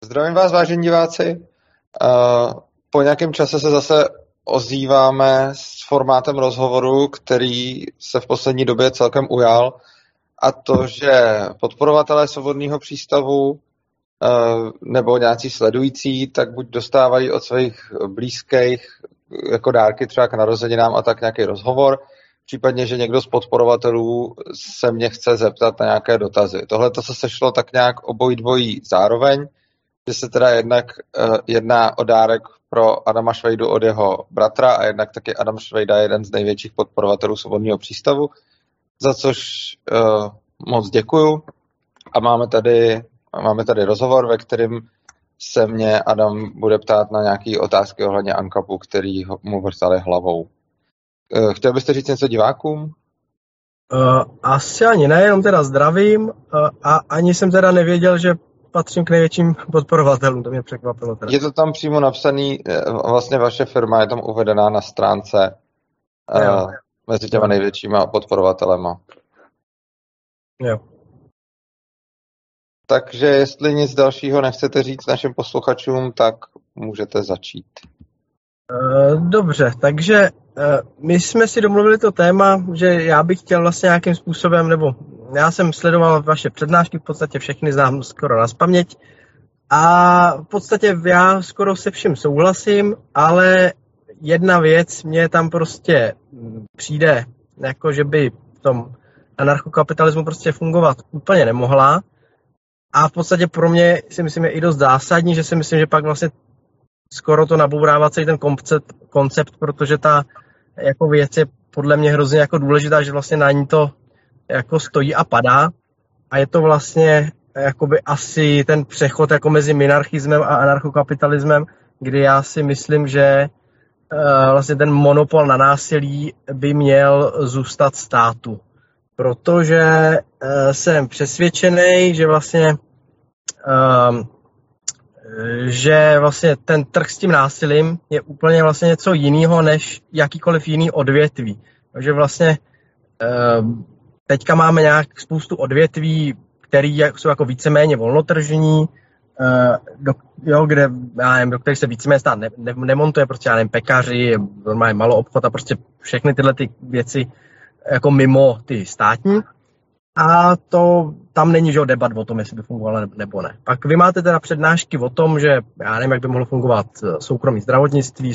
Zdravím vás, vážení diváci. Po nějakém čase se zase ozýváme s formátem rozhovoru, který se v poslední době celkem ujal, a to, že podporovatelé Svobodného přístavu nebo nějací sledující, tak buď dostávají od svých blízkých jako dárky třeba k narozeninám a tak nějaký rozhovor, případně, že někdo z podporovatelů se mě chce zeptat na nějaké dotazy. Tohle to se sešlo tak nějak obojí dvojí zároveň, že se teda jednak jedná o dárek pro Adama Švejdu od jeho bratra a jednak taky Adam Švejda je jeden z největších podporovatelů Svobodného přístavu, za což moc děkuju. A máme tady rozhovor, ve kterém se mě Adam bude ptát na nějaké otázky ohledně ANCAPu, který mu vrtali hlavou. Chtěl byste říct něco divákům? Asi ani ne, jenom teda zdravím a ani jsem teda nevěděl, že patřím k největším podporovatelům, to mě překvapilo. Teda. Je to tam přímo napsaný, vlastně vaše firma je tam uvedená na stránce mezi těma největšíma podporovatelema. Jo. Takže jestli nic dalšího nechcete říct našim posluchačům, tak můžete začít. Dobře, takže my jsme si domluvili to téma, že já bych chtěl vlastně nějakým způsobem, nebo já jsem sledoval vaše přednášky, v podstatě všechny znám skoro nazpaměť a v podstatě já skoro se vším souhlasím, ale jedna věc mě tam prostě přijde, jako že by v tom anarchokapitalismu prostě fungovat úplně nemohla a v podstatě pro mě si myslím je i dost zásadní, že si myslím, že pak vlastně skoro to nabourává celý ten koncept, protože ta jako věc je podle mě hrozně jako důležitá, že vlastně na ní to jako stojí a padá a je to vlastně jakoby asi ten přechod jako mezi minarchismem a anarchokapitalismem, kdy já si myslím, že vlastně ten monopol na násilí by měl zůstat státu. Protože jsem přesvědčený, že vlastně ten trh s tím násilím je úplně vlastně něco jiného než jakýkoliv jiný odvětví. Takže vlastně teďka máme nějak spoustu odvětví, které jsou jako víceméně volnotržní, do kterých se víceméně stát nemontuje, prostě já nevím, pekaři, normálně maloobchod a prostě všechny tyhle ty věci jako mimo ty státní. A to tam není žádný debat o tom, jestli by fungovalo nebo ne. Pak vy máte teda přednášky o tom, že já nevím, jak by mohlo fungovat soukromý zdravotnictví,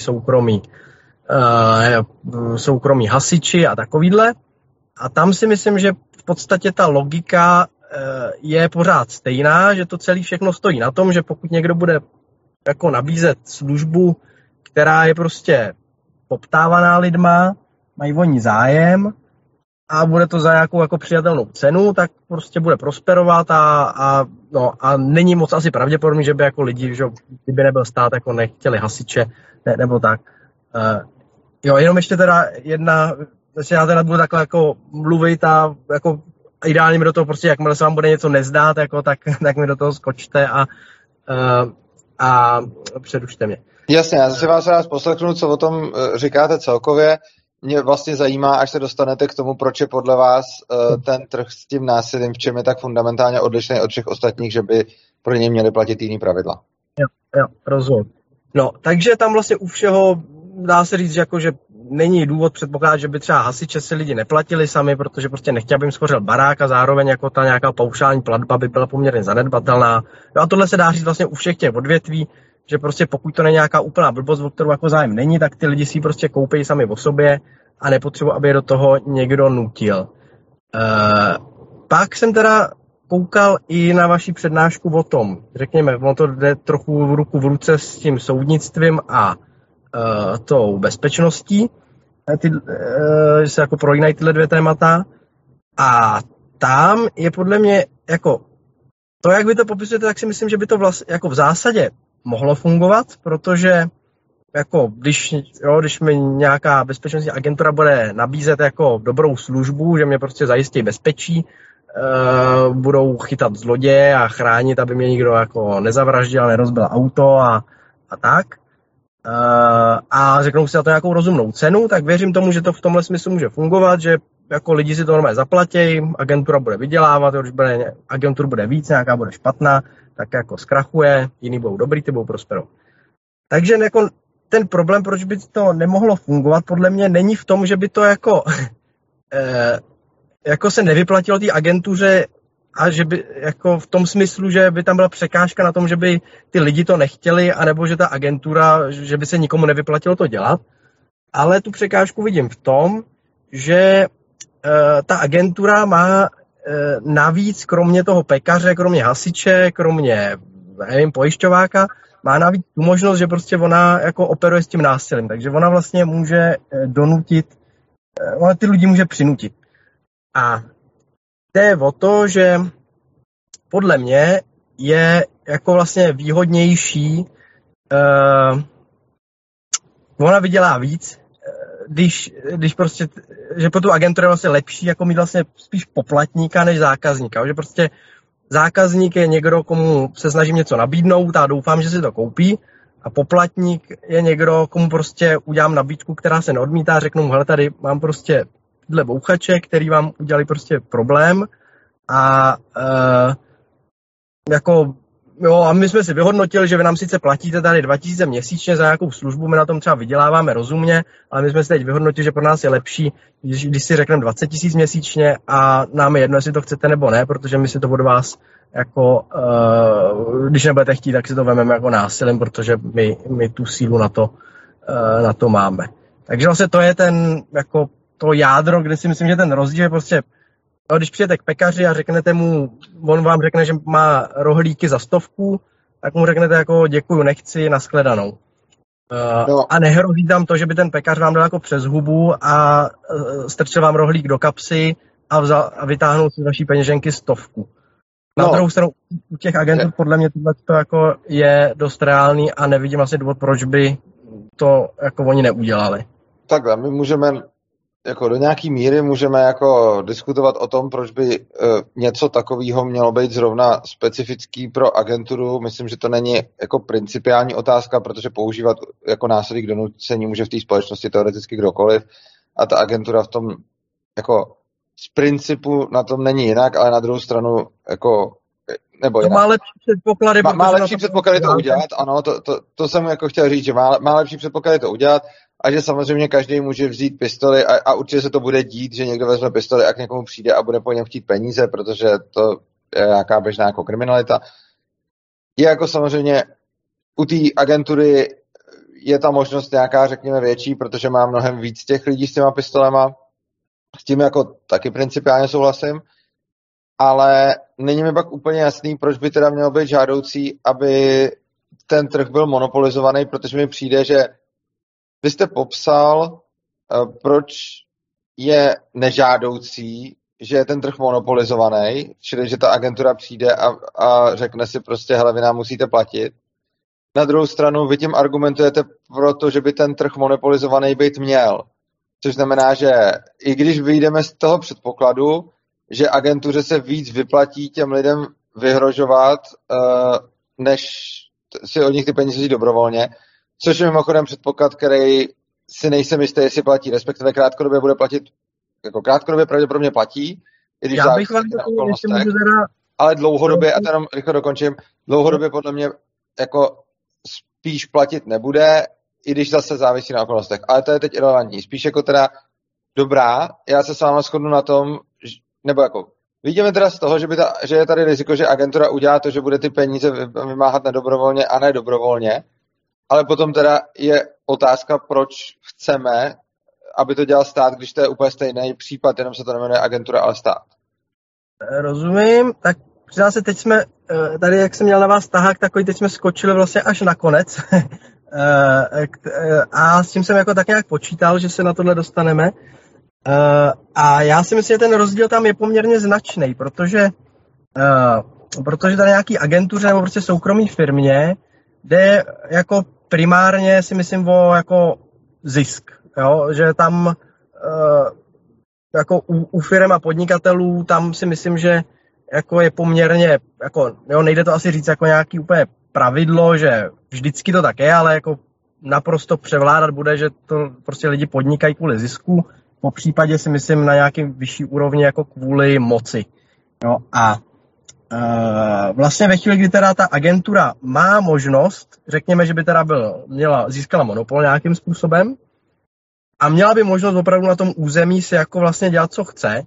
soukromí hasiči a takovýhle. A tam si myslím, že v podstatě ta logika je pořád stejná, že to celé všechno stojí na tom, že pokud někdo bude jako nabízet službu, která je prostě poptávaná lidma, mají o ní zájem, a bude to za nějakou jako přijatelnou cenu, tak prostě bude prosperovat a není moc asi pravděpodobný, že by jako lidi, že kdyby nebyl stát, jako nechtěli hasiče, nebo tak. Jenom ještě teda já teda budu takhle jako mluvit a jako ideálně mi do toho prostě, jakmile se vám bude něco nezdát, jako, tak mi do toho skočte a předučte mě. Jasně, já si vás rád poslechnu, co o tom říkáte celkově. Mě vlastně zajímá, až se dostanete k tomu, proč je podle vás ten trh s tím násilím, v čem je tak fundamentálně odlišný od všech ostatních, že by pro něj měly platit jiný pravidla. Jo, rozumím. No, takže tam vlastně u všeho dá se říct, že není důvod předpokládat, že by třeba hasiče si lidi neplatili sami, protože prostě nechtěl, aby jim schořel barák a zároveň jako ta nějaká paušální platba by byla poměrně zanedbatelná. No a tohle se dá říct vlastně u všech těch odvětví, že prostě pokud to není nějaká úplná blbost, o kterou jako zájem není, tak ty lidi si ji prostě koupí sami o sobě a nepotřebují, aby je do toho někdo nutil. Pak jsem teda koukal i na vaši přednášku o tom, řekněme, ono to jde trochu ruku v ruce s tím soudnictvím a tou bezpečností, že se jako prolínají tyhle dvě témata a tam je podle mě jako to, jak vy to popisujete, tak si myslím, že by to vlastně jako v zásadě mohlo fungovat, protože jako když mi nějaká bezpečnostní agentura bude nabízet jako dobrou službu, že mě prostě zajistí bezpečí, budou chytat zloděje a chránit, aby mě nikdo jako nezavraždil, nerozbil auto a tak. A řeknou si za to nějakou rozumnou cenu, tak věřím tomu, že to v tomhle smyslu může fungovat, že jako lidi si to normálně zaplatí, agentura bude vydělávat, když bude agentur bude víc, nějaká bude špatná, tak jako zkrachuje, jiný budou dobrý, ty budou prosperovat. Takže jako ten problém, proč by to nemohlo fungovat, podle mě není v tom, že by to jako se nevyplatilo té agentuře a že by jako v tom smyslu, že by tam byla překážka na tom, že by ty lidi to nechtěli, anebo že ta agentura, že by se nikomu nevyplatilo to dělat. Ale tu překážku vidím v tom, že ta agentura má navíc, kromě toho pekaře, kromě hasiče, kromě nevím, pojišťováka, má navíc tu možnost, že prostě ona jako operuje s tím násilím. Takže ona vlastně může donutit, ona ty lidi může přinutit. A jde o to, že podle mě je jako vlastně výhodnější, ona vydělá víc, když prostě, že pro tu agenturu je vlastně lepší jako mít vlastně spíš poplatníka než zákazníka, že prostě zákazník je někdo, komu se snažím něco nabídnout a doufám, že si to koupí, a poplatník je někdo, komu prostě udělám nabídku, která se neodmítá, řeknu mu, hele, tady mám prostě tyhle bouchače, který vám udělali prostě problém a jako jo, a my jsme si vyhodnotili, že vy nám sice platíte tady 2000 měsíčně za nějakou službu, my na tom třeba vyděláváme rozumně, ale my jsme si teď vyhodnotili, že pro nás je lepší, když si řekneme 20 000 měsíčně a nám je jedno, jestli to chcete nebo ne, protože my si to od vás jako, když nebudete chtít, tak si to vezmeme jako násilím, protože my tu sílu na to máme. Takže vlastně to je ten, jako to jádro, kde si myslím, že ten rozdíl je prostě, no, když přijete k pekaři a řeknete mu, on vám řekne, že má rohlíky za 100, tak mu řeknete jako děkuju, nechci, nashledanou. No. A nehrozí tam to, že by ten pekař vám dal jako přes hubu a strčil vám rohlík do kapsy a vytáhnul si z vaší peněženky 100. Na druhou stranu u těch agentů podle mě to jako je dost reálný a nevidím asi důvod, proč by to jako oni neudělali. Takhle, my můžeme jako do nějaký míry můžeme jako diskutovat o tom, proč by něco takového mělo být zrovna specifický pro agenturu. Myslím, že to není jako principiální otázka, protože používat jako násilí k donucení může v té společnosti teoreticky kdokoliv a ta agentura v tom jako z principu na tom není jinak, ale na druhou stranu jako nebo jinak. Má lepší předpoklady. Má lepší předpoklady to udělat, ano, to jsem jako chtěl říct, že má lepší předpoklady to udělat a že samozřejmě každý může vzít pistoli a určitě se to bude dít, že někdo vezme pistoli a k někomu přijde a bude po něm chtít peníze, protože to je nějaká běžná jako kriminalita. Je jako samozřejmě u té agentury je ta možnost nějaká, řekněme, větší, protože má mnohem víc těch lidí s těma pistolema. S tím jako taky principiálně souhlasím. Ale není mi pak úplně jasný, proč by teda mělo být žádoucí, aby ten trh byl monopolizovaný, protože mi přijde, že vy jste popsal, proč je nežádoucí, že je ten trh monopolizovaný, čili že ta agentura přijde a řekne si prostě, hele, vy nám musíte platit. Na druhou stranu vy tím argumentujete proto, že by ten trh monopolizovaný být měl. Což znamená, že i když vyjdeme z toho předpokladu, že agentuře se víc vyplatí těm lidem vyhrožovat, než si od nich ty peníze vzít dobrovolně, což je mimochodem předpoklad, který si nejsem jistý, jestli platí, respektive krátkodobě bude platit, jako krátkodobě pravděpodobně platí, i když já bych vám to ale dlouhodobě, a to jenom rychle dokončím, dlouhodobě podle mě jako spíš platit nebude, i když zase závisí na okolnostech. Ale to je teď irelevantní. Spíš jako teda dobrá, já se s váma shodnu na tom, nebo jako vidíme teda z toho, že je tady riziko, že agentura udělá to, že bude ty peníze vymáhat nedobrovolně a ne dobrovolně, ale potom teda je otázka, proč chceme, aby to dělal stát, když to je úplně stejný případ, jenom se to nemenuje agentura, ale stát. Rozumím, tak přiznám se, teď jsme, tady jak jsem měl na vás tahák, takový teď jsme skočili vlastně až na konec a s tím jsem jako tak nějak počítal, že se na tohle dostaneme. A já si myslím, že ten rozdíl tam je poměrně značný, protože tady nějaký agentuře nebo prostě soukromý firmě jde jako primárně si myslím o jako zisk, jo? Že tam jako u firm a podnikatelů tam si myslím, že jako je poměrně, jako, jo, nejde to asi říct jako nějaký úplně pravidlo, že vždycky to tak je, ale jako naprosto převládat bude, že to prostě lidi podnikají kvůli zisku, po případě si myslím na nějakým vyšší úrovni jako kvůli moci. No a vlastně ve chvíli, kdy teda ta agentura má možnost, řekněme, že by teda získala monopol nějakým způsobem a měla by možnost opravdu na tom území si jako vlastně dělat, co chce,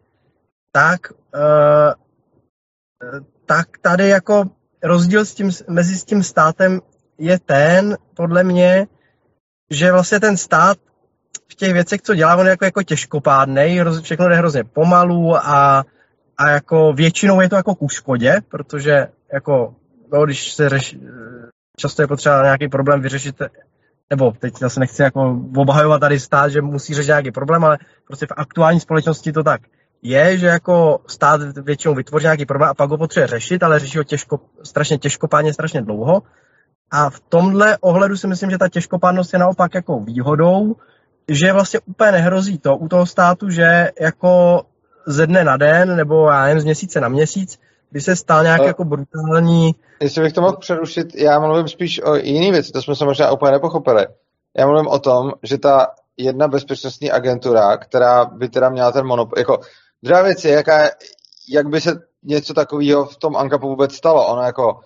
tak tady jako rozdíl mezi tím státem je ten, podle mě, že vlastně ten stát v těch věcech, co dělá, on je jako těžkopádnej, všechno jde hrozně pomalu a jako většinou je to jako ku škodě, protože jako, no, když se často je potřeba nějaký problém vyřešit, nebo teď zase nechci jako obhajovat tady stát, že musí řešit nějaký problém, ale prostě v aktuální společnosti to tak je, že jako stát většinou vytvoří nějaký problém a pak ho potřebuje řešit, ale řeší ho strašně těžkopádně, strašně dlouho. A v tomhle ohledu si myslím, že ta těžkopádnost je naopak jako výhodou, že vlastně úplně nehrozí to u toho státu, že jako ze dne na den, nebo já nevím, z měsíce na měsíc, by se stal nějak jako brutální... Jestli bych to mohl přerušit, já mluvím spíš o jiný věci, to jsme se možná úplně nepochopili. Já mluvím o tom, že ta jedna bezpečnostní agentura, která by teda měla ten monopol, jako druhá věc je, jak by se něco takového v tom ANCAPu vůbec stalo. Ono jako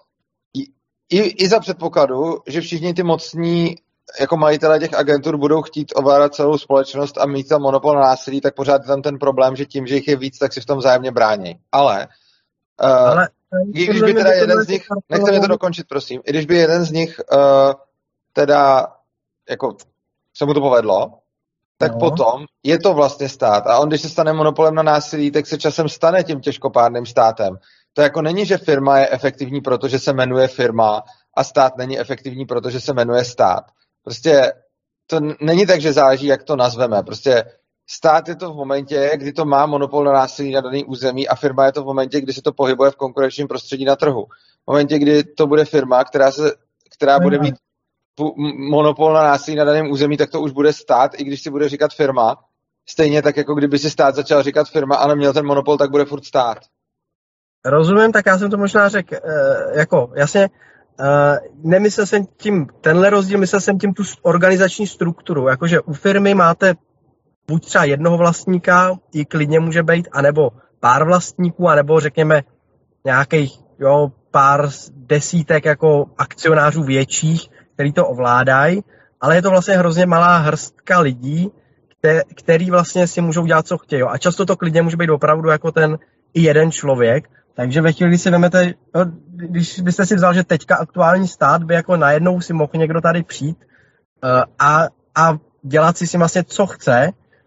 i za předpokladu, že všichni ty mocní jako majitelé těch agentur budou chtít ovládat celou společnost a mít tam monopol na násilí, tak pořád je tam ten problém, že tím, že jich je víc, tak si v tom vzájemně brání. Ale i když by teda jeden z nich, nechte mě to dokončit, prosím, i když by jeden z nich teda jako se mu to povedlo, tak potom je to vlastně stát. A on, když se stane monopolem na násilí, tak se časem stane tím těžkopádným státem. To jako není, že firma je efektivní, protože se jmenuje firma a stát není efektivní, protože se jmenuje stát. Prostě to není tak, že záleží, jak to nazveme. Prostě stát je to v momentě, kdy to má monopol na násilí na daný území a firma je to v momentě, kdy se to pohybuje v konkurenčním prostředí na trhu. V momentě, kdy to bude firma, která bude mít monopol na násilí na daném území, tak to už bude stát, i když si bude říkat firma. Stejně tak, jako kdyby si stát začal říkat firma a neměl ten monopol, tak bude furt stát. Rozumím, tak já jsem to možná řekl, jako jasně, nemyslel jsem tím tenhle rozdíl, myslel jsem tím tu organizační strukturu, jakože u firmy máte buď třeba jednoho vlastníka, i klidně může být, anebo pár vlastníků, anebo řekněme nějakých pár desítek jako akcionářů větších, který to ovládají, ale je to vlastně hrozně malá hrstka lidí, který vlastně si můžou dělat, co chtějí. A často to klidně může být opravdu jako ten i jeden člověk. Takže ve chvíli, kdy si vemete, když byste si vzal, že teďka aktuální stát by jako najednou si mohl někdo tady přijít a dělat si vlastně, co chce,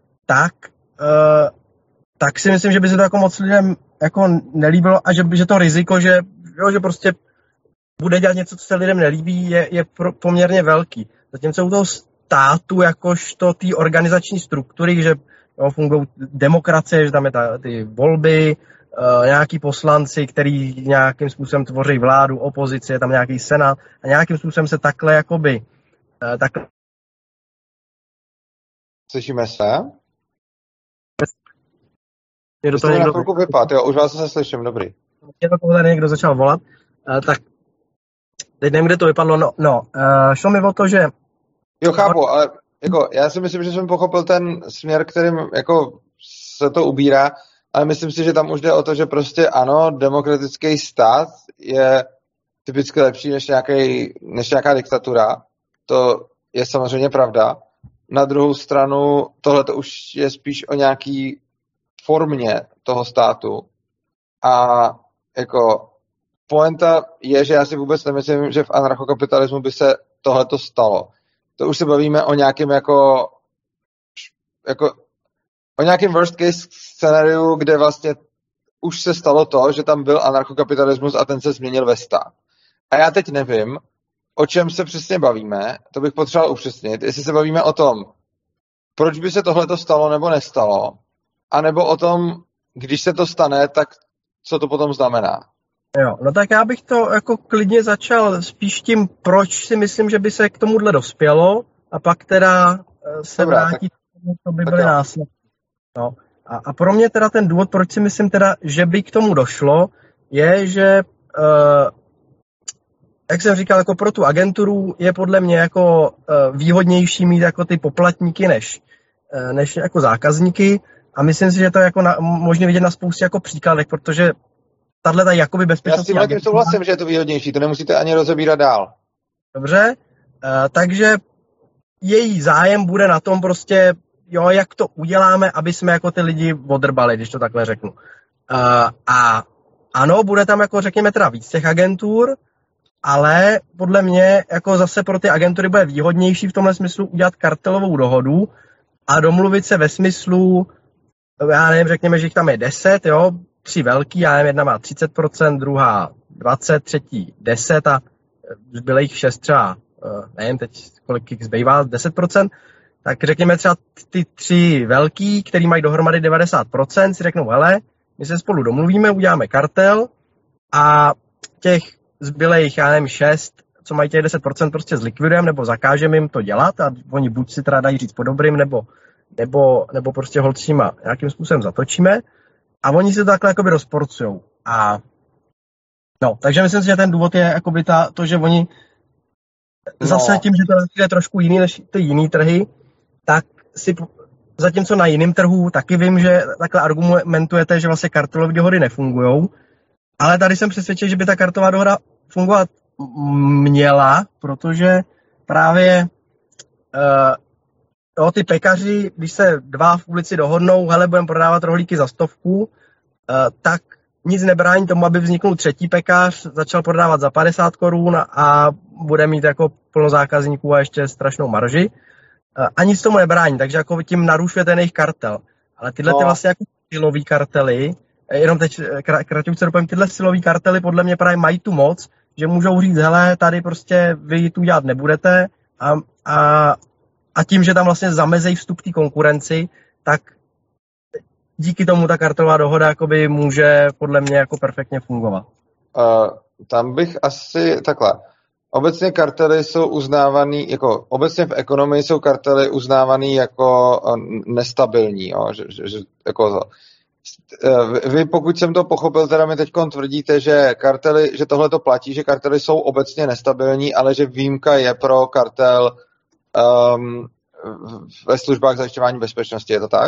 tak si myslím, že by se to jako moc lidem jako nelíbilo a že to riziko, že prostě bude dělat něco, co se lidem nelíbí, je poměrně velký. Zatímco u toho státu, jakožto té organizační struktury, že fungují demokracie, že tam je ty volby, nějaký poslanci, který nějakým způsobem tvoří vládu, opozici, je tam nějaký senát a nějakým způsobem se takhle jakoby takhle... Slyšíme se? Je do toho někdo... na chvilku vypad, jo, už vás se slyším, dobrý. Je to tady někdo začal volat, tak teď nevím, kde to vypadlo, šlo mi o to, že... Jo, chápu, ale jako, já si myslím, že jsem pochopil ten směr, kterým jako se to ubírá, ale myslím si, že tam už jde o to, že prostě ano, demokratický stát je typicky lepší než nějaká diktatura. To je samozřejmě pravda. Na druhou stranu, tohle to už je spíš o nějaký formě toho státu. A jako pointa je, že já si vůbec nemyslím, že v anarchokapitalismu by se tohleto stalo. To už se bavíme o nějakém jako o nějakém worst case scenariu, kde vlastně už se stalo to, že tam byl anarchokapitalismus a ten se změnil ve stát. A já teď nevím, o čem se přesně bavíme, to bych potřeboval upřesnit, jestli se bavíme o tom, proč by se tohleto stalo nebo nestalo, anebo o tom, když se to stane, tak co to potom znamená. Jo, no tak já bych to jako klidně začal spíš tím, proč si myslím, že by se k tomuhle dospělo a pak teda se vrátit, to by byly následky. No. A pro mě teda ten důvod, proč si myslím teda, že by k tomu došlo, je, že jak jsem říkal, jako pro tu agenturu je podle mě jako výhodnější mít jako ty poplatníky než jako zákazníky a myslím si, že to je jako možné vidět na spoustě jako příkladech, protože tato jakoby bezpečnostní Já s tímhle tím souhlasím, že je to výhodnější, to nemusíte ani rozebírat dál. Dobře, takže její zájem bude na tom prostě, jo, jak to uděláme, aby jsme jako ty lidi odrbali, když to takhle řeknu. A ano, bude tam jako řekněme teda víc těch agentur, ale podle mě jako zase pro ty agentury bude výhodnější v tomhle smyslu udělat kartelovou dohodu a domluvit se ve smyslu, já nevím, řekněme, že jich tam je 10, jo, 3 velký, já nevím, jedna má 30%, druhá 20, třetí 10 a zbylejch 6 třeba, nevím teď, kolik jich zbývá, 10%, tak řekněme třeba ty 3 velký, který mají dohromady 90%, si řeknou, hele, my se spolu domluvíme, uděláme kartel a těch zbylejch, já nevím, 6, co mají těch 10%, prostě zlikvidujeme nebo zakážeme jim to dělat a oni buď si teda dají říct po dobrým, nebo prostě holt s nima nějakým způsobem zatočíme a oni si to takhle jakoby rozporcujou. A no, takže myslím si, že ten důvod je jakoby to, že oni zase tím, že to je trošku jiný než ty jiný trhy, tak si zatímco na jiném trhu taky vím, že takhle argumentujete, že vlastně kartelové dohody nefungujou, ale tady jsem přesvědčen, že by ta kartelová dohoda fungovat měla, protože právě ty pekaři, když se 2 v ulici dohodnou, hele, budeme prodávat rohlíky za 100, tak nic nebrání tomu, aby vzniknul třetí pekař, začal prodávat za 50 korun a bude mít jako plno zákazníků a ještě strašnou marži. A nic tomu nebrání, takže jako tím narušuje ten jejich kartel. Ale tyhle ty vlastně jako silový kartely, jenom teď krátce dopovím, tyhle silový kartely podle mě právě mají tu moc, že můžou říct, hele, tady prostě vy tu dělat nebudete a tím, že tam vlastně zamezejí vstup té konkurenci, tak díky tomu ta kartelová dohoda jakoby může podle mě jako perfektně fungovat. Tam bych asi takhle. Obecně kartely jsou uznávaný, jako obecně v ekonomii jsou kartely uznávaný jako nestabilní. Jo? Jako, vy, pokud jsem to pochopil, teda mi teď tvrdíte, že kartely, že tohle to platí, že kartely jsou obecně nestabilní, ale že výjimka je pro kartel ve službách zajišťování bezpečnosti. Je to tak?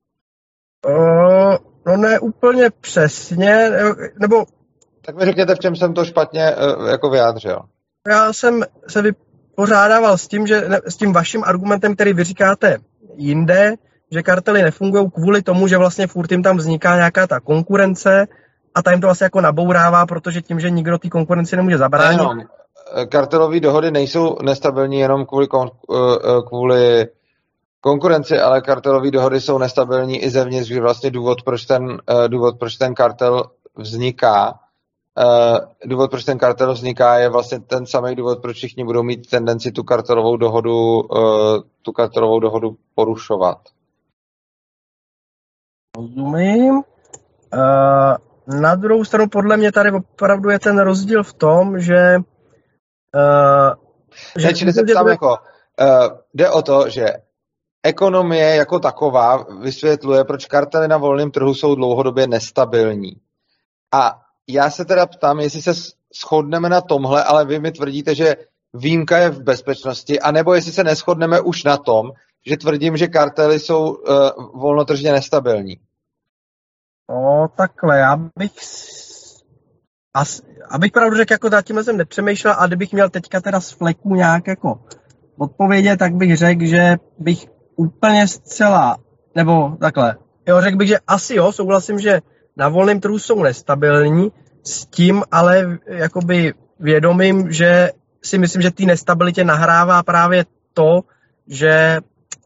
No ne úplně přesně, nebo... Tak mi řekněte, v čem jsem to špatně jako vyjádřil. Já jsem se vypořádával s tím, že s tím vaším argumentem, který vy říkáte jinde, že kartely nefungují kvůli tomu, že vlastně furt jim tam vzniká nějaká ta konkurence a ta jim to vlastně jako nabourává, protože tím, že nikdo té konkurenci nemůže zabránit. Nejenom. Kartelové dohody nejsou nestabilní jenom kvůli konkurenci, ale kartelové dohody jsou nestabilní i zevnitř, že vlastně důvod, proč ten kartel vzniká, je vlastně ten samý důvod, proč všichni budou mít tendenci tu kartelovou dohodu porušovat. Rozumím. Na druhou stranu podle mě tady opravdu je ten rozdíl v tom, že jde o to, že ekonomie jako taková vysvětluje, proč kartely na volném trhu jsou dlouhodobě nestabilní. A já se teda ptám, jestli se shodneme na tomhle, ale vy mi tvrdíte, že výjimka je v bezpečnosti, anebo jestli se neshodneme už na tom, že tvrdím, že kartely jsou volnotržně nestabilní. No takhle, abych pravdu řekl, jako tímhle jsem nepřemýšlel, a kdybych měl teďka teda z fleku nějak jako odpovědět, tak bych řekl, že bych úplně zcela, nebo takhle, jo, řekl bych, že asi jo, souhlasím, že na volném trhu jsou nestabilní, s tím ale jakoby vědomím, že si myslím, že té nestabilitě nahrává právě to, že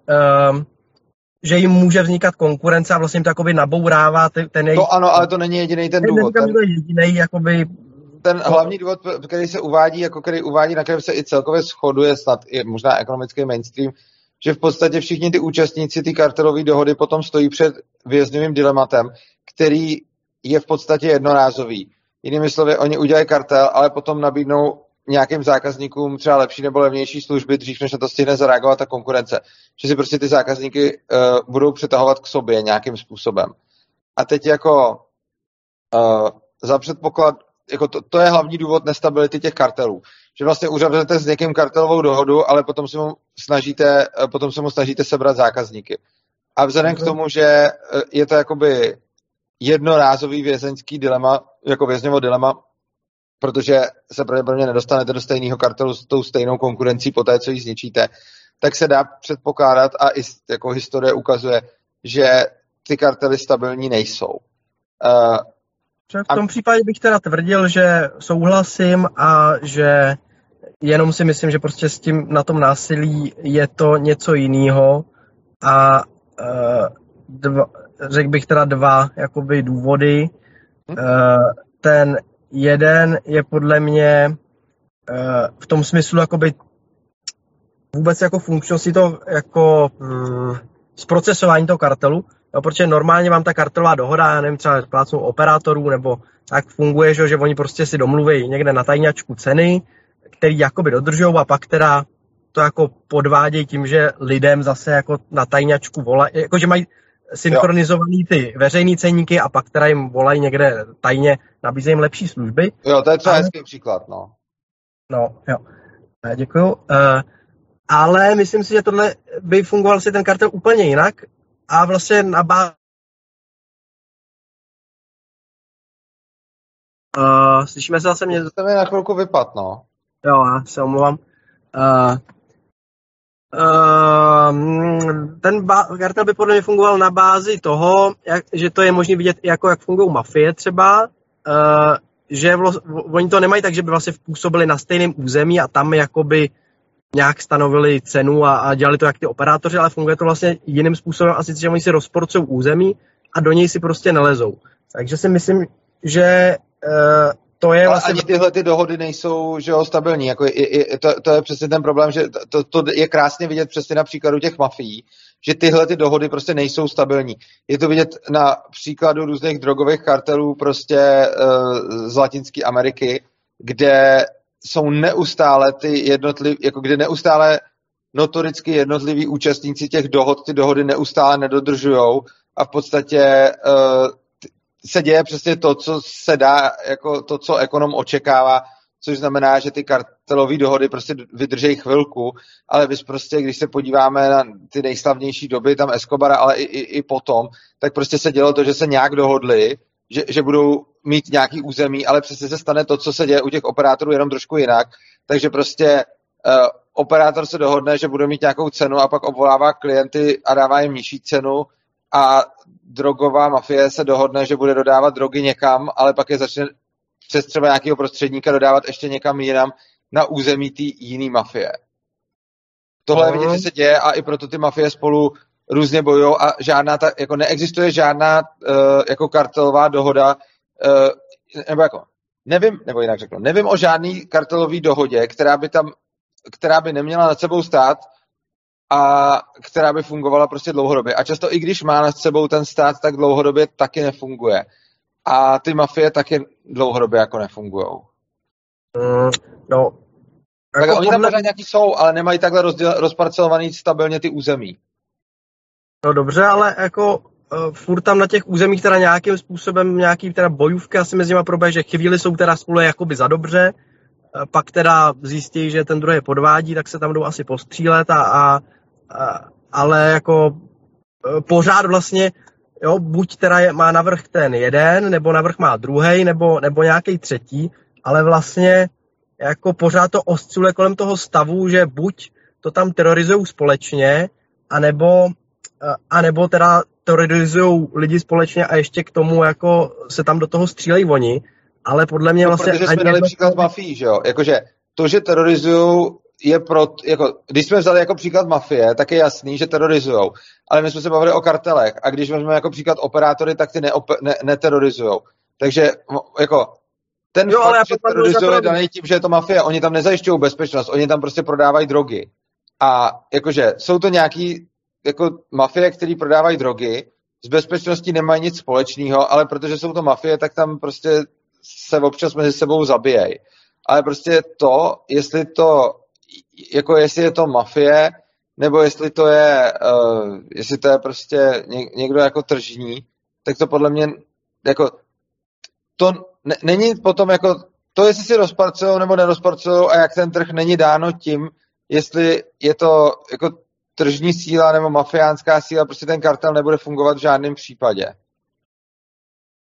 jim může vznikat konkurence a vlastně jim to jakoby nabourává ten jejich... To ano, ale to není jediný ten důvod. Ten hlavní důvod, který se uvádí, na kterém se i celkově shoduje snad i možná ekonomický mainstream, že v podstatě všichni ty účastníci té kartelové dohody potom stojí před věznivým dilematem, který je v podstatě jednorázový. Jinými slovy, oni udělají kartel, ale potom nabídnou nějakým zákazníkům třeba lepší nebo levnější služby dřív, než na to stihne zareagovat ta konkurence. Že si prostě ty zákazníky budou přetahovat k sobě nějakým způsobem. A teď jako za předpoklad, jako to je hlavní důvod nestability těch kartelů. Že vlastně uzavřete s někým kartelovou dohodu, ale potom se mu snažíte sebrat zákazníky. A vzhledem k tomu, že je to jakoby jednorázový vězeňský dilema, jako vězňovo dilema, protože se pravděpodobně nedostanete do stejného kartelu s tou stejnou konkurencí po té, co ji zničíte, tak se dá předpokládat a i jako historie ukazuje, že ty kartely stabilní nejsou. V tom případě bych teda tvrdil, že souhlasím a že jenom si myslím, že prostě s tím na tom násilí je to něco jiného a řekl bych teda dva jakoby důvody. Ten jeden je podle mě v tom smyslu jakoby vůbec jako funkčnosti toho jako zprocesování toho kartelu, no, protože normálně vám ta kartelová dohoda, já nevím, třeba plácnou operátorů, nebo tak funguje, že oni prostě si domluví někde na tajňačku ceny, který jakoby dodržují a pak teda to jako podvádějí tím, že lidem zase jako na tajňačku volají, jakože mají synchronizovaný ty veřejný ceníky a pak teda jim volají někde tajně, nabízejí jim lepší služby. Jo, to je třeba hezký příklad, no. No, jo. Děkuju. Ale myslím si, že tohle by fungoval si ten kartel úplně jinak a vlastně na bázi slyšíme se zase mě? To mi na chvilku vypad, no. Jo, já se omlouvám. Ten kartel by podle mě fungoval na bázi toho, že to je možné vidět jako jak fungují mafie třeba, že oni to nemají tak, že by vlastně působili na stejném území a tam jakoby nějak stanovili cenu a dělali to jak ty operátoři, ale funguje to vlastně jiným způsobem a sice, že oni si rozporcují území a do něj si prostě nelezou. Takže si myslím, že to je vlastně... Ani tyhle ty dohody nejsou, že jo, stabilní. Jako to je přesně ten problém, že to je krásně vidět přesně na příkladu těch mafií, že tyhle ty dohody prostě nejsou stabilní. Je to vidět na příkladu různých drogových kartelů prostě z Latinské Ameriky, kde jsou neustále kde neustále notoricky jednotliví účastníci těch dohod ty dohody neustále nedodržujou a v podstatě se děje přesně to, co se dá, jako to, co ekonom očekává, což znamená, že ty kartelové dohody prostě vydržejí chvilku, ale vy prostě, když se podíváme na ty nejslavnější doby, tam Escobara, ale i potom, tak prostě se dělo to, že se nějak dohodli, že budou mít nějaký území, ale přesně se stane to, co se děje u těch operátorů jenom trošku jinak, takže prostě operátor se dohodne, že bude mít nějakou cenu a pak obvolává klienty a dává jim nižší cenu a drogová mafie se dohodne, že bude dodávat drogy někam, ale pak je začne přes třeba nějakého prostředníka dodávat ještě někam jinam na území té jiné mafie. Tohle je vidět, že se děje a i proto ty mafie spolu různě bojují a jako neexistuje žádná jako kartelová dohoda, nebo jako nevím o žádný kartelový dohodě, která by neměla nad sebou stát a která by fungovala prostě dlouhodobě. A často i když má nad sebou ten stát, tak dlouhodobě taky nefunguje. A ty mafie taky dlouhodobě jako nefungujou. No. Tak jako oni tam pořád nějaký jsou, ale nemají takhle rozparcelovaný stabilně ty území. No dobře, ale jako furt tam na těch územích teda nějakým způsobem nějaký teda bojůvky asi mezi nimi proběhne, že chvíli jsou teda spolu jakoby za dobře, pak teda zjistí, že ten druhý podvádí, tak se tam jdou asi postřílet ale jako pořád vlastně, jo, buď teda má navrch ten jeden, nebo navrch má druhý, nebo nějaký třetí, ale vlastně jako pořád to osciluje kolem toho stavu, že buď to tam terorizují společně, anebo teda terorizují lidi společně a ještě k tomu jako se tam do toho střílejí oni, ale podle mě vlastně... Protože jsme dali příklad mafii, že jo, jakože to, že terorizují jako, když jsme vzali jako příklad mafie, tak je jasný, že terorizujou. Ale my jsme se bavili o kartelech a když vezmeme jako příklad operátory, tak ty neterorizujou. Takže jako ten fakt, že terorizují je daný tím, že je to mafie. Oni tam nezajišťují bezpečnost, oni tam prostě prodávají drogy. A jakože jsou to nějaký jako mafie, který prodávají drogy, s bezpečností nemají nic společného, ale protože jsou to mafie, tak tam prostě se občas mezi sebou zabíjejí. Ale prostě to, jestli je to mafie, nebo jestli to je prostě někdo jako tržní, tak to podle mě jako to není potom jako to, jestli si rozparcujou nebo nerozparcujou a jak ten trh není dáno tím, jestli je to jako tržní síla nebo mafiánská síla, prostě ten kartel nebude fungovat v žádném případě.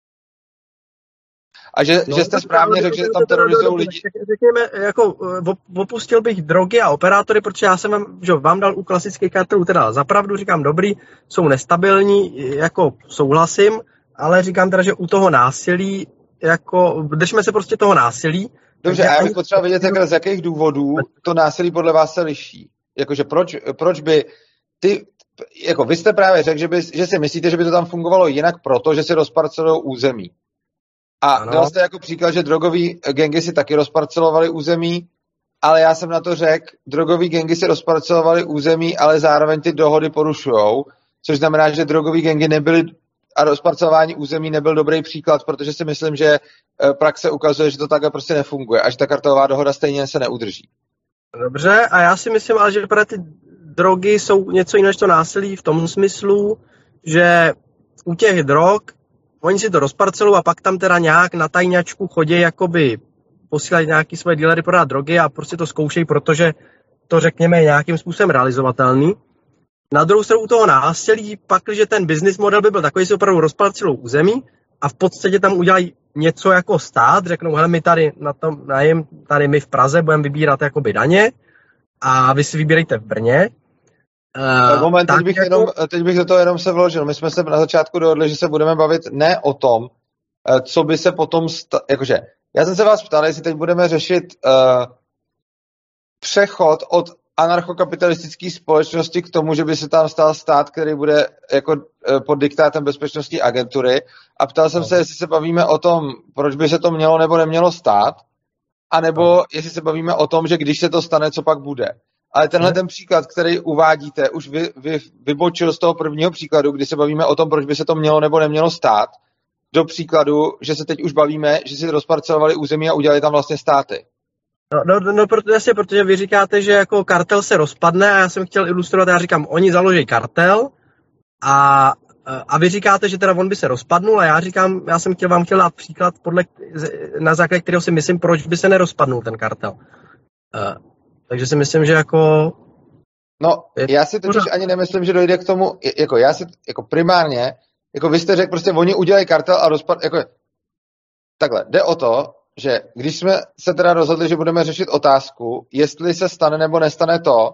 A že jste správně řekl, že tam terorizují lidi. Řekněme, jako opustil bych drogy a operátory, protože já jsem vám dal u klasických kartelů teda za pravdu, říkám dobrý, jsou nestabilní, jako souhlasím, ale říkám teda, že u toho násilí, jako držme se prostě toho násilí. Dobře, a já bych potřeba vědět, z jakých důvodů to násilí podle vás se liší. Jakože proč by ty, jako vy jste právě řekl, že si myslíte, že by to tam fungovalo jinak proto, že si rozparcelují území. A dal jste jako příklad, že drogový gangy si taky rozparcelovali území, ale já jsem na to řekl, drogový gangy si rozparcelovali území, ale zároveň ty dohody porušujou, což znamená, že drogový gangy nebyly a rozparcelování území nebyl dobrý příklad, protože si myslím, že praxe ukazuje, že to takhle prostě nefunguje a že ta kartelová dohoda stejně se neudrží. Dobře, a já si myslím, ale že právě ty drogy jsou něco jiného než to násilí v tom smyslu, že u těch drog oni si to rozparcelují a pak tam teda nějak na tajňačku chodí jakoby posílají nějaký svoje dealery prodat drogy a prostě to zkoušejí, protože to řekněme je nějakým způsobem realizovatelný. Na druhou stranu u toho násilí, pakliže ten business model by byl takový, že si opravdu rozparcelují území a v podstatě tam udělají něco jako stát, řeknou, hele, my tady na tom tady my v Praze budeme vybírat jakoby daně a vy si vybírejte v Brně. Moment, teď bych do toho jenom se vložil. My jsme se na začátku dohodli, že se budeme bavit ne o tom, co by se potom jakože, já jsem se vás ptal, jestli teď budeme řešit přechod od anarchokapitalistické společnosti k tomu, že by se tam stal stát, který bude jako pod diktátem bezpečnostní agentury. A ptal jsem se, jestli se bavíme o tom, proč by se to mělo nebo nemělo stát, anebo jestli se bavíme o tom, že když se to stane, co pak bude. Ale tenhle ten příklad, který uvádíte, už vybočil z toho prvního příkladu, kdy se bavíme o tom, proč by se to mělo nebo nemělo stát, do příkladu, že se teď už bavíme, že si rozparcelovali území a udělali tam vlastně státy. Jasně, protože vy říkáte, že jako kartel se rozpadne a já jsem chtěl ilustrovat, já říkám, oni založí kartel a vy říkáte, že teda on by se rozpadnul a já říkám, já jsem vám chtěl dát příklad, na základě kterého si myslím, proč by se nerozpadnul ten kartel. Takže si myslím, že jako... No, já si totiž ani nemyslím, že dojde k tomu, jako primárně, jako vy jste řekl, prostě oni udělají kartel a takhle, jde o to, že když jsme se teda rozhodli, že budeme řešit otázku, jestli se stane nebo nestane to,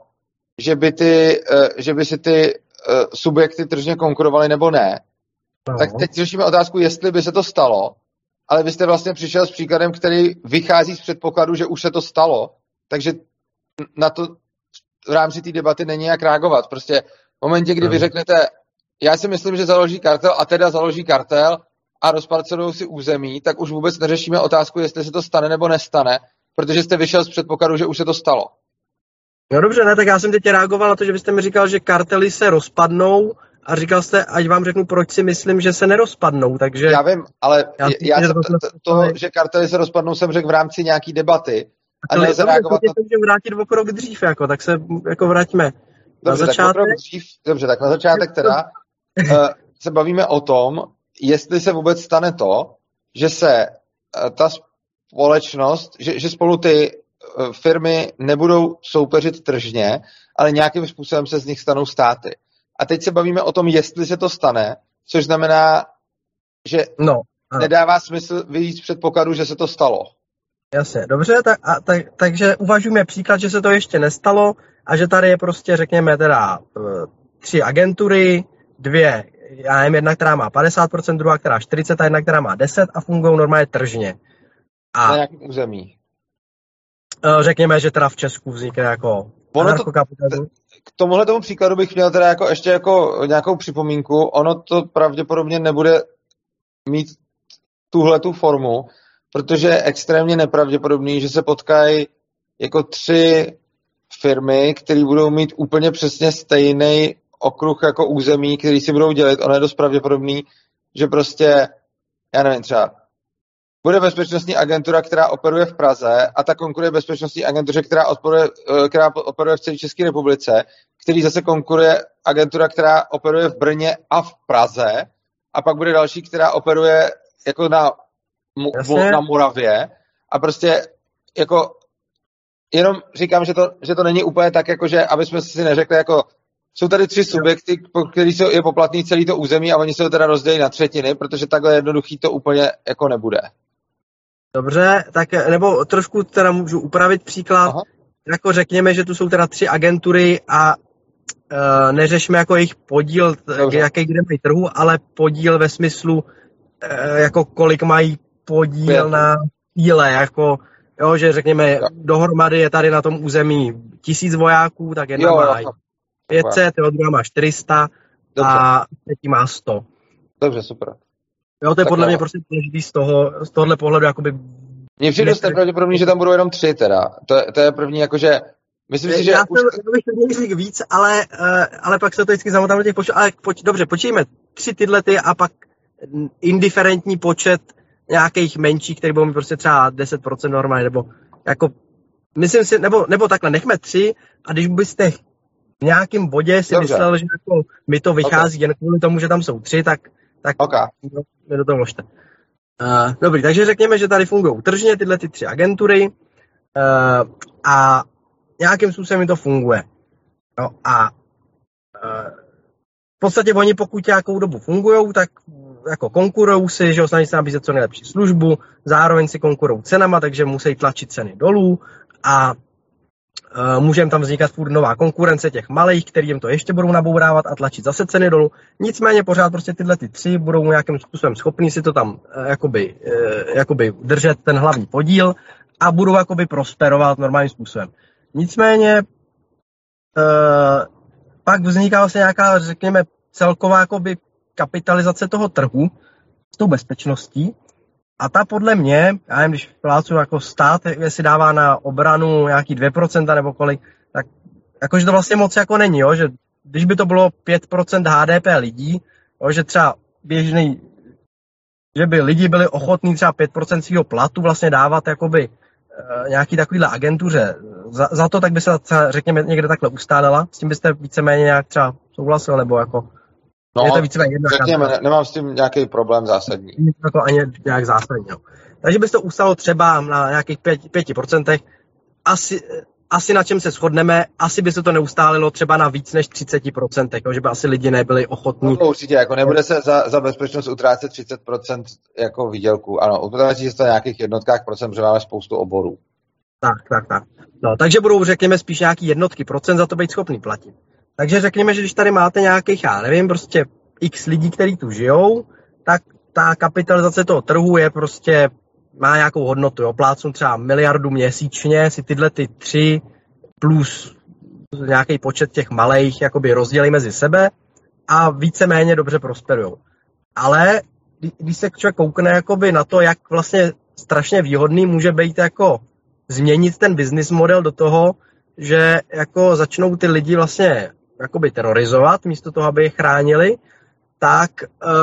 že by si ty subjekty tržně konkurovaly nebo ne, tak teď řešíme otázku, jestli by se to stalo, ale vy jste vlastně přišel s příkladem, který vychází z předpokladu, že už se to stalo, takže na to v rámci té debaty není jak reagovat. Prostě v momentě, kdy vy řeknete, já si myslím, že založí kartel a teda založí kartel a rozparcelují si území, tak už vůbec neřešíme otázku, jestli se to stane nebo nestane, protože jste vyšel z předpokladu, že už se to stalo. No dobře, ne, tak já jsem teď reagoval na to, že byste mi říkal, že kartely se rozpadnou a říkal jste, ať vám řeknu, proč si myslím, že se nerozpadnou, takže... Já vím, ale že kartely se rozpadnou, jsem řekl v rámci nějaký debaty. A nelze reagovat na to. Můžeme vrátit o krok dřív, tak se vraťme na začátek. Tak na začátek teda se bavíme o tom, jestli se vůbec stane to, že se ta společnost, že spolu ty firmy nebudou soupeřit tržně, ale nějakým způsobem se z nich stanou státy. A teď se bavíme o tom, jestli se to stane, což znamená, že nedává smysl vyjít z předpokladu, že se to stalo. Jasně, dobře, takže uvažujeme příklad, že se to ještě nestalo a že tady je prostě, řekněme, teda 3 agentury, 2, já nevím, jedna, která má 50%, druhá, která 40%, a jedna, která má 10% a fungují normálně tržně. A na nějakém území. Řekněme, že teda v Česku vznikne jako anarchokapitalismus. K tomuhle tomu příkladu bych měl teda ještě nějakou připomínku. Ono to pravděpodobně nebude mít tuhletu formu, protože je extrémně nepravděpodobný, že se potkají jako 3 firmy, které budou mít úplně přesně stejný okruh jako území, který si budou dělit. Ono je dost pravděpodobný, že prostě, já nevím, třeba bude bezpečnostní agentura, která operuje v Praze a ta konkuruje bezpečnostní agentuře, která operuje v celé České republice, který zase konkuruje agentura, která operuje v Brně a v Praze a pak bude další, která operuje jako na Moravě a prostě jako jenom říkám, že to není úplně tak, jako že aby jsme si neřekli, jako jsou tady 3 subjekty, který je poplatný celý to území a oni se ho teda rozdělí na třetiny, protože takhle jednoduchý to úplně jako nebude. Dobře, tak nebo trošku teda můžu upravit příklad. Aha. Jako řekněme, že tu jsou teda 3 agentury a neřešme jako jejich podíl, jaký kde mají trhu, ale podíl ve smyslu, jako kolik mají podíl na cíle, jako jo, že řekněme, dohromady je tady na tom území 1000 vojáků, tak jedna má 500, druhá má 400 a třetí má 100. Dobře, super. Jo, to je podle mě prostě důležitý z tohohle pohledu, jakoby... Mně přijde dost pravděpodobný, že tam budou jenom 3 teda. To je první, jakože... Myslím si, že... Já bych řekl víc, ale pak se to vždycky zamotám do těch počtů. Ale dobře, počítejme 3 tyhle ty a pak indiferentní počet nějakých menších, který budou mít prostě třeba 10% normálně, nebo jako... Myslím si, nebo takhle, nechme 3 a když byste v nějakém bodě si myslel, že jako mi to vychází jen kvůli tomu, že tam jsou 3, tak mi do toho vložte. Dobrý, takže řekněme, že tady fungují tržně tyhle ty 3 agentury a nějakým způsobem to funguje. No a v podstatě oni pokud nějakou dobu fungují, tak jako konkurujou si, že snaží se nabízet co nejlepší službu, zároveň si konkurují cenama, takže musí tlačit ceny dolů a může tam vznikat furt nová konkurence těch malých, který jim to ještě budou nabourávat a tlačit zase ceny dolů. Nicméně pořád prostě tyhle ty 3 budou nějakým způsobem schopní si to tam jakoby držet ten hlavní podíl a budou jakoby prosperovat normálním způsobem. Nicméně pak vzniká vlastně nějaká, řekněme, celková jakoby kapitalizace toho trhu s tou bezpečností a ta podle mě, já nevím, když plácu jako stát, jestli dává na obranu nějaký 2% nebo kolik, tak jakože to vlastně moc jako není, jo? Že když by to bylo 5% HDP lidí, jo? Že třeba běžný, že by lidi byli ochotní třeba 5% svého platu vlastně dávat jakoby nějaký takovýhle agentuře za to, tak by se řekněme někde takhle ustálila. S tím byste víceméně nějak třeba souhlasil, nebo jako je to víceméně jedna řekněme, nemám s tím nějaký problém zásadní. Jako ani nějak zásadní. Jo. Takže by se to ustalo třeba na nějakých 5%. Asi na čem se shodneme, asi by se to neustálilo třeba na víc než 30%, jo, že by asi lidi nebyli ochotní. No, určitě, jako nebude se za bezpečnost utrácet 30% jako výdělku. Ano, utrácí se to na nějakých jednotkách procent, protože máme spoustu oborů. Tak. No, takže budou, řekněme, spíš nějaký jednotky procent za to být schopný platit. Takže řekněme, že když tady máte nějakých, já nevím, prostě x lidí, kteří tu žijou, tak ta kapitalizace toho trhu je prostě, má nějakou hodnotu, jo, plácnu třeba 1 miliardu měsíčně, si tyhle ty 3 plus nějaký počet těch malých jakoby rozdělí mezi sebe a víceméně dobře prosperujou. Ale když se člověk koukne jakoby na to, jak vlastně strašně výhodný může být jako změnit ten business model do toho, že jako začnou ty lidi vlastně jakoby terorizovat, místo toho, aby je chránili, tak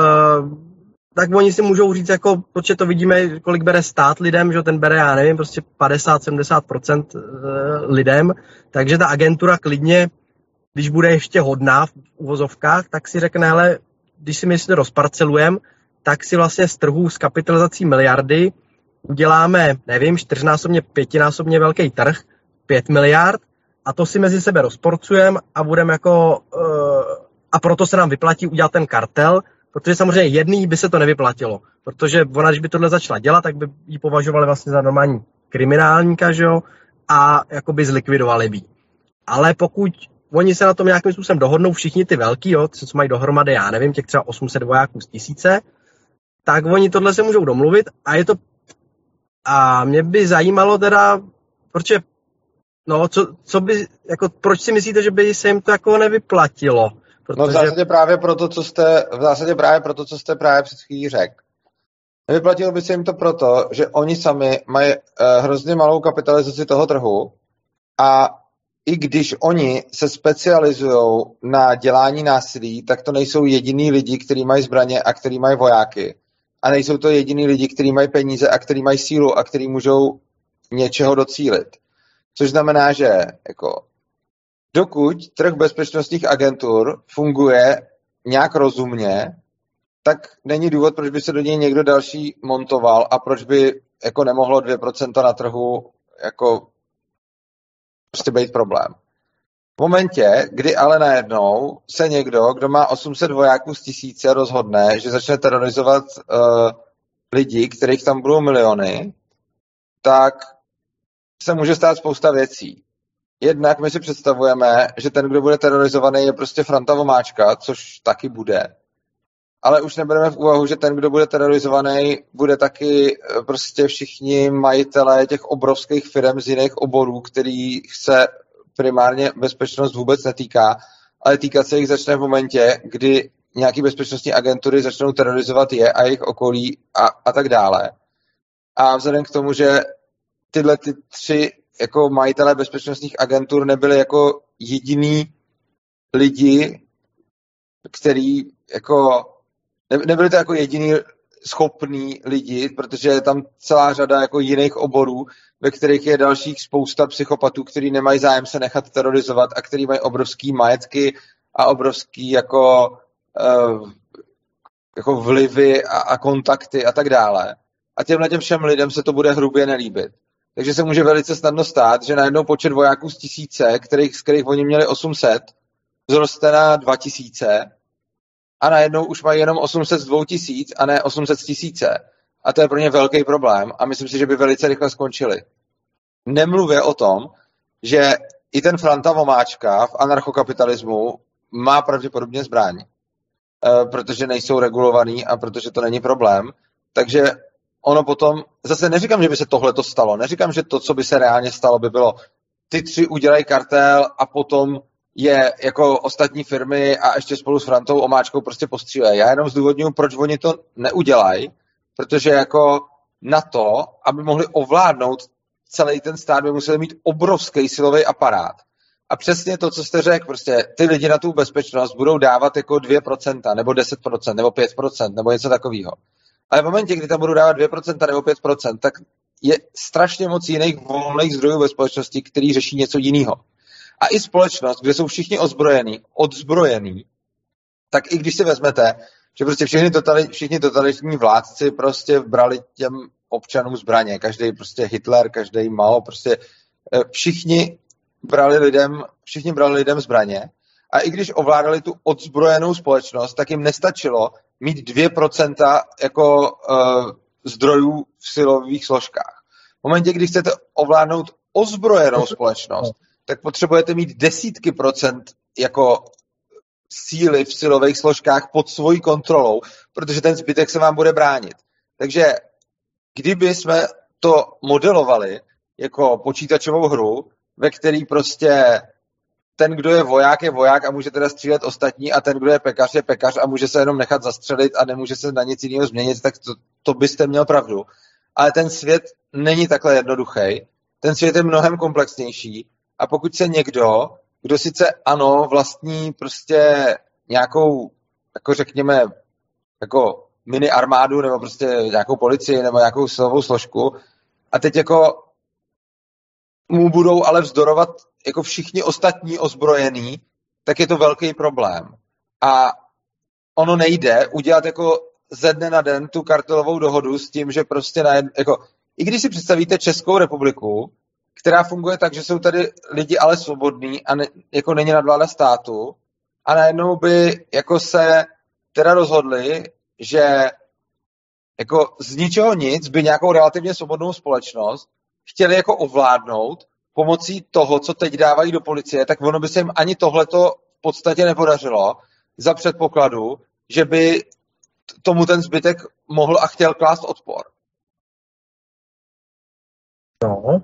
oni si můžou říct, jako, protože to vidíme, kolik bere stát lidem, že ten bere, já nevím, prostě 50-70% lidem, takže ta agentura klidně, když bude ještě hodná v uvozovkách, tak si řekne, hele, když si my si to rozparcelujeme, tak si vlastně z trhu s kapitalizací miliardy uděláme, nevím, 4násobně, 5násobně velký trh, 5 miliard, a to si mezi sebe rozporcujeme a budeme jako, a proto se nám vyplatí udělat ten kartel, protože samozřejmě jedný by se to nevyplatilo, protože ona, když by tohle začala dělat, tak by ji považovali vlastně za normální kriminálníka, že jo, a jakoby zlikvidovali by. Ale pokud oni se na tom nějakým způsobem dohodnou, všichni ty velký, jo, co mají dohromady, já nevím, těch třeba 800 vojáků z 1000, tak oni tohle se můžou domluvit a je to, a mě by zajímalo teda, protože no, co by, jako, proč si myslíte, že by se jim to jako nevyplatilo? Protože... No v zásadě právě proto, co jste právě před chvílí řekl. Nevyplatilo by se jim to proto, že oni sami mají hrozně malou kapitalizaci toho trhu a i když oni se specializují na dělání násilí, tak to nejsou jediný lidi, kteří mají zbraně a kteří mají vojáky. A nejsou to jediný lidi, kteří mají peníze a kteří mají sílu a kteří můžou něčeho docílit. Což znamená, že jako, dokud trh bezpečnostních agentur funguje nějak rozumně, tak není důvod, proč by se do něj někdo další montoval a proč by jako nemohlo 2% na trhu jako prostě být problém. V momentě, kdy ale najednou se někdo, kdo má 800 vojáků z 1000, rozhodne, že začne terorizovat lidi, kterých tam budou miliony, tak se může stát spousta věcí. Jednak my si představujeme, že ten, kdo bude terorizovaný, je prostě Franta Vomáčka, což taky bude. Ale už nebereme v úvahu, že ten, kdo bude terorizovaný, bude taky prostě všichni majitelé těch obrovských firm z jiných oborů, kterých se primárně bezpečnost vůbec netýká, ale týkat se jich začne v momentě, kdy nějaký bezpečnostní agentury začnou terorizovat je a jejich okolí a tak dále. A vzhledem k tomu, že tyhle ty tři jako majitelé bezpečnostních agentur nebyli jako jediný lidi, který jako nebyli to jako jediný schopný lidi, protože je tam celá řada jako jiných oborů, ve kterých je dalších spousta psychopatů, kteří nemají zájem se nechat terorizovat a kteří mají obrovský majetky a obrovský jako vlivy a kontakty a tak dále. A těm všem lidem se to bude hrubě nelíbit. Takže se může velice snadno stát, že najednou počet vojáků z 1000, z kterých oni měli 800, vzroste na 2000 a najednou už mají jenom 800 z 2000 a ne 800 z 1000. A to je pro ně velký problém a myslím si, že by velice rychle skončili. Nemluvě o tom, že i ten Franta Vomáčka v anarchokapitalismu má pravděpodobně zbraň, protože nejsou regulovaný a protože to není problém. Takže ono potom, zase neříkám, že by se tohleto stalo, neříkám, že to, co by se reálně stalo, by bylo, ty tři udělají kartel a potom je jako ostatní firmy a ještě spolu s Frantou Vomáčkou prostě postřílejí. Já jenom zdůvodňuji, proč oni to neudělají, protože jako na to, aby mohli ovládnout celý ten stát, by museli mít obrovský silový aparát. A přesně to, co jste řekl, prostě ty lidi na tu bezpečnost budou dávat jako 2%, nebo 10%, nebo 5%, nebo něco takového. Ale v momentě, kdy tam budou dávat 2% nebo 5%, tak je strašně moc jiných volných zdrojů ve společnosti, který řeší něco jiného. A i společnost, kde jsou všichni odzbrojení, tak i když si vezmete, že prostě všichni totalitní vládci prostě brali těm občanům zbraně, každý prostě Hitler, každý Mao, prostě všichni brali lidem zbraně a i když ovládali tu odzbrojenou společnost, tak jim nestačilo mít 2% jako zdrojů v silových složkách. V momentě, kdy chcete ovládnout ozbrojenou společnost, tak potřebujete mít desítky procent jako síly v silových složkách pod svojí kontrolou, protože ten zbytek se vám bude bránit. Takže kdyby jsme to modelovali jako počítačovou hru, ve který prostě ten, kdo je voják a může teda střílet ostatní a ten, kdo je pekař a může se jenom nechat zastřelit a nemůže se na nic jiného změnit, tak to byste měl pravdu. Ale ten svět není takhle jednoduchý. Ten svět je mnohem komplexnější a pokud se někdo, kdo sice ano, vlastní prostě nějakou, jako řekněme, jako mini armádu nebo prostě nějakou policii nebo nějakou silovou složku a teď jako mu budou ale vzdorovat jako všichni ostatní ozbrojení, tak je to velký problém. A ono nejde udělat jako ze dne na den tu kartelovou dohodu s tím, že prostě jako, i když si představíte Českou republiku, která funguje tak, že jsou tady lidi ale svobodní a jako není nadvláda státu a najednou by jako se teda rozhodli, že jako z ničeho nic by nějakou relativně svobodnou společnost chtěli jako ovládnout pomocí toho, co teď dávají do policie, tak ono by se jim ani tohleto v podstatě nepodařilo za předpokladu, že by tomu ten zbytek mohl a chtěl klást odpor. No.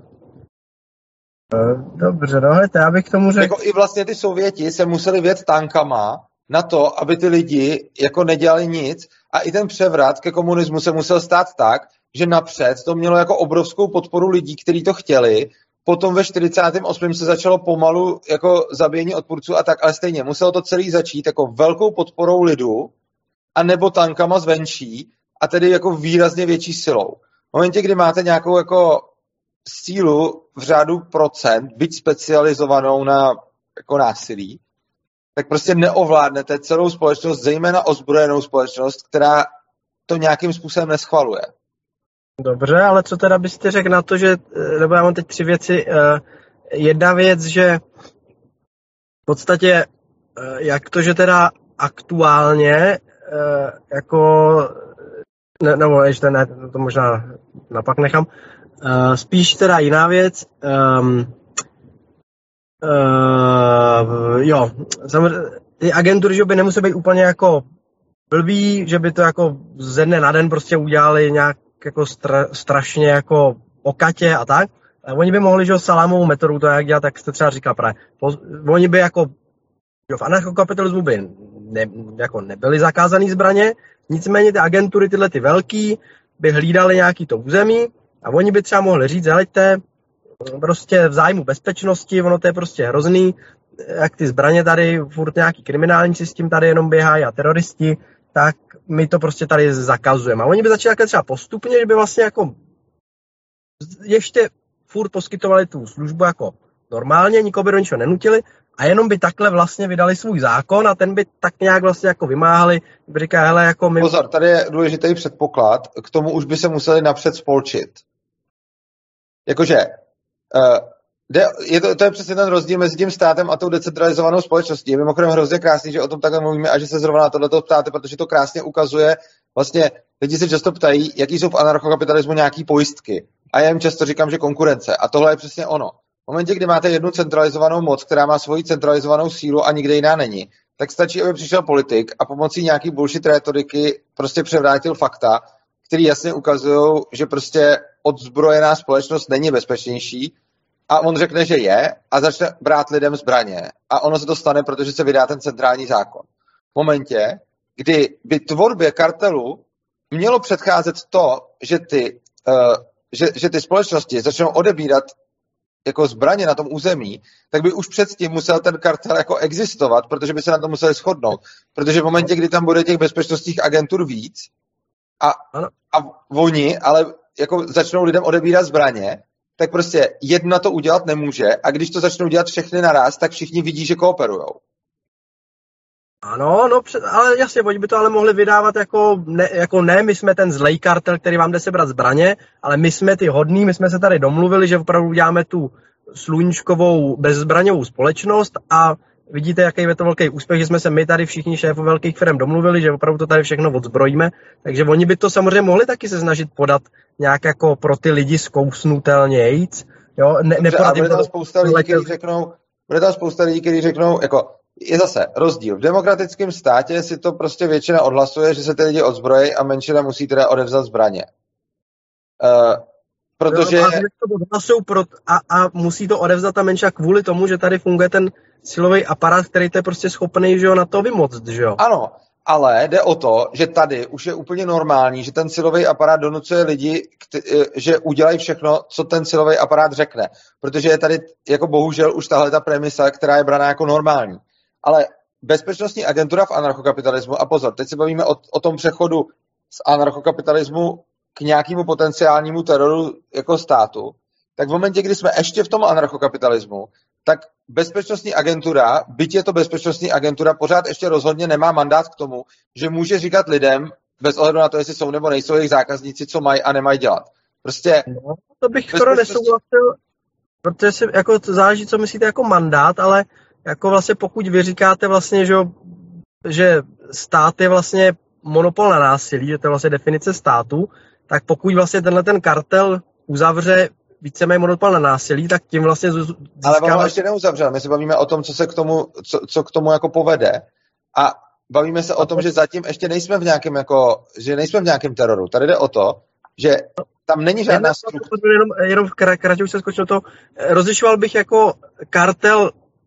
Dobře, no, já bych k tomu řekl... Jako i vlastně ty Sověti se museli vjet tankama na to, aby ty lidi jako nedělali nic a i ten převrat ke komunismu se musel stát tak, že napřed to mělo jako obrovskou podporu lidí, kteří to chtěli, potom ve 48. se začalo pomalu jako zabíjení odpůrců a tak, ale stejně muselo to celý začít jako velkou podporou lidu a nebo tankama zvenčí a tedy jako výrazně větší silou. V momentě, kdy máte nějakou jako sílu v řádu procent, byť specializovanou na jako násilí, tak prostě neovládnete celou společnost, zejména ozbrojenou společnost, která to nějakým způsobem neschvaluje. Dobře, ale co teda byste řekl na to, že, nebo já mám teď 3 věci. Jedna věc, že v podstatě, jak to, že teda aktuálně, jako, nebo ještě ne, to možná napak nechám, Spíš teda jiná věc. Jo, samozřejmě ty agentury, že by nemusely být úplně jako blbý, že by to jako ze dne na den prostě udělali nějak jako strašně jako okatě a tak. Ale oni by mohli, že salámovou metodu to jak dělat, tak jste třeba říkal právě. Oni by jako v anarchokapitalismu by jako nebyly zakázané zbraně, nicméně ty agentury, tyhle ty velký, by hlídali nějaký to území a oni by třeba mohli říct, heleďte, prostě v zájmu bezpečnosti, ono to je prostě hrozný, jak ty zbraně tady, furt nějaký kriminálníci s tím tady jenom běhají a teroristi, tak my to prostě tady zakazujeme. A oni by začali třeba postupně, že by vlastně jako ještě furt poskytovali tu službu jako normálně, nikoho by do ničeho nenutili a jenom by takhle vlastně vydali svůj zákon a ten by tak nějak vlastně jako vymáhali, by říkali, hele, jako my... Pozor, tady je důležitý předpoklad, k tomu už by se museli napřed spolčit. Jakože, to je přesně ten rozdíl mezi tím státem a tou decentralizovanou společností. Je mimochodem hrozně krásný, že o tom takhle mluvíme a že se zrovna na tohleto ptáte, protože to krásně ukazuje, vlastně lidi se často ptají, jaký jsou v anarchokapitalismu nějaký pojistky. A já jim často říkám, že konkurence. A tohle je přesně ono. V momentě, kdy máte jednu centralizovanou moc, která má svoji centralizovanou sílu a nikde jiná není, tak stačí, aby přišel politik a pomocí nějaký bullshit rétoriky prostě převrátil fakta, který jasně ukazují, že prostě odzbrojená společnost není bezpečnější a on řekne, že je a začne brát lidem zbraně. A ono se to stane, protože se vydá ten centrální zákon. V momentě, kdy by tvorbě kartelu mělo předcházet to, že ty společnosti začnou odebírat jako zbraně na tom území, tak by už předtím musel ten kartel jako existovat, protože by se na to museli shodnout. Protože v momentě, kdy tam bude těch bezpečnostních agentur víc a oni ale jako začnou lidem odebírat zbraně, tak prostě jedna to udělat nemůže a když to začnou dělat všechny naraz, tak všichni vidí, že kooperujou. Ano, no, ale jasně, oni by to ale mohli vydávat jako ne, my jsme ten zlej kartel, který vám jde sebrat zbraně, ale my jsme ty hodný, my jsme se tady domluvili, že opravdu uděláme tu sluníčkovou bezzbraňovou společnost a vidíte, jaký je to velký úspěch, že jsme se my tady všichni šéfové velkých firm domluvili, že opravdu to tady všechno odzbrojíme, takže oni by to samozřejmě mohli taky se snažit podat nějak jako pro ty lidi zkousnutelnějc, jo, nepodat jim to spousta lidí, kteří řeknou, jako je zase rozdíl. V demokratickém státě si to prostě většina odhlasuje, že se ty lidi odzbrojí a menšina musí teda odevzat zbraně. Protože... A musí to odevzat ta menšina kvůli tomu, že tady funguje ten silový aparát, který to je prostě schopný, že jo, na to vymoct, že jo. Ano, ale jde o to, že tady už je úplně normální, že ten silový aparát donucuje lidi, že udělají všechno, co ten silový aparát řekne. Protože je tady jako bohužel už tahle ta premisa, která je braná jako normální. Ale bezpečnostní agentura v anarchokapitalismu, a pozor, teď se bavíme o tom přechodu z anarchokapitalismu k nějakému potenciálnímu teroru jako státu, tak v momentě, kdy jsme ještě v tom anarchokapitalismu, tak bezpečnostní agentura, byť je to bezpečnostní agentura, pořád ještě rozhodně nemá mandát k tomu, že může říkat lidem, bez ohledu na to, jestli jsou nebo nejsou jejich zákazníci, co mají a nemají dělat. Prostě... No, to bych skoro nesouhlasil, protože si jako záleží, co myslíte jako mandát, ale jako vlastně pokud vy říkáte vlastně, že stát je vlastně monopol na násilí, že to je vlastně definice státu, tak pokud vlastně tenhle ten kartel uzavře víceméně monopol na násilí, tak tím vlastně získáme... Ale on ho ještě neuzavřel. My se bavíme o tom, co k tomu jako povede. A bavíme se o tom, že zatím ještě nejsme v nějakém teroru. Tady jde o to, že tam není žádná struktura. Jenom kratě už se skočil to. Rozlišoval bych jako kartel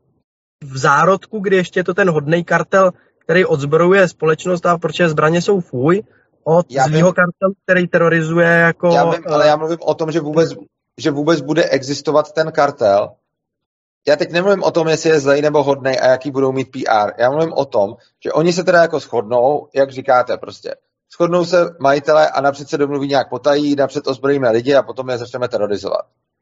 v zárodku, kdy ještě je to ten hodnej kartel, který odzbrojuje společnost a protože zbraně jsou fuj, od zlýho kartelu, který terorizuje jako... Já vím, ale já mluvím o tom, že vůbec bude existovat ten kartel. Já teď nemluvím o tom, jestli je zlej nebo hodnej a jaký budou mít PR. Já mluvím o tom, že oni se teda jako shodnou, jak říkáte prostě. Shodnou se majitelé a napřed se domluví nějak potají, napřed ozbrojíme lidi a potom je začneme terorizovat.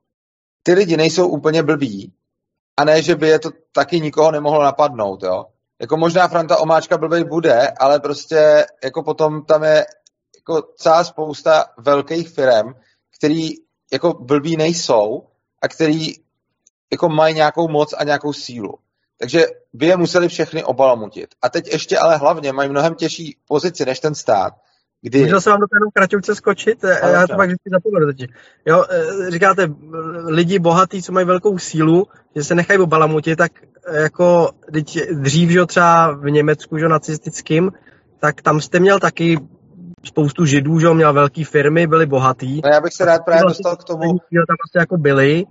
Ty lidi nejsou úplně blbí a ne, že by je to taky nikoho nemohlo napadnout, jo. Jako možná Franta Omáčka blbej bude, ale prostě jako potom tam je jako celá spousta velkých firem, který jako blbí nejsou a který jako mají nějakou moc a nějakou sílu. Takže by je museli všechny obalamutit. A teď ještě ale hlavně mají mnohem těžší pozici než ten stát, Můžu se vám do toho kratoučce skočit? Já to pak vždycky zapomenu. Jo, říkáte, lidi bohatí, co mají velkou sílu, že se nechají obalamutit, tak jako dřív, že třeba v Německu, že nacistickým, tak tam jste měl taky spoustu židů, že měl velké firmy, byli bohatí. No já bych se rád právě dostal k tomu. Tam vlastně jako byli.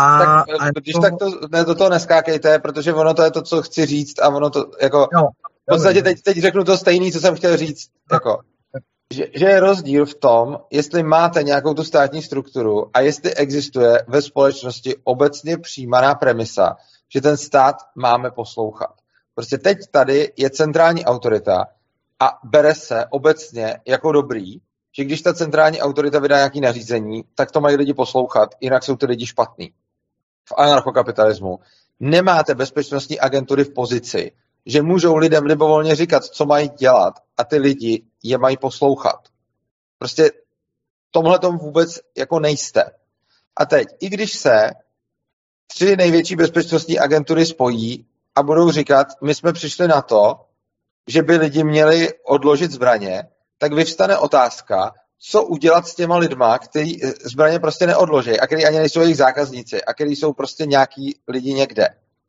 Když tak to do toho neskákejte, protože ono to je to, co chci říct a ono to jako... Jo, v podstatě teď řeknu to stejný, co jsem chtěl říct. Jako, že je rozdíl v tom, jestli máte nějakou tu státní strukturu a jestli existuje ve společnosti obecně přijímaná premisa, že ten stát máme poslouchat. Prostě teď tady je centrální autorita a bere se obecně jako dobrý, že když ta centrální autorita vydá nějaké nařízení, tak to mají lidi poslouchat, jinak jsou ty lidi špatný. V anarchokapitalismu nemáte bezpečnostní agentury v pozici, že můžou lidem libovolně říkat, co mají dělat a ty lidi je mají poslouchat. Prostě tomhletom vůbec jako nejste. A teď, i když se 3 největší bezpečnostní agentury spojí a budou říkat, my jsme přišli na to, že by lidi měli odložit zbraně, tak vyvstane otázka, co udělat s těma lidma, kteří zbraně prostě neodloží a kteří ani nejsou jejich zákazníci a kteří jsou prostě nějaký lidi někde.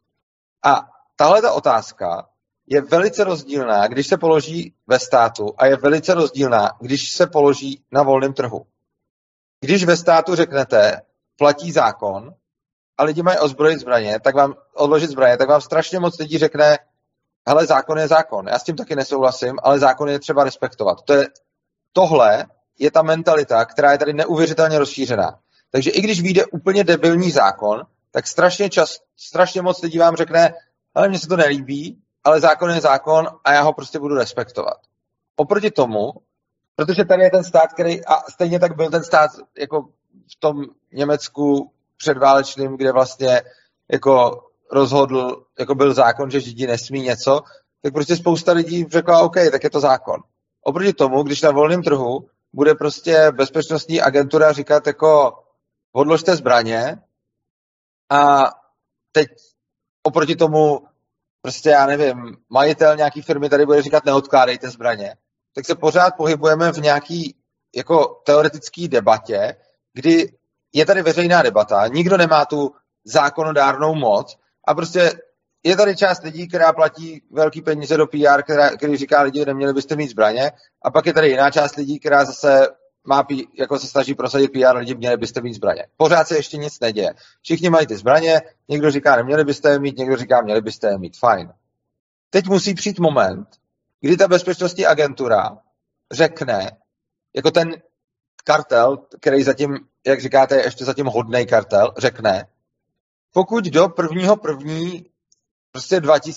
A tahle ta otázka je velice rozdílná, když se položí ve státu a je velice rozdílná, když se položí na volném trhu. Když ve státu řeknete, platí zákon a lidi mají odložit zbraně, tak vám strašně moc lidí řekne, hele, zákon je zákon. Já s tím taky nesouhlasím, ale zákon je třeba respektovat. Tohle je ta mentalita, která je tady neuvěřitelně rozšířená. Takže i když vyjde úplně debilní zákon, tak strašně moc lidí vám řekne, ale mně se to nelíbí, ale zákon je zákon a já ho prostě budu respektovat. Oproti tomu, protože tady je ten stát, který, a stejně tak byl ten stát jako v tom Německu předválečným, kde vlastně jako rozhodl, jako byl zákon, že Židi nesmí něco, tak prostě spousta lidí řekla, OK, tak je to zákon. Oproti tomu, když na volném trhu bude prostě bezpečnostní agentura říkat jako odložte zbraně a teď oproti tomu prostě já nevím, majitel nějaký firmy tady bude říkat neodkládejte zbraně, tak se pořád pohybujeme v nějaký jako teoretický debatě, kdy je tady veřejná debata, nikdo nemá tu zákonodárnou moc a prostě je tady část lidí, která platí velký peníze do PR, který říká lidi, neměli byste mít zbraně, a pak je tady jiná část lidí, která zase jako se snaží prosadit PR, lidi, měli byste mít zbraně. Pořád se ještě nic neděje. Všichni mají ty zbraně, někdo říká, neměli byste je mít, někdo říká, měli byste je mít, fajn. Teď musí přijít moment, kdy ta bezpečnostní agentura řekne, jako ten kartel, který zatím, jak říkáte, je ještě zatím hodnej kartel, řekne, pokud do 1.1. prostě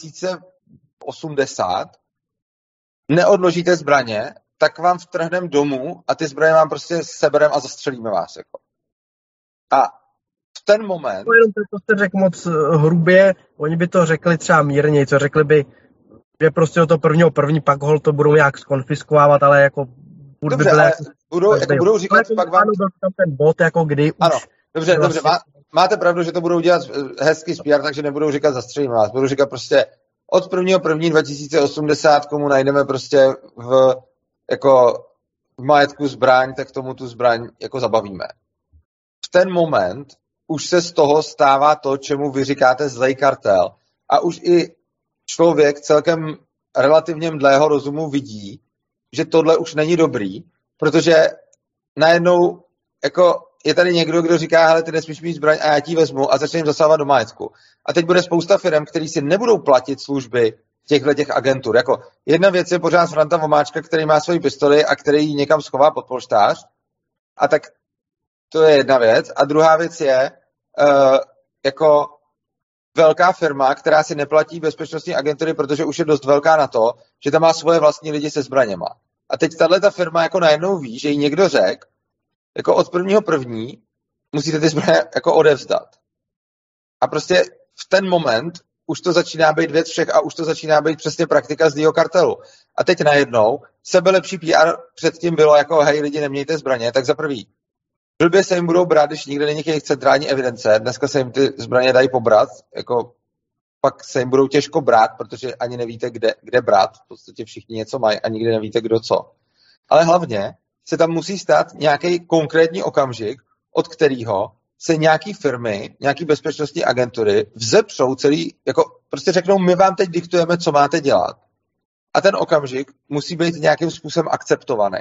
2080 neodložíte zbraně, tak vám vtrhneme domů a ty zbraně vám prostě seberem a zastřelíme vás. Jako. A v ten moment... To jste řekl moc hrubě, oni by to řekli třeba mírněji, co řekli by, že prostě do toho 1.1. pak hol to budou nějak skonfiskovávat, ale jako... Dobře, ale budou říkat, pak vám... Tam ten bod, jako kdy ano, už... Dobře, máte pravdu, že to budou dělat hezky z PR, takže nebudou říkat zastřelíme vás. Budou říkat prostě od 1.1.2080, komu najdeme prostě v majetku zbraň, tak tomu tu zbraň jako zabavíme. V ten moment už se z toho stává to, čemu vy říkáte zlej kartel. A už i člověk celkem relativně mdlého rozumu vidí, že tohle už není dobrý, protože najednou jako je tady někdo, kdo říká, hele, ty nesmíš mít zbraň a já ti vezmu a začne jim zasahovat do majetku. A teď bude spousta firm, který si nebudou platit služby těch agentur. Jako jedna věc je pořád Franta Vomáčka, který má svoji pistoli a který ji někam schová pod polštář. A tak to je jedna věc. A druhá věc je jako velká firma, která si neplatí bezpečnostní agentury, protože už je dost velká na to, že tam má svoje vlastní lidi se zbraněma. A teď tato firma jako najednou ví, že jí někdo řekl, jako od 1.1. musíte ty zbraně jako odevzdat. A prostě v ten moment už to začíná být věc všech a už to začíná být přesně praktika zlýho kartelu. A teď najednou sebelepší PR předtím bylo jako hej, lidi, nemějte zbraně, tak za prvý. Blbě se jim budou brát, když nikde není jejich centrální evidence, dneska se jim ty zbraně dají pobrat, jako pak se jim budou těžko brát, protože ani nevíte, kde brát, v podstatě všichni něco mají a nikdy nevíte, kdo co. Ale hlavně se tam musí stát nějaký konkrétní okamžik, od kterého se nějaký firmy, nějaký bezpečnostní agentury vzepřou celý, jako prostě řeknou, my vám teď diktujeme, co máte dělat. A ten okamžik musí být nějakým způsobem akceptovaný.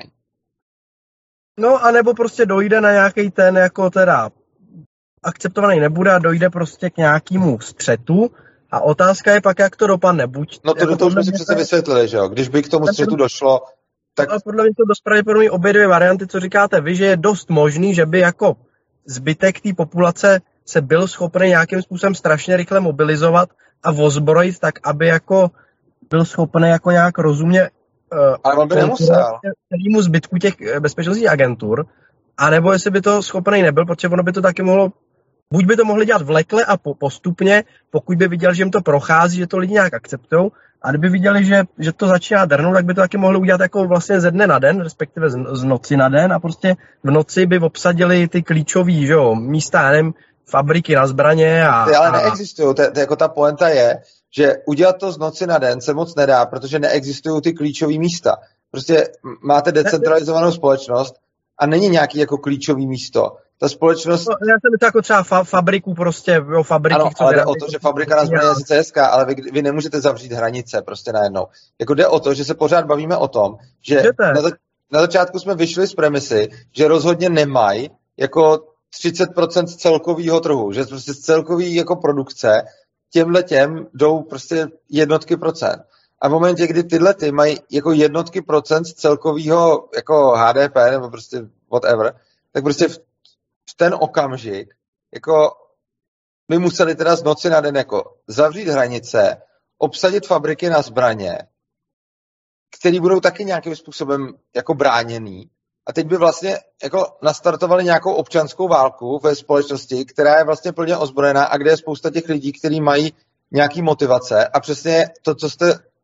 No, anebo prostě dojde na nějaký ten, jako teda akceptovaný nebude a dojde prostě k nějakému střetu a otázka je pak, jak to dopadne. No to, jako to už jsme si přece vysvětlili, že jo? Když by k tomu střetu došlo, tak... Ale podle mě to dost pravděpodobně obě dvě varianty, co říkáte vy, že je dost možný, že by jako zbytek té populace se byl schopný nějakým způsobem strašně rychle mobilizovat a ozbrojit tak, aby jako byl schopný jako nějak rozumně ale on by nemusel. Celému zbytku těch bezpečnostních agentur, anebo jestli by to schopný nebyl, protože ono by to taky mohlo, buď by to mohli dělat vlekle a postupně, pokud by viděl, že jim to prochází, že to lidi nějak akceptují, a kdyby viděli, že to začíná drnout, tak by to taky mohli udělat jako vlastně ze dne na den, respektive z noci na den a prostě v noci by obsadili ty klíčový, že jo, místa, já nevím, fabriky na zbraně a... Ty ale neexistují, jako ta pointa je, že udělat to z noci na den se moc nedá, protože neexistují ty klíčové místa. Prostě máte decentralizovanou společnost a není nějaký jako klíčový místo. Ta společnost... No, já jsem to jako třeba fabriku prostě, jo, fabriky... Ano, ale jde o to, že fabrika na zbraně je sice hezká, ale vy nemůžete zavřít hranice prostě najednou. Jako jde o to, že se pořád bavíme o tom, že na začátku jsme vyšli z premisy, že rozhodně nemají jako 30% z celkového trhu, že prostě z celkový jako produkce těm jdou prostě jednotky procent. A v momentě, kdy tyhle ty mají jako jednotky procent z celkového jako HDP nebo prostě whatever, tak prostě v ten okamžik jako my museli teda z noci na den jako zavřít hranice, obsadit fabriky na zbraně, které budou taky nějakým způsobem jako bráněný. A teď by vlastně jako nastartovali nějakou občanskou válku ve společnosti, která je vlastně plně ozbrojená a kde je spousta těch lidí, kteří mají nějaký motivace a přesně to, co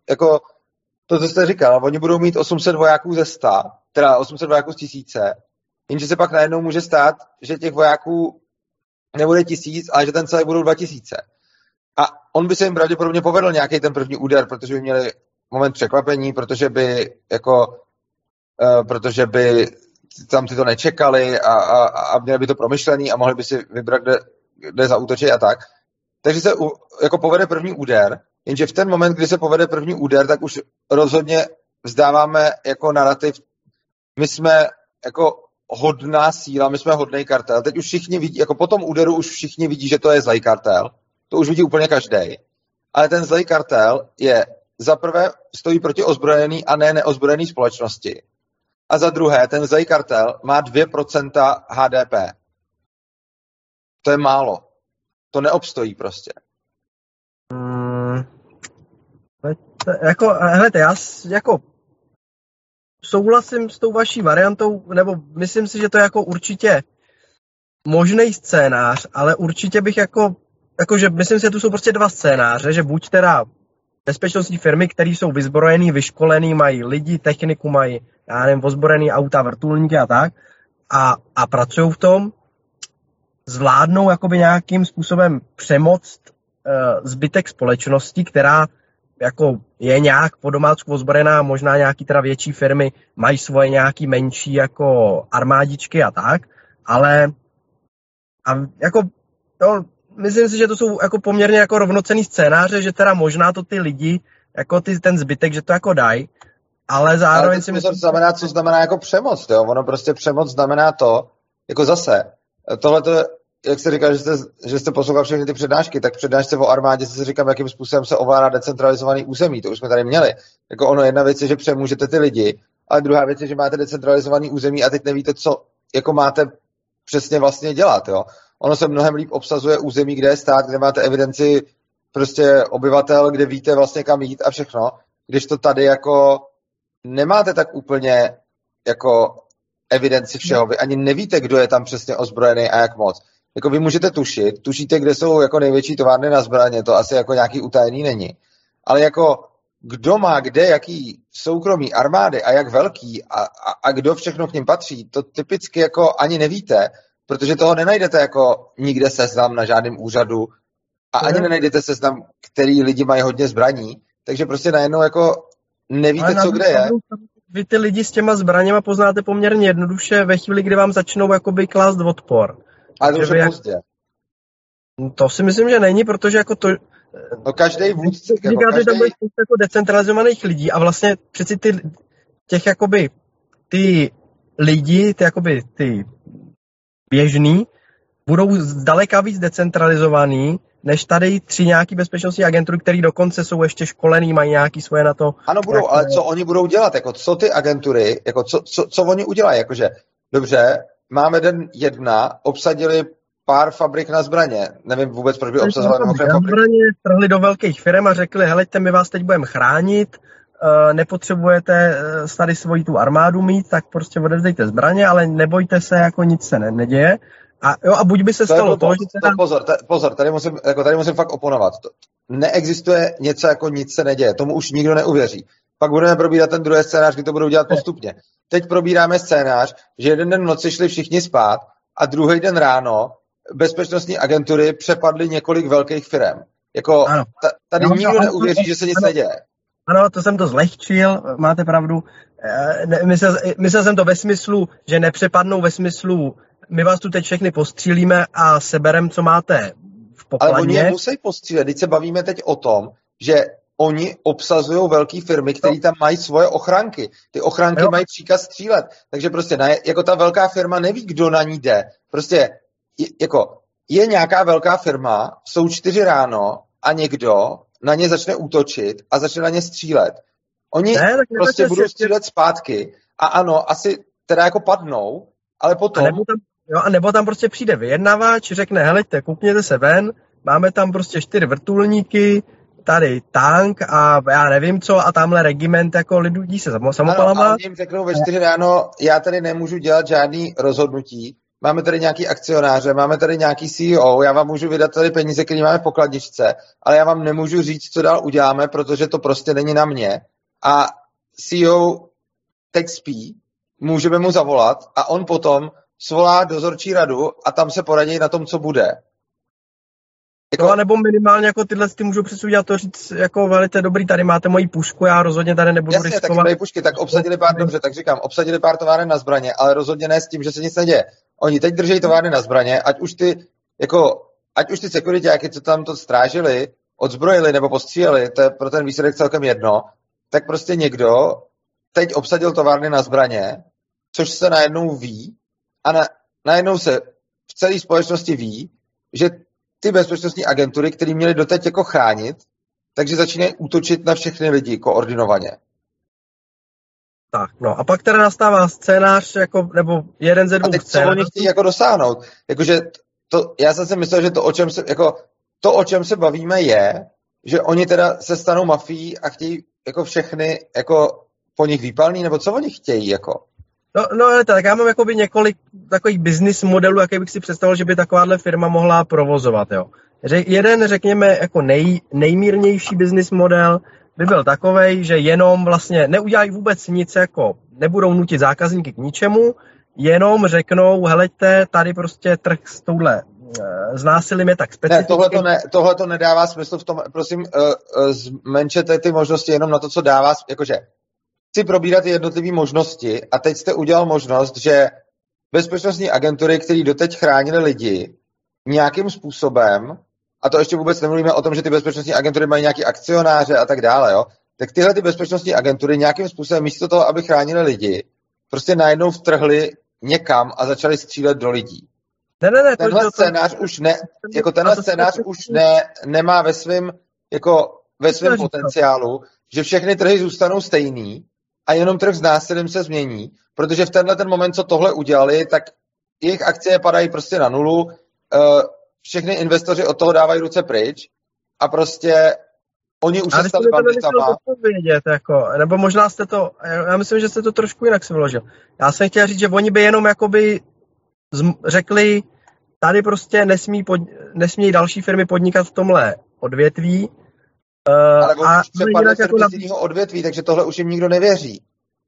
jste říkal, oni budou mít 800 vojáků ze 100, teda 800 vojáků z 1000, jenže se pak najednou může stát, že těch vojáků nebude 1000, ale že ten celý budou 2000. A on by se jim pravděpodobně povedl nějaký ten první úder, protože by měli moment překvapení, protože by tam ty to nečekali a měli by to promyšlený a mohli by si vybrat, kde zaútočit a tak. Takže se jako povede první úder, jenže v ten moment, kdy se povede první úder, tak už rozhodně vzdáváme jako narrativ, my jsme jako hodná síla, my jsme hodnej kartel. Teď už všichni vidí, jako po tom úderu už všichni vidí, že to je zlej kartel. To už vidí úplně každej. Ale ten zlej kartel je za prvé stojí proti ozbrojený a ne neozbrojený společnosti. A za druhé, ten zlej kartel má 2% HDP. To je málo. To neobstojí prostě. Helejte, já jako souhlasím s tou vaší variantou, nebo myslím si, že to je jako určitě možný scénář, ale určitě bych jakože myslím si, že tu jsou prostě dva scénáře, že buď teda bezpečnostní firmy, které jsou vyzbrojený, vyškolený, mají lidi, techniku, mají, já nevím, ozbrojený auta, vrtulníky a tak a pracují v tom, zvládnou jakoby nějakým způsobem přemoct zbytek společnosti, která jako je nějak po domácku ozbrojená, možná nějaký teda větší firmy mají svoje nějaký menší jako armádičky a tak, ale a jako to, myslím si, že to jsou jako poměrně jako rovnocenný scénáře, že teda možná to ty lidi, jako ten zbytek, že to jako dají, ale zároveň ale si myslím... Co znamená jako přemoc, jo? Ono prostě přemoc znamená to, jako zase, tohleto, jak jste říkal, že jste poslouchal všechny ty přednášky, tak přednášce o armádě se říkám, jakým způsobem se ovládá decentralizovaný území, to už jsme tady měli. Jako ono, jedna věc je, že přemůžete ty lidi, ale druhá věc je, že máte decentralizovaný území a teď nevíte, co jako máte přesně vlastně dělat, jo. Ono se mnohem líp obsazuje území, kde je stát, kde máte evidenci prostě obyvatel, kde víte vlastně kam jít a všechno, když to tady jako nemáte tak úplně jako evidenci všeho, vy ani nevíte, kdo je tam přesně ozbrojený a jak moc. Jako vy můžete tušíte, kde jsou jako největší továrny na zbraně, to asi jako nějaký utajený není. Ale jako kdo má kde, jaký soukromý armády a jak velký a kdo všechno k ním patří, to typicky jako ani nevíte, protože toho nenajdete jako nikde seznam na žádném úřadu a ani nenajdete seznam, který lidi mají hodně zbraní, takže prostě najednou jako nevíte, co kde je. vy ty lidi s těma zbraněma poznáte poměrně jednoduše ve chvíli, kdy vám začnou jakoby klást odpor. Ale to už je pozdě. To si myslím, že není, protože jako to... No každý vůdce... Říkáte, tam bude jako decentralizovaných lidí a vlastně přeci těch jakoby ty lidi, ty běžný, budou zdaleka víc decentralizovaný, než tady 3 nějaký bezpečnostní agentury, které dokonce jsou ještě školený, mají nějaký svoje na to. Ano, budou, ale co oni budou dělat? Jako, co ty agentury, jako, co oni udělají? Jakože, dobře, máme den 1, obsadili pár fabrik na zbraně. Nevím vůbec, proč by obsazovali mimochodem fabrik. Zbraně strhli do velkých firm a řekli, heleďte, my vás teď budeme chránit, nepotřebujete tady svoji tu armádu mít, tak prostě odevzdejte zbraně, ale nebojte se, jako nic se neděje. A buď by se stalo to, že... Pozor, tady musím fakt oponovat. Neexistuje něco jako nic se neděje. Tomu už nikdo neuvěří. Pak budeme probírat ten druhý scénář, kdy to budou dělat postupně. Teď probíráme scénář, že jeden den v noci šli všichni spát a druhý den ráno bezpečnostní agentury přepadly několik velkých firem. Jako, tady nikdo neuvěří, že se nic neděje. Ano, to jsem to zlehčil, máte pravdu. Myslel jsem to ve smyslu, že nepřepadnou ve smyslu, my vás tu teď všechny postřílíme a seberem, co máte v pokladně. Ale oni je musí postřílet. Teď se bavíme teď o tom, že oni obsazují velké firmy, které tam mají svoje ochranky. Ty ochranky mají příkaz střílet. Takže prostě jako ta velká firma neví, kdo na ní jde. Prostě jako je nějaká velká firma, jsou 4 ráno a někdo na ně začne útočit a začne na ně střílet. Oni prostě budou střílet zpátky a ano, asi teda jako padnou, ale potom... A nebo tam prostě přijde vyjednavač, řekne, heleďte, koukněte se ven, máme tam prostě 4 vrtulníky, tady tank a já nevím co a tamhle regiment jako lidí se samopalama. Ano, a jim řeknou ve 4 ráno, já tady nemůžu dělat žádný rozhodnutí, máme tady nějaký akcionáře, máme tady nějaký CEO, já vám můžu vydat tady peníze, které máme v pokladničce, ale já vám nemůžu říct, co dál uděláme, protože to prostě není na mě. A CEO teď spí, můžeme mu zavolat a on potom svolá dozorčí radu a tam se poradí na tom, co bude. Jako... No, nebo minimálně jako tyhle ty můžu přesně udělat to říct, jako velice dobrý, tady máte moji pušku, já rozhodně tady nebudu riskovat. Jasně, taky mají pušky, tak obsadili pár továren na zbraně, ale rozhodně ne s tím, že se nic neděje. Oni teď drží továrny na zbraně, ať už ty sekuritáky, co tam to strážili, odzbrojili nebo postříleli, to je pro ten výsledek celkem jedno, tak prostě někdo teď obsadil továrny na zbraně, což se najednou ví a najednou se v celé společnosti ví, že ty bezpečnostní agentury, které měly doteď jako chránit, takže začínají útočit na všechny lidi koordinovaně. Tak, no a pak teda nastává scénář, jako, nebo jeden ze 2 scénářů. A teď co oni chtějí jako dosáhnout? Jakože já jsem si myslel, že to, o čem se bavíme, je, že oni teda se stanou mafií a chtějí jako všechny jako po nich výpalný, nebo co oni chtějí jako? No ale tak já mám jakoby několik takových business modelů, jaký bych si představil, že by takováhle firma mohla provozovat, jo. Jeden, řekněme, jako nejmírnější business model by byl takovej, že jenom vlastně neudělají vůbec nic, jako nebudou nutit zákazníky k ničemu, jenom řeknou, heleďte, tady prostě trh s touhle znásilím je tak specificky. Ne, tohle to nedává smysl v tom, prosím, zmenšete ty možnosti jenom na to, co dává, jakože chci probírat ty jednotlivé možnosti a teď jste udělal možnost, že bezpečnostní agentury, které doteď chránily lidi nějakým způsobem, a to ještě vůbec nemluvíme o tom, že ty bezpečnostní agentury mají nějaký akcionáře a tak dále, jo, tak tyhle ty bezpečnostní agentury nějakým způsobem místo toho, aby chránily lidi, prostě najednou vtrhly někam a začali střílet do lidí. Ne, tenhle scénář už nemá ve svém potenciálu, že všechny trhy zůstanou stejný a jenom trh s násilím se změní, protože v tenhle ten moment, co tohle udělali, tak jejich akcie padají prostě na nulu, všechny investoři od toho dávají ruce pryč a prostě oni už se stali banditama. Jako, nebo možná jste to, já myslím, že jste to trošku jinak si vyložil. Já jsem chtěl říct, že oni by jenom jakoby řekli, tady prostě nesmí další firmy podnikat v tomhle odvětví. Ale oni už přepadli firmy z jiného odvětví, takže tohle už jim nikdo nevěří.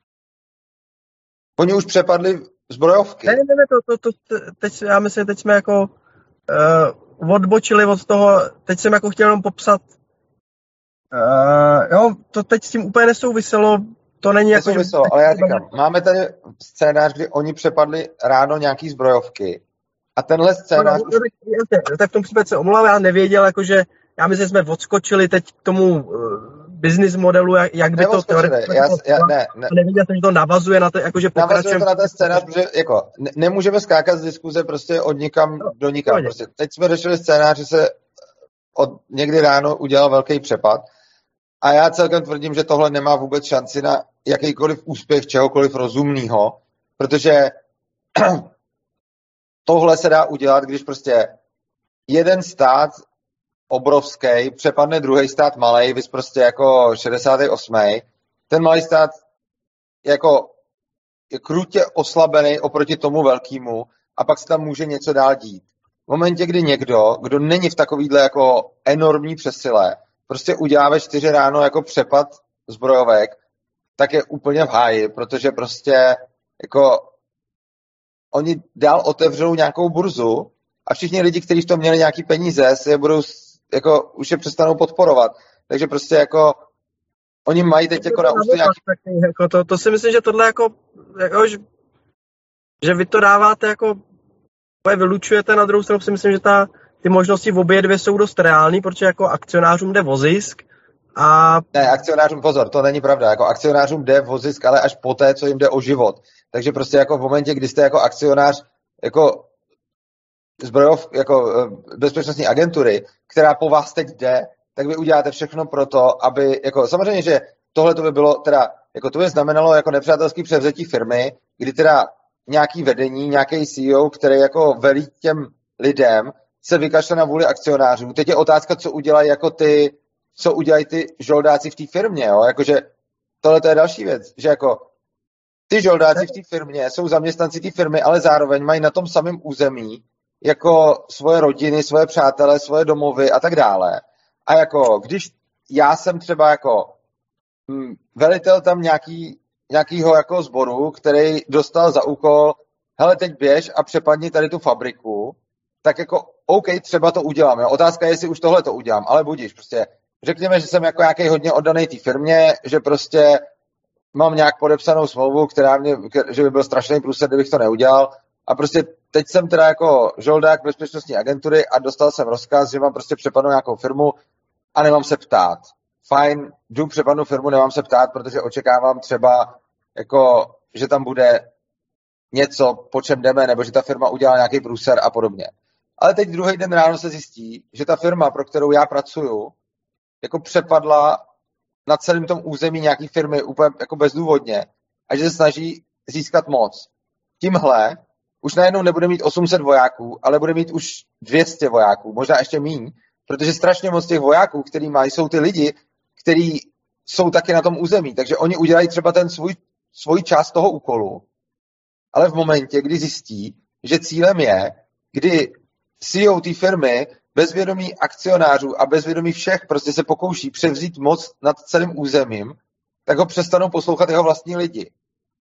Oni už přepadli zbrojovky. Ne, teď, já myslím, teď jsme jako odbočili od toho, teď jsem jako chtěl jenom popsat, jo, to teď s tím úplně nesouviselo, to není jako... Ale já říkám, máme tady scénář, kdy oni přepadli ráno nějaký zbrojovky a tenhle scénář... Tak v tom případě se omlouvám, já nevěděl, jakože já myslím, že jsme odskočili teď k tomu business modelu, jak by to teoreticky... Nevěděl jsem, že to navazuje na to, jakože pokračujeme... Navazuje to na ten scénář, protože jako, nemůžeme skákat z diskuze prostě od nikam do nikam. Prostě. Teď jsme řešili scénář, že se někdy ráno udělal velký přepad a já celkem tvrdím, že tohle nemá vůbec šanci na jakýkoliv úspěch čehokoliv rozumného, protože tohle se dá udělat, když prostě jeden stát obrovský přepadne druhý stát malej, vys prostě jako 68. Ten malý stát jako je krutě oslabený oproti tomu velkému a pak se tam může něco dál dít. V momentě, kdy někdo, kdo není v takovýhle jako enormní přesile, prostě udělá ve 4 ráno jako přepad zbrojovek, tak je úplně v háji, protože prostě jako oni dál otevřou nějakou burzu a všichni lidi, kteří v tom měli nějaký peníze, si je budou jako už je přestanou podporovat. Takže prostě jako oni mají teď jako na ústě nějaký... Jako to si myslím, že tohle jako že vy to dáváte jako vylučujete, na druhou stranu si myslím, že ty možnosti v obě dvě jsou dost reální, protože jako akcionářům jde o zisk a... Ne, akcionářům pozor, to není pravda, jako akcionářům jde o zisk, ale až poté, co jim jde o život. Takže prostě jako v momentě, kdy jste jako akcionář jako jako bezpečnostní agentury, která po vás teď jde, tak vy uděláte všechno pro to, aby, jako samozřejmě, že tohle to by bylo teda, jako to by znamenalo jako nepřátelský převzetí firmy, kdy teda nějaký vedení, nějaký CEO, který jako velí těm lidem, se vykašle na vůli akcionářů. Teď je otázka, co udělají jako co udělají ty žoldáci v té firmě, jo? Jakože tohle to je další věc, že jako ty žoldáci v té firmě jsou zaměstnanci té firmy, ale zároveň mají na tom samém území jako svoje rodiny, svoje přátele, svoje domovy a tak dále. A jako, když já jsem třeba jako velitel tam nějakýho jako sboru, který dostal za úkol, hele, teď běž a přepadni tady tu fabriku, tak jako OK, třeba to udělám. Jo? Otázka je, jestli už tohle to udělám, ale budíš, prostě řekněme, že jsem jako nějaký hodně oddaný té firmě, že prostě mám nějak podepsanou smlouvu, že by byl strašný průser, kdybych to neudělal. A prostě teď jsem teda jako žoldák bezpečnostní agentury a dostal jsem rozkaz, že mám prostě přepadnout nějakou firmu a nemám se ptát. Fajn, jdu přepadnout firmu, nemám se ptát, protože očekávám třeba, jako, že tam bude něco, po čem jdeme, nebo že ta firma udělá nějaký průser a podobně. Ale teď druhý den ráno se zjistí, že ta firma, pro kterou já pracuju, jako přepadla na celém tom území nějaký firmy úplně jako bezdůvodně a že se snaží získat moc. Tímhle už najednou nebude mít 800 vojáků, ale bude mít už 200 vojáků, možná ještě míň, protože strašně moc těch vojáků, který mají, jsou ty lidi, kteří jsou taky na tom území, takže oni udělají třeba ten svůj část toho úkolu, ale v momentě, kdy zjistí, že cílem je, kdy CEO té firmy bez vědomí akcionářů a bez vědomí všech prostě se pokouší převzít moc nad celým územím, tak ho přestanou poslouchat jeho vlastní lidi.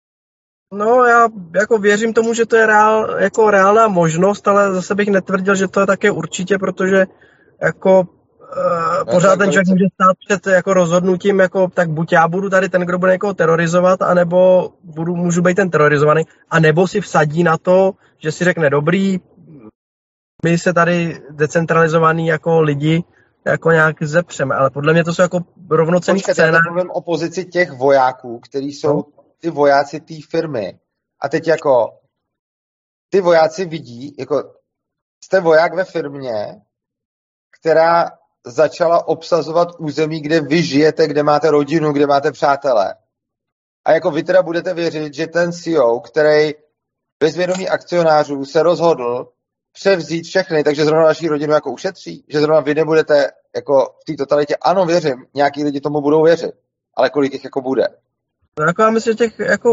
No, já jako věřím tomu, že to je reálná možnost, ale zase bych netvrdil, že to je také určitě, protože jako pořád ten člověk může stát před jako rozhodnutím, jako tak buď já budu tady ten, kdo bude někoho terorizovat, anebo můžu být ten terorizovaný, anebo si vsadí na to, že si řekne dobrý, my se tady decentralizovaný jako lidi jako nějak zepřeme, ale podle mě to jsou jako rovnocenný scénáře. Já mluvím o pozici těch vojáků, kteří jsou ty vojáci té firmy. A teď jako ty vojáci vidí, jako jste voják ve firmě, která začala obsazovat území, kde vy žijete, kde máte rodinu, kde máte přátele. A jako vy teda budete věřit, že ten CEO, který bez vědomí akcionářů se rozhodl převzít všechny, takže zrovna vaši rodinu jako ušetří, že zrovna vy nebudete jako v té totalitě. Ano, věřím, nějaký lidi tomu budou věřit, ale kolik jich jako bude? No, jako já myslím, že těch jako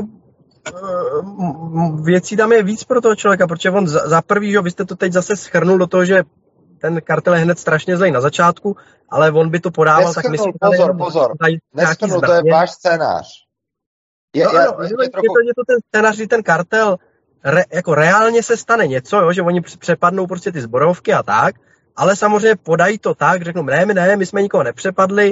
věcí tam je víc pro toho člověka, protože on za prvý, že vy jste to teď zase shrnul do toho, že ten kartel je hned strašně zlej na začátku, ale on by to podával, tak myslím... Pozor, neschrnul, to je váš scénář. Je to ten scénář, kdy ten kartel jako reálně se stane něco, jo, že oni přepadnou prostě ty zborovky a tak, ale samozřejmě podají to tak, řeknou, ne, my jsme nikoho nepřepadli,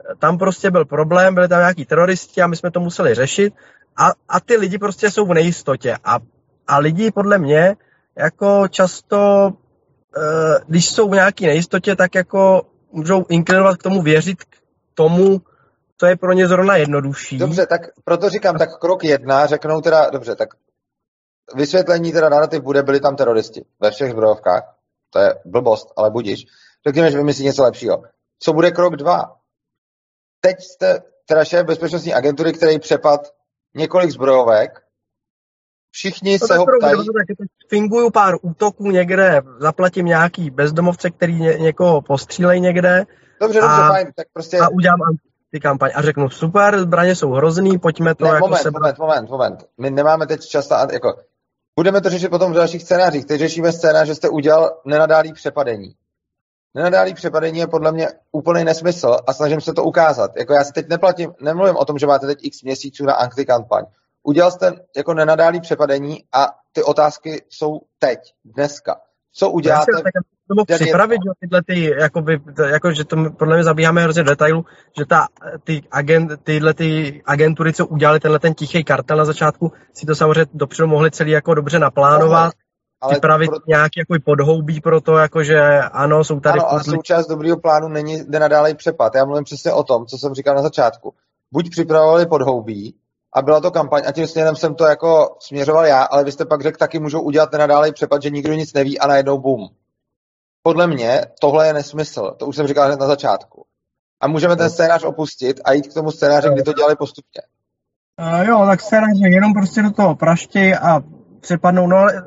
tam prostě byl problém, byli tam nějaký teroristi a my jsme to museli řešit a ty lidi prostě jsou v nejistotě a lidi podle mě jako často, když jsou v nějaký nejistotě, tak jako můžou inklinovat k tomu věřit k tomu, co je pro ně zrovna jednodušší. Dobře, tak proto říkám, tak krok 1, řeknou teda, dobře, tak vysvětlení teda narrativ bude, byli tam teroristi ve všech zbrojovkách, to je blbost, ale budiš. Řekněme, že vymyslí něco lepšího. Co bude krok 2? Teď jste teda šéf bezpečnostní agentury, který přepad několik zbrojovek, všichni se ho ptají. Finguju pár útoků někde, zaplatím nějaký bezdomovce, který někoho postřílej někde. Dobře, fajn, tak prostě... A udělám kampaň a řeknu, super, zbraně jsou hrozný, pojďme to ne, jako moment. My nemáme teď čas jako... Budeme to řešit potom v dalších scénářích. Teď řešíme scénář, že jste udělal nenadálý přepadení. Nenadálý přepadení je podle mě úplný nesmysl a snažím se to ukázat. Jako já si teď nemluvím o tom, že máte teď x měsíců na antikampaň. Udělal jste jako nenadálý přepadení a ty otázky jsou teď, dneska. Co uděláte? To mohl připravit, že že to podle mě zabíháme hrozně do detailu, že tyhle agentury, co udělali ten tichý kartel na začátku, si to samozřejmě dopředu mohli celý jako dobře naplánovat, připravit nějaký jako podhoubí pro to, jakože ano, jsou tady... Ano, ale součást dobrýho plánu není nenadálej přepad. Já mluvím přesně o tom, co jsem říkal na začátku. Buď připravovali podhoubí, a byla to kampaň a tím směrem jsem to jako směřoval já, ale vy jste pak řekl, taky můžou udělat nenadálej přepad, že nikdo nic neví a najednou bum. Podle mě tohle je nesmysl, to už jsem říkal hned na začátku. A můžeme ten scénář opustit a jít k tomu scénáři, kdy to dělali postupně. Jo, tak scénář jenom prostě do toho praštěj a přepadnou,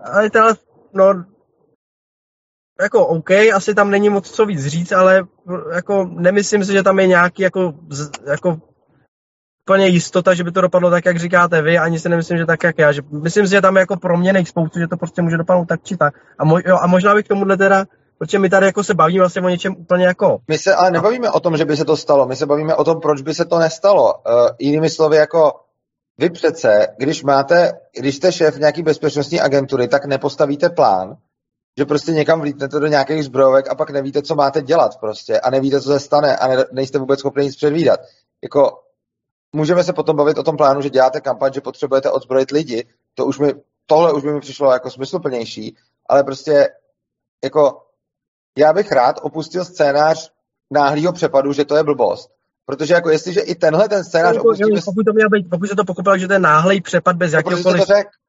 jako OK, asi tam není moc co víc říct, ale jako nemyslím si, že tam je nějaký jako úplně jistota, že by to dopadlo tak, jak říkáte vy, ani si nemyslím, že tak, jak já. Že myslím si, že tam je jako proměnej spoustu, že to prostě může dopadnout tak či tak. A možná bych k tomuhle teda, protože my tady jako se bavíme vlastně o něčem úplně jako... My se ale nebavíme o tom, že by se to stalo, my se bavíme o tom, proč by se to nestalo. Jinými slovy, jako vy přece, když jste šéf nějaký bezpečnostní agentury, tak nepostavíte plán, že prostě někam vlítnete do nějakých zbrojovek a pak nevíte, co máte dělat prostě a nevíte, co se stane a nejste vůbec schopni nic předvídat. Jako můžeme se potom bavit o tom plánu, že děláte kampaň, že potřebujete odzbrojit lidi. Tohle už by mi přišlo jako smysluplnější, ale prostě jako já bych rád opustil scénář náhlýho přepadu, že to je blbost. Protože jako jestliže i tenhle ten scénář opustíme... Pokud se to pochopil, že to je náhlej přepad bez jakéhokoliv...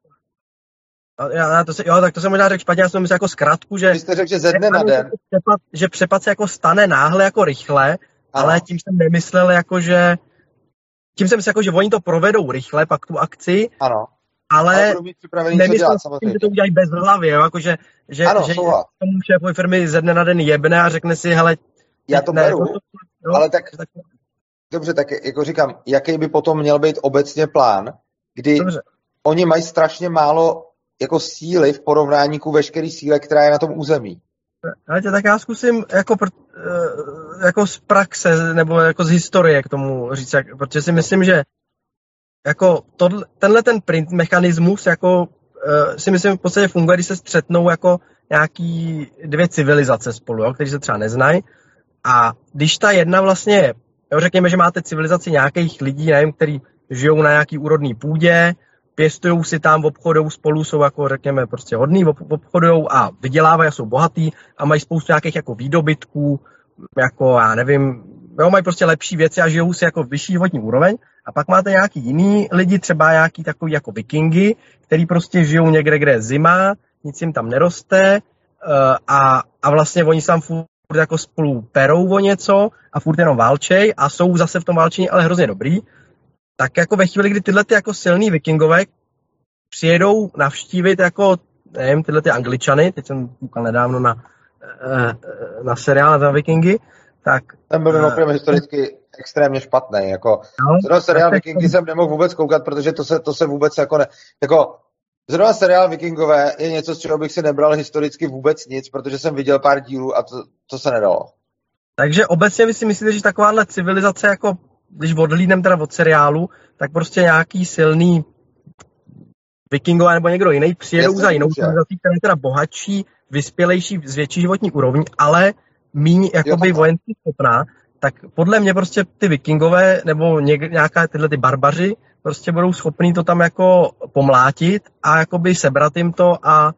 Tak to jsem možná řekl špatně, já jsem myslel jako zkrátku, že... Vy jste řekl, že ze dne na den... Že přepad se jako stane náhle jako rychle, ale tím jsem nemyslel jako, že... Tím jsem si jako, že oni to provedou rychle, pak tu akci, ano. Ale nemyslím, že to udělají bez hlavy, jo? Jako, že tomu šéfovi firmy ze dne na den jebne a řekne si, hele... Já to beru, ale tak... Dobře, tak jako říkám, jaký by potom měl být obecně plán, kdy oni mají strašně málo jako síly v porovnání ku veškerý síle, která je na tom území. Tak já zkusím jako z praxe nebo jako z historie k tomu říct, protože si myslím, že jako tenhle ten print mechanismus jako si myslím v podstatě funguje, když se střetnou jako nějaký dvě civilizace spolu, jo, kteří se třeba neznají. A když ta jedna vlastně, jo, řekněme, že máte civilizaci nějakých lidí, nevím, kteří žijou na nějaký úrodný půdě, pěstujou si tam, obchodou spolu, jsou jako, řekněme, prostě hodný, obchodujou a vydělávají a jsou bohatý a mají spoustu nějakých jako výdobytků, jako, já nevím, jo, mají prostě lepší věci a žijou si jako vyšší životní úroveň. A pak máte nějaký jiný lidi, třeba nějaký takový jako vikingy, který prostě žijou někde, kde je zima, nic jim tam neroste a vlastně oni tam furt jako spolu perou o něco a furt jenom válčej a jsou zase v tom válčení ale hrozně dobrý. Tak jako ve chvíli, kdy tyhle ty jako silný vikingové přijedou navštívit jako, nevím, tyhle ty Angličany, teď jsem koukal nedávno na seriál na Vikingy, tak... Ten byl mimochodem historicky extrémně špatný, jako zrovna seriál Vikingy jsem nemohl vůbec koukat, protože to se vůbec jako zrovna seriál Vikingové je něco, z čeho bych si nebral historicky vůbec nic, protože jsem viděl pár dílů a to se nedalo. Takže obecně vy si myslíte, že takováhle civilizace, jako když odhlídneme teda od seriálu, tak prostě nějaký silný Vikingové nebo někdo jiný přijedou za jinou civilizací, která je teda bohatší, vyspělejší, s větší životní úrovní, ale míň jakoby vojensky schopná. tak podle mě prostě ty vikingové nebo nějaká tyhle ty barbaři prostě budou schopní to tam jako pomlátit a jakoby sebrat jim to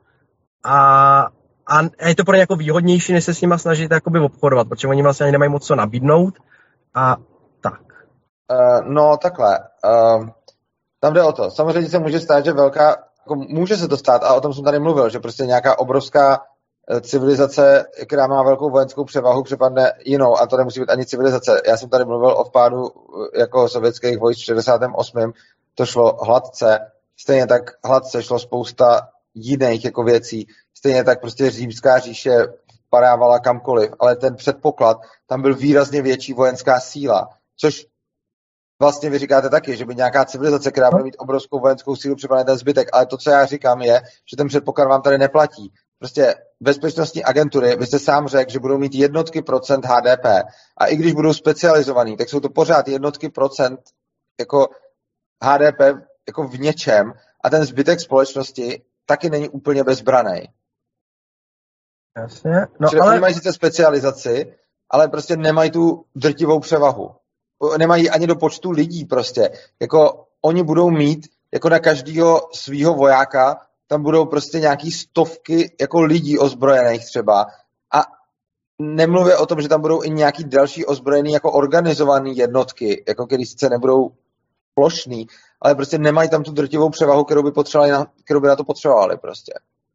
a je to pro ně jako výhodnější, než se s nima snažit jakoby obchodovat, protože oni vlastně ani nemají moc co nabídnout a tak. No takhle, tam jde o to. Samozřejmě se může stát, že může se to stát, a o tom jsem tady mluvil, že prostě nějaká obrovská civilizace, která má velkou vojenskou převahu, přepadne jinou, a to nemusí být ani civilizace. Já jsem tady mluvil o vpádu jako sovětských vojsk v 68. To šlo hladce, stejně tak hladce šlo spousta jiných jako věcí, stejně tak prostě římská říše padávala kamkoliv, ale ten předpoklad, tam byl výrazně větší vojenská síla, což vlastně vy říkáte taky, že by nějaká civilizace, která bude mít obrovskou vojenskou sílu, přepadne ten zbytek, ale to, co já říkám, je, že ten předpoklad vám tady neplatí. Prostě bezpečnostní agentury, vy jste sám řekl, že budou mít jednotky procent HDP a i když budou specializovaný, tak jsou to pořád jednotky procent jako HDP jako v něčem a ten zbytek společnosti taky není úplně bezbranej. Jasně. No, čili oni mají sice specializaci, ale prostě nemají tu drtivou převahu. Nemají ani do počtu lidí prostě. Jako oni budou mít jako na každého svýho vojáka tam budou prostě nějaký stovky jako lidí ozbrojených třeba a nemluvě o tom, že tam budou i nějaký další ozbrojený jako organizovaný jednotky, jako který sice nebudou plošný, ale prostě nemají tam tu drtivou převahu, kterou by na to potřebovali prostě.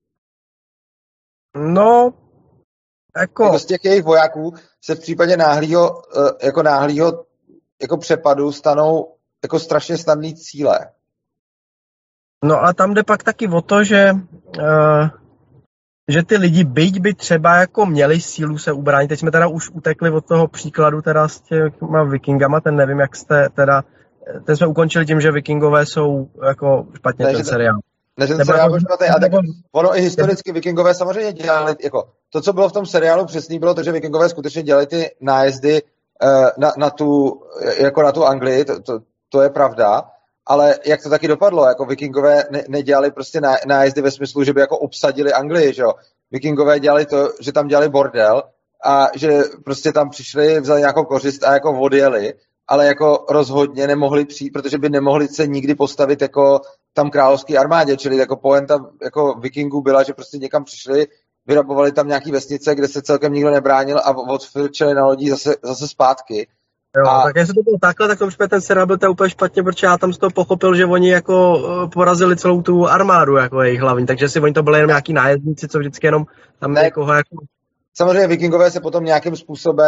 No, jako z těch jejich vojáků se v případě náhlýho jako přepadu stanou jako strašně snadný cíle. No a tam jde pak taky o to, že ty lidi byť by třeba jako měli sílu se ubránit. Teď jsme teda už utekli od toho příkladu teda s těma vikingama, ten nevím, jak jste teda, ten jsme ukončili tím, že vikingové jsou jako špatně ten seriál. Ne, ten seriál byl špatný, a tak ono i historicky vikingové samozřejmě dělali, jako to, co bylo v tom seriálu přesný, bylo to, že vikingové skutečně dělali ty nájezdy na tu Anglii, to je pravda, ale jak to taky dopadlo, jako vikingové nedělali prostě nájezdy ve smyslu, že by jako obsadili Anglii, že jo. Vikingové dělali to, že tam dělali bordel a že prostě tam přišli, vzali nějakou kořist a jako odjeli, ale jako rozhodně nemohli přijít, protože by nemohli se nikdy postavit jako tam královské armádě, čili jako poenta jako vikingů byla, že prostě někam přišli, vyrabovali tam nějaký vesnice, kde se celkem nikdo nebránil a odfrčeli na lodí zase zpátky. Jo, tak jestli to bylo takhle, tak to už ten seriál byl to úplně špatně, protože já tam z toho pochopil, že oni jako porazili celou tu armádu jako jejich hlavní, takže si oni to byli jenom nějaký nájezdníci, co vždycky jenom tam někoho jako... Samozřejmě vikingové se nějakým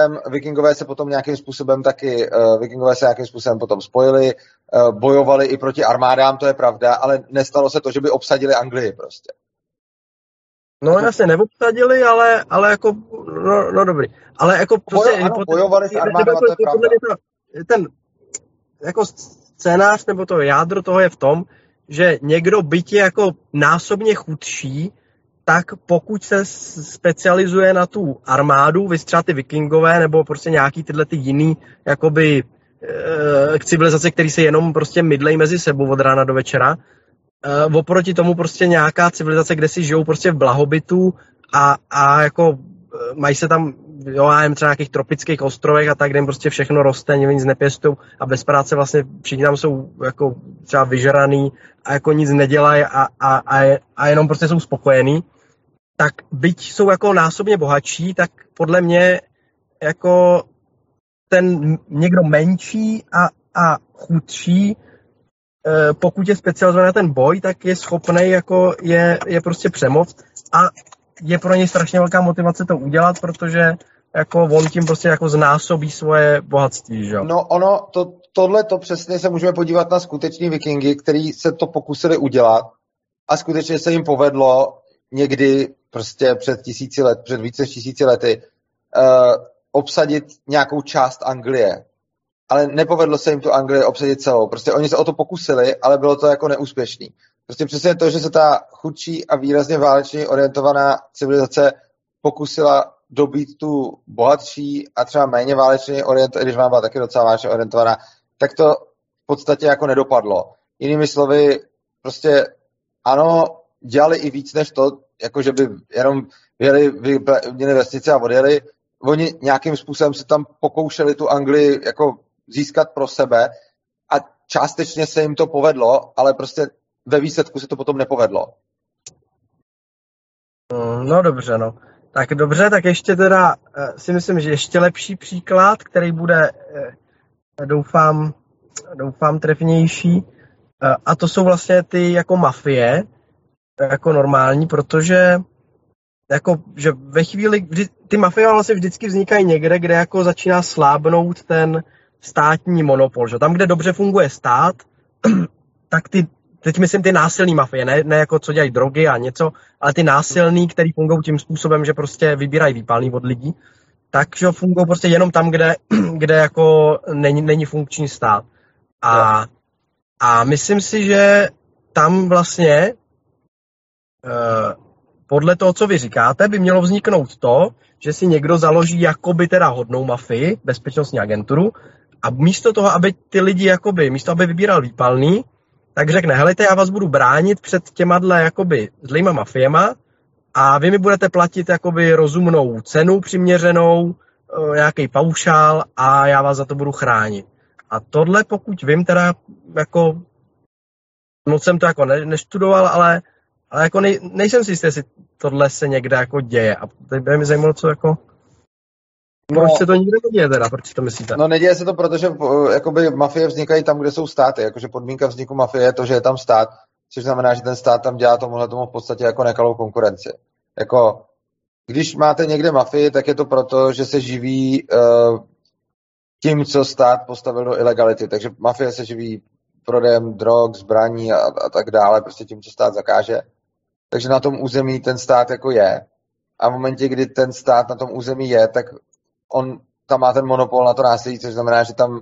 způsobem potom spojili, bojovali i proti armádám, to je pravda, ale nestalo se to, že by obsadili Anglii prostě. No jasně, neobsadili, ale jako, no dobrý. Ale jako prostě... Ano, bojovali s armádama, to je pravda. Ten jako scénář, nebo to jádro toho je v tom, že někdo byť je jako násobně chudší, tak pokud se specializuje na tu armádu, vy třeba ty vikingové, nebo prostě nějaký tyhle ty jiný jakoby civilizace, které se jenom prostě mydlejí mezi sebou od rána do večera, oproti tomu prostě nějaká civilizace, kde si žijou prostě v blahobytu a jako mají se tam, jo, já nevím, třeba nějakých tropických ostrovech a tak, kde jim prostě všechno roste, nic nepěstují a bez práce vlastně všichni tam jsou jako třeba vyžraný a jako nic nedělají a jenom prostě jsou spokojení, tak byť jsou jako násobně bohatší, tak podle mě jako ten někdo menší a chudší, pokud je specializovaný na ten boj, tak je schopný jako je prostě přemoct a je pro něj strašně velká motivace to udělat, protože jako on tím prostě jako znásobí svoje bohatství, že jo? No tohle to přesně se můžeme podívat na skutečný vikingy, který se to pokusili udělat a skutečně se jim povedlo někdy prostě před více než 1000 lety obsadit nějakou část Anglie. Ale nepovedlo se jim tu Anglii obsadit celou. Prostě oni se o to pokusili, ale bylo to jako neúspěšný. Prostě přesně to, že se ta chudší a výrazně válečně orientovaná civilizace pokusila dobít tu bohatší a třeba méně válečně orientovaná, když vám byla taky docela válečně orientovaná, tak to v podstatě jako nedopadlo. Jinými slovy, prostě ano, dělali i víc než to, jako že by jenom měli vesnice a odjeli, oni nějakým způsobem se tam pokoušeli tu Anglii jako získat pro sebe a částečně se jim to povedlo, ale prostě ve výsledku se to potom nepovedlo. No dobře, no. Tak dobře, tak ještě teda si myslím, že ještě lepší příklad, který bude, doufám trefnější, a to jsou vlastně ty jako mafie, jako normální, protože jako, že ve chvíli, ty mafie vlastně vždycky vznikají někde, kde jako začíná slábnout ten státní monopol, že tam, kde dobře funguje stát, tak teď myslím ty násilný mafie, ne jako co dělají drogy a něco, ale ty násilný, který fungují tím způsobem, že prostě vybírají výpalný od lidí, takže fungují prostě jenom tam, kde jako není funkční stát. A myslím si, že tam vlastně podle toho, co vy říkáte, by mělo vzniknout to, že si někdo založí jakoby teda hodnou mafii, bezpečnostní agenturu, a místo toho, aby ty lidi jakoby, místo aby vybíral výpalný, tak řekne, helejte, já vás budu bránit před těma jakoby zlýma mafiema a vy mi budete platit jakoby rozumnou cenu přiměřenou, nějaký paušál a já vás za to budu chránit. A tohle, pokud vím, teda jako moc jsem to jako neštudoval, ale jako nejsem si jistý, jestli tohle se někde jako děje. A teď by mi zajímalo, co jako... Proč se to nikde neděje teda? Proč to myslíte? No neděje se to, protože jakoby mafie vznikají tam, kde jsou státy. Jakože podmínka vzniku mafie je to, že je tam stát, což znamená, že ten stát tam dělá tomu v podstatě jako nekalou konkurenci. Jako, když máte někde mafii, tak je to proto, že se živí tím, co stát postavil do ilegality. Takže mafie se živí prodejem drog, zbraní a tak dále, prostě tím, co stát zakáže. Takže na tom území ten stát jako je. A v momentě, kdy ten stát na tom území je, tak on tam má ten monopol na to násilí, což znamená, že tam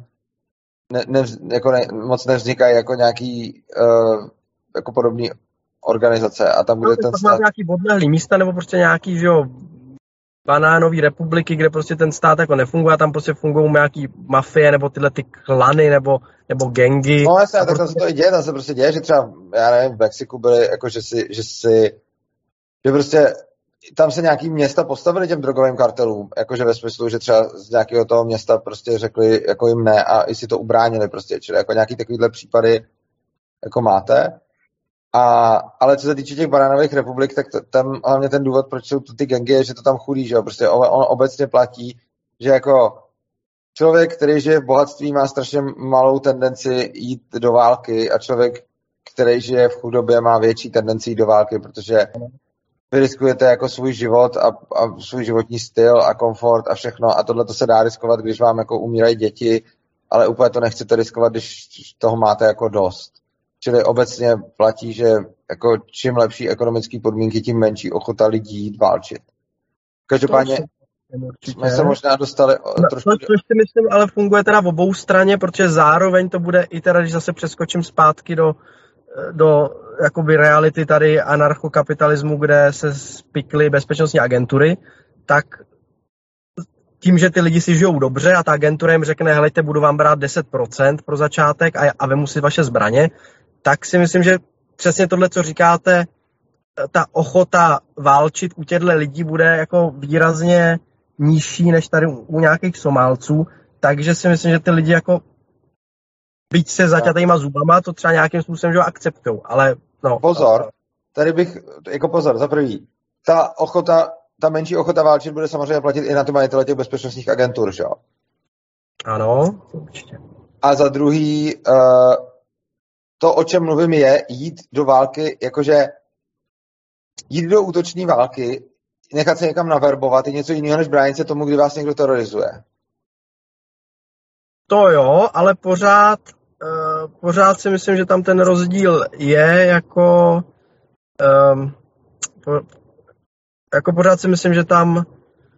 moc nevznikají jako nějaký jako podobný organizace. A tam, kde ten stát... Má nějaký odlehlý místa, nebo prostě nějaký, že jo, banánový republiky, kde prostě ten stát jako nefunguje, a tam prostě fungují nějaký mafie, nebo tyhle ty klany, nebo gangy. No jasně, tak tam se to i děje, tam se prostě děje, že třeba, já nevím, v Mexiku byly, jako že prostě tam se nějaký města postavili těm drogovým kartelům, jakože ve smyslu, že třeba z nějakého toho města prostě řekli jako jim ne a i si to ubránili prostě, čili jako nějaký takovýhle případy jako máte. Ale co se týče těch banánových republik, tak tam hlavně ten důvod, proč jsou ty gangy, je, že to tam chudí, že jo, prostě on obecně platí, že jako člověk, který žije v bohatství, má strašně malou tendenci jít do války a člověk, který žije v chudobě, má větší tendenci jít do války, protože vy riskujete jako svůj život a svůj životní styl a komfort a všechno a tohle to se dá riskovat, když vám jako umírají děti, ale úplně to nechcete riskovat, když toho máte jako dost. Čili obecně platí, že jako čím lepší ekonomické podmínky, tím menší ochota lidí jít válčit. Každopádně jsme se možná dostali trošku... To si myslím, ale funguje teda v obou straně, protože zároveň to bude i teda, když zase přeskočím zpátky do jakoby reality tady anarchokapitalismu, kde se spikly bezpečnostní agentury, tak tím, že ty lidi si žijou dobře a ta agentura jim řekne, helejte, budu vám brát 10% pro začátek a vemu si vaše zbraně, tak si myslím, že přesně tohle, co říkáte, ta ochota válčit u těchto lidí bude jako výrazně nižší než tady u nějakých Somálců, takže si myslím, že ty lidi jako byť se zaťatejma zubama, to třeba nějakým způsobem, že ho akceptují, ale no. Pozor, tady bych, jako pozor, za prvý, ta menší ochota válčit bude samozřejmě platit i na ty majitele těch bezpečnostních agentur, že jo? Ano, určitě. A za druhý, to, o čem mluvím, je jít do války, jakože jít do útoční války, nechat se někam naverbovat, je něco jiného, než bránit se tomu, kdy vás někdo terorizuje. To jo, ale pořád si myslím, že tam ten rozdíl je jako pořád si myslím, že tam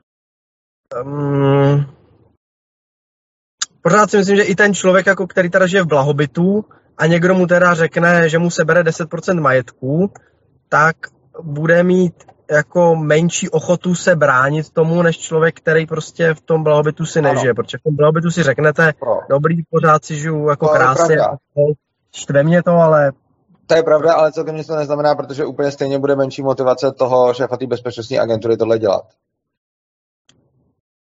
pořád si myslím, že i ten člověk, jako který teda žije v blahobytu a někdo mu teda řekne, že mu sebere 10% majetku, tak bude mít jako menší ochotu se bránit tomu, než člověk, který prostě v tom blahobytu si nežije. Protože v tom blahobytu si řeknete, dobrý, pořád si žiju jako krásně, štve mě to, ale... To je pravda, ale celkem nic to neznamená, protože úplně stejně bude menší motivace toho šéfa té bezpečnostní agentury tohle dělat.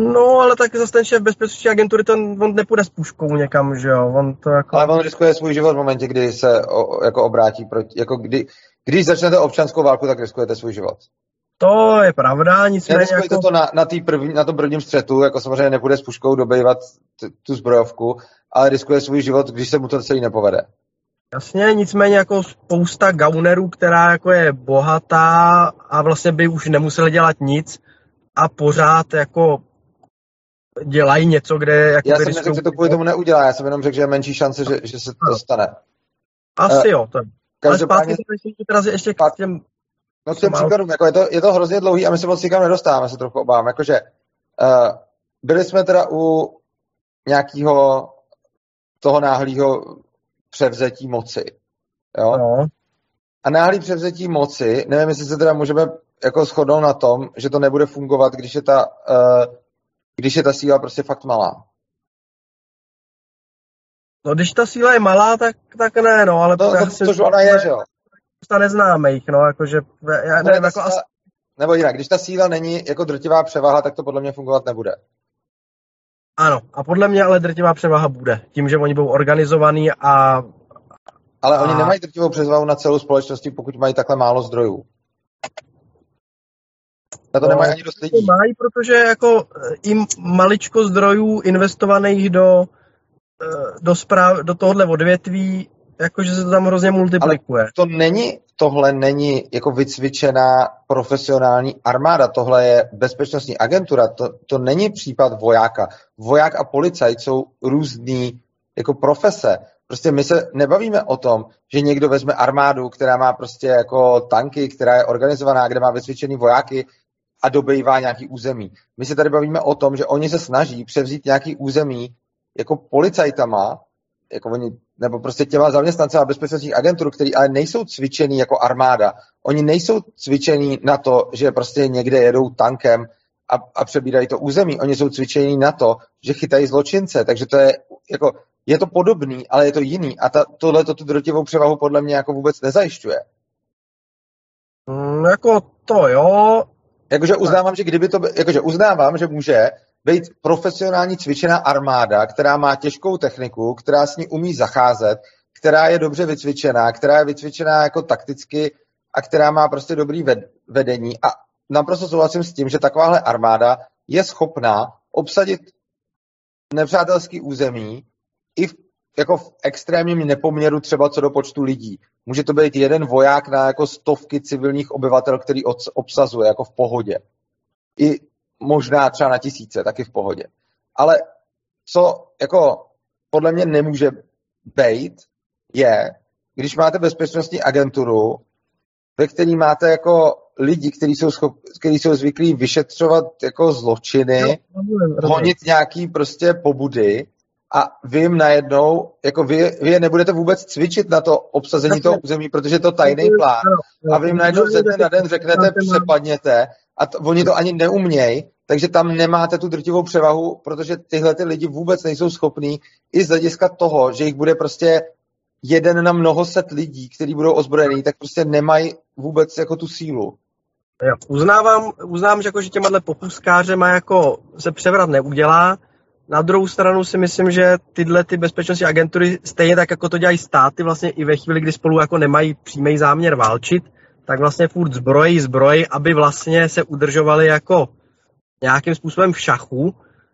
No, ale tak zase ten šéf bezpečnostní agentury, on nepůjde s puškou někam, že jo, on to jako... Ale on riskuje svůj život v momentě, kdy se jako obrátí proti, jako když začnete občanskou válku, tak riskujete svůj život. To je pravda, nicméně Neriskujete jako... to na tom prvním střetu, jako samozřejmě nepůjde s puškou dobejvat tu zbrojovku, ale riskuje svůj život, když se mu to celý nepovede. Jasně, nicméně jako spousta gaunerů, která jako je bohatá a vlastně by už nemuseli dělat nic a pořád jako dělají něco, kde... Jako Já jsem neřekl, že to kvůli tomu neudělá, já jsem jenom řekl, že je menší šance, že se to stane. Asi jo, to je. Ale Každopádně... zpátky teraz ještě k těm... No k těm příkladům, jako je to hrozně dlouhý a my se moc nikam nedostáváme, se trochu obávám. Jakože byli jsme teda u nějakého toho náhlého převzetí moci. Jo? No. A náhlý převzetí moci, nevím, jestli se teda můžeme jako shodnout na tom, že to nebude fungovat, když je ta síla prostě fakt malá. No, když ta síla je malá, tak ne, no, ale... Což ona je, že jo? Neznáme jich, no, jakože... Já nevím, jako síla, nebo jinak, když ta síla není jako drtivá převaha, tak to podle mě fungovat nebude. Ano, a podle mě ale drtivá převaha bude. Tím, že oni budou organizovaný a... Ale oni nemají drtivou převahu na celou společnosti, pokud mají takhle málo zdrojů. Na to nemají ani dost lidí. Mají, protože jako jim maličko zdrojů investovaných do tohohle odvětví, jakože se to tam hrozně multiplikuje. Ale tohle není jako vycvičená profesionální armáda, tohle je bezpečnostní agentura, to není případ vojáka. Voják a policajt jsou různý jako profese. Prostě my se nebavíme o tom, že někdo vezme armádu, která má prostě jako tanky, která je organizovaná, kde má vycvičený vojáky a dobývá nějaký území. My se tady bavíme o tom, že oni se snaží převzít nějaký území jako policajtama, jako oni, nebo prostě těma zaměstnancema bezpečnostních agentur, který ale nejsou cvičený jako armáda. Oni nejsou cvičený na to, že prostě někde jedou tankem a přebírají to území. Oni jsou cvičení na to, že chytají zločince. Takže to je jako, je to podobný, ale je to jiný. A tohle tu drotivou převahu podle mě jako vůbec nezajišťuje. Jako to jo. Jakože uznávám, že uznávám, že může být profesionální cvičená armáda, která má těžkou techniku, která s ní umí zacházet, která je dobře vycvičená, která je vycvičená jako takticky a která má prostě dobrý vedení. A naprosto souhlasím s tím, že takováhle armáda je schopná obsadit nepřátelský území i jako v extrémním nepoměru třeba co do počtu lidí. Může to být jeden voják na jako stovky civilních obyvatel, který obsazuje jako v pohodě. I možná třeba na tisíce, taky v pohodě. Ale co jako podle mě nemůže být, je, když máte bezpečnostní agenturu, ve který máte jako lidi, kteří jsou zvyklí vyšetřovat jako zločiny, honit nějaký prostě pobudy a vy jim najednou, jako vy je nebudete vůbec cvičit na to obsazení toho území, protože je to tajný plán. A vy jim najednou ze dne na den řeknete, přepadněte a oni to ani neumějí, takže tam nemáte tu drtivou převahu, protože tyhle ty lidi vůbec nejsou schopní i z hlediska toho, že jich bude prostě jeden na mnoho set lidí, kteří budou ozbrojení, tak prostě nemají vůbec jako tu sílu. Já uznám, že, jako, že těmahle popuskářema jako se převrat neudělá. Na druhou stranu si myslím, že tyhle ty bezpečnostní agentury stejně tak, jako to dělají státy, vlastně i ve chvíli, kdy spolu jako nemají přímý záměr válčit, tak vlastně furt zbrojí, aby vlastně se udržovali jako nějakým způsobem v šachu.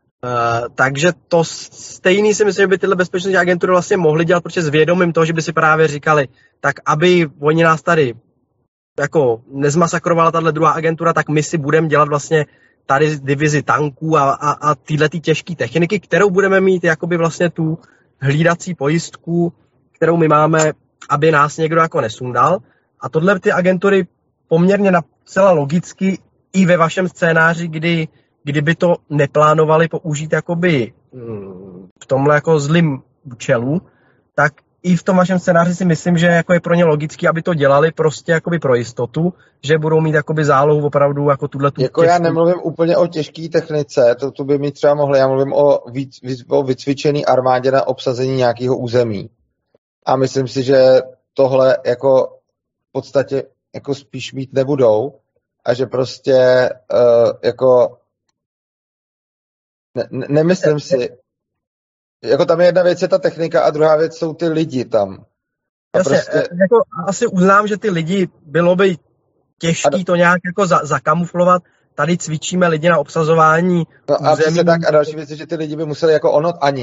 Takže to stejný si myslím, že by tyhle bezpečnostní agentury vlastně mohly dělat, protože s vědomím toho, že by si právě říkali, tak aby oni nás tady jako nezmasakrovala tahle druhá agentura, tak my si budeme dělat vlastně tady divizi tanků a tyhle ty těžké techniky, kterou budeme mít jakoby vlastně tu hlídací pojistku, kterou my máme, aby nás někdo jako nesundal. A tohle ty agentury poměrně celá logicky i ve vašem scénáři, kdyby to neplánovali použít jakoby v tomhle jako zlým účelu, tak i v tom vašem scénáři si myslím, že jako je pro ně logický, aby to dělali prostě jakoby pro jistotu, že budou mít jakoby zálohu opravdu jako tuhletu jako těžkou. Já nemluvím úplně o těžké technice, to by mi třeba mohli, já mluvím o vycvičený armádě na obsazení nějakého území. A myslím si, že tohle jako v podstatě jako spíš mít nebudou a že prostě jako Nemyslím si. Jako tam je jedna věc je ta technika a druhá věc jsou ty lidi tam. Jasně, jako asi uznám, že ty lidi bylo by těžký to nějak jako zakamuflovat. Tady cvičíme lidi na obsazování a přesně tak a další věc je, že ty lidi by museli jako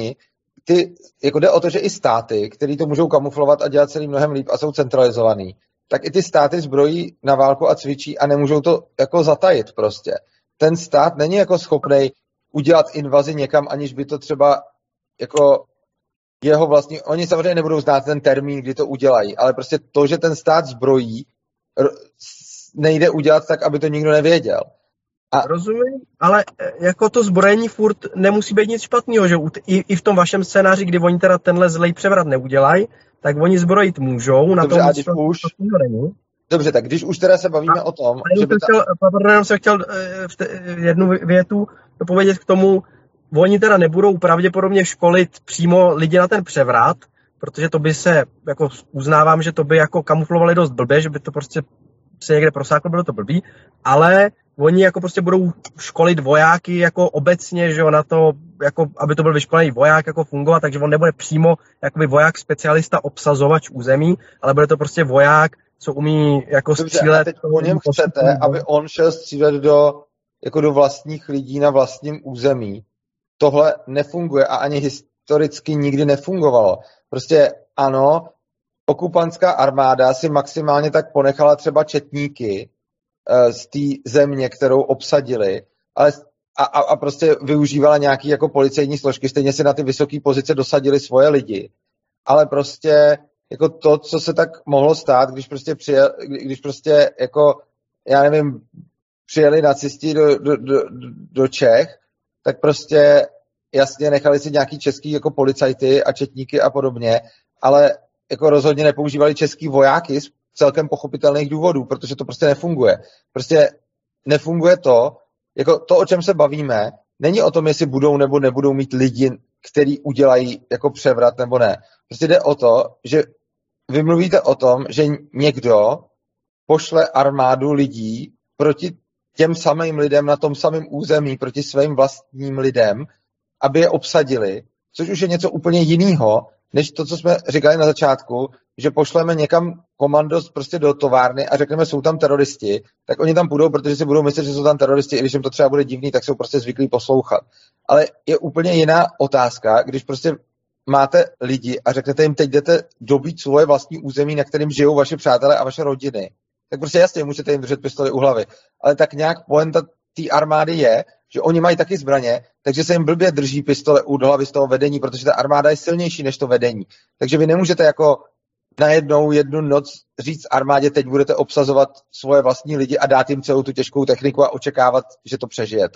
jako jde o to, že i státy, který to můžou kamuflovat a dělat celý mnohem líp a jsou centralizovaný, tak i ty státy zbrojí na válku a cvičí a nemůžou to jako zatajit prostě. Ten stát není jako schopnej udělat invazi někam, aniž by to třeba jako jeho vlastní, oni samozřejmě nebudou znát ten termín, kdy to udělají, ale prostě to, že ten stát zbrojí, nejde udělat tak, aby to nikdo nevěděl. Rozumím, ale jako to zbrojení furt nemusí být nic špatného, že i v tom vašem scénáři, kdy oni teda tenhle zlej převrat neudělají, tak oni zbrojit můžou, na dobře, tom není. Dobře, tak když už teda se bavíme o tom, že by jenom jsem chtěl jednu větu dopovědět k tomu, oni teda nebudou pravděpodobně školit přímo lidi na ten převrat, protože to by se, jako uznávám, že to by jako kamuflovali dost blbě, že by to prostě se někde prosáklo, bylo to blbý, ale oni jako prostě budou školit vojáky jako obecně, že jo, na to, jako aby to byl vyškolený voják jako fungovat, takže on nebude přímo jakoby voják specialista obsazovač území, ale bude to prostě voják, co umí jako střílet. A teď po něm chcete, aby on šel střílet do vlastních lidí na vlastním území. Tohle nefunguje a ani historicky nikdy nefungovalo. Prostě ano, okupantská armáda si maximálně tak ponechala třeba četníky z té země, kterou obsadili, ale a prostě využívala nějaký jako policejní složky, stejně si na ty vysoké pozice dosadili svoje lidi. Ale prostě jako to, co se tak mohlo stát, když prostě jako, já nevím, přijeli nacisti do Čech, tak prostě jasně nechali si nějaký český jako policajty a četníky a podobně, ale jako rozhodně nepoužívali český vojáky z celkem pochopitelných důvodů, protože to prostě nefunguje. Prostě nefunguje to, jako to, o čem se bavíme, není o tom, jestli budou nebo nebudou mít lidi, který udělají jako převrat nebo ne. Prostě jde o to, že vy mluvíte o tom, že někdo pošle armádu lidí proti těm samým lidem na tom samém území, proti svým vlastním lidem, aby je obsadili, což už je něco úplně jiného, než to, co jsme říkali na začátku, že pošleme někam komando prostě do továrny a řekneme, jsou tam teroristi, tak oni tam půjdou, protože si budou myslet, že jsou tam teroristi, i když jim to třeba bude divný, tak jsou prostě zvyklí poslouchat. Ale je úplně jiná otázka, když prostě máte lidi a řeknete jim, teď jdete dobít svoje vlastní území, na kterým žijou vaši přátelé a vaše rodiny, tak prostě jasně, můžete jim držet pistoli u hlavy. Ale tak nějak poenta té armády je, že oni mají taky zbraně, takže se jim blbě drží pistole u hlavy z toho vedení, protože ta armáda je silnější než to vedení. Takže vy nemůžete jako najednou jednu noc říct armádě, teď budete obsazovat svoje vlastní lidi a dát jim celou tu těžkou techniku a očekávat, že to přežijete.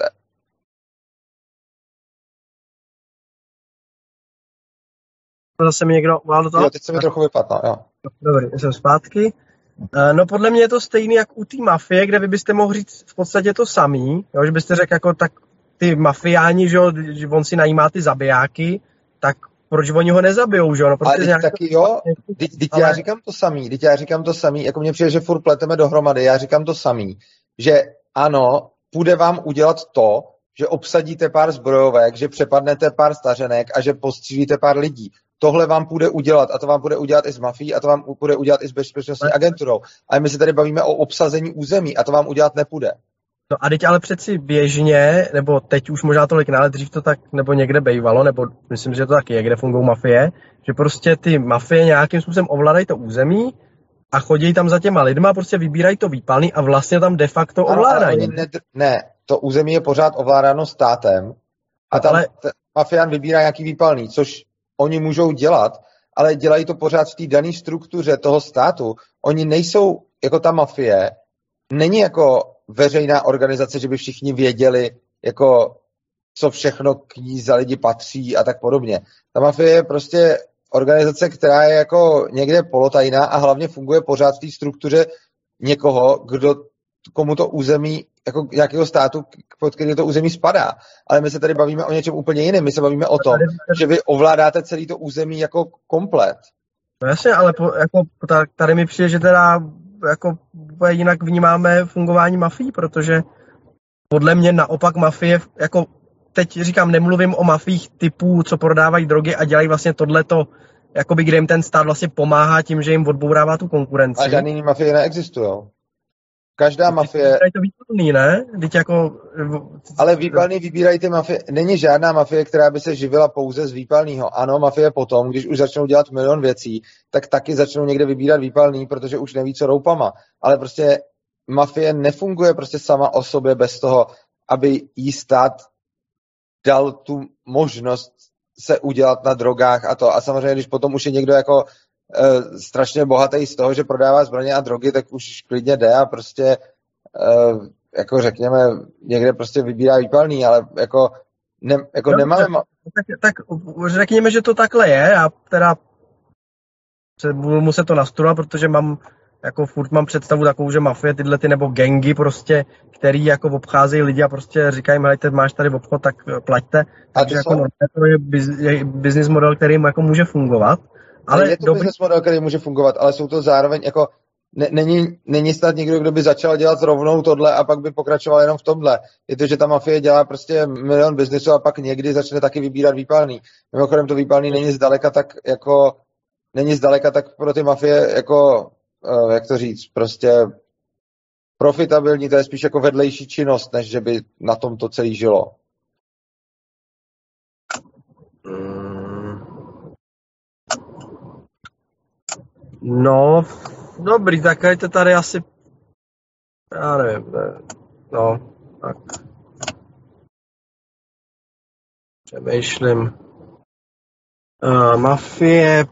Zase mi někdo volal do toho? Jo, teď se mi trochu vypadlo, jo. Dobrý, jsem zpátky. No podle mě je to stejný jak u té mafie, kde vy byste mohli říct v podstatě to samý, jo, že byste řekl jako tak ty mafiáni, že on si najímá ty zabijáky, tak proč oni ho nezabijou, že jo? No, prostě ale taky jo, já říkám to samý, jako mně přijde, že furt pleteme dohromady, já říkám to samý, že ano, půjde vám udělat to, že obsadíte pár zbrojovek, že přepadnete pár stařenek a že postřílíte pár lidí. Tohle vám půjde udělat a to vám bude udělat i s mafií a to vám bude udělat i s bezpečnostní agenturou. Ale my se tady bavíme o obsazení území a to vám udělat nepůjde. No a teď ale přeci běžně, nebo teď už možná tolik ne, ale dřív to tak nebo někde bejvalo, nebo myslím, že to taky je, kde fungují mafie, že prostě ty mafie nějakým způsobem ovládají to území a chodí tam za těma lidma, prostě vybírají to výpalný a vlastně tam de facto ovládají. Ne, to území je pořád ovládáno státem a tam mafián vybírá nějaký výpalný, což oni můžou dělat, ale dělají to pořád v té dané struktuře toho státu. Oni nejsou, jako ta mafie, není jako veřejná organizace, že by všichni věděli, jako co všechno k ní za lidi patří a tak podobně. Ta mafie je prostě organizace, která je jako někde polotajná a hlavně funguje pořád v té struktuře někoho, komu to území, jako nějakého státu, pod který to území spadá. Ale my se tady bavíme o něčem úplně jiném. My se bavíme o tom, že vy ovládáte celý to území jako komplet. No jasně, ale tady mi přijde, že teda jako jinak vnímáme fungování mafii, protože podle mě naopak mafie jako teď říkám, nemluvím o mafiích typů, co prodávají drogy a dělají vlastně tohleto, jakoby kde jim ten stát vlastně pomáhá tím, že jim odbourává tu konkurenci. A žádný mafie neexistují. Každá mafie... Je to výplný, ne? Teď jako... Ale výpalný vybírají ty mafie. Není žádná mafie, která by se živila pouze z výpalného. Ano, mafie potom, když už začnou dělat milion věcí, tak taky začnou někde vybírat výpalný, protože už neví, co roupama. Ale prostě mafie nefunguje prostě sama o sobě bez toho, aby jí stát dal tu možnost se udělat na drogách a to. A samozřejmě, když potom už je někdo jako strašně bohatý z toho, že prodává zbraně a drogy, tak už klidně jde a prostě jako řekněme, někde prostě vybírá výpalný, ale jako, nemáme... Tak řekněme, že to takhle je. Já teda budu muset to nastudovat, protože furt mám představu takovou, že mafie tyhle nebo gangy prostě, který jako obcházejí lidi a prostě říkají, hejte, máš tady obchod, tak plaťte. Takže jako to je business model, který jako může fungovat. Ale je to business model, který může fungovat, ale jsou to zároveň jako není snad někdo, kdo by začal dělat rovnou tohle a pak by pokračoval jenom v tomhle. Je to, že ta mafie dělá prostě milion biznesu a pak někdy začne taky vybírat výpalný. Mimochodem to výpalný není zdaleka tak pro ty mafie jako, jak to říct, prostě profitabilní, to je spíš jako vedlejší činnost, než že by na tom to celý žilo. No, dobrý, tak je to tady asi, já nevím, no, tak. Přemýšlím. Mafie.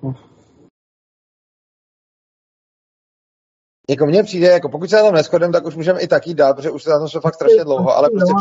Jako mně přijde, jako pokud se na tom neschodem, tak už můžeme i tak jít dál, protože už se na tom šlo fakt strašně dlouho, ale prostě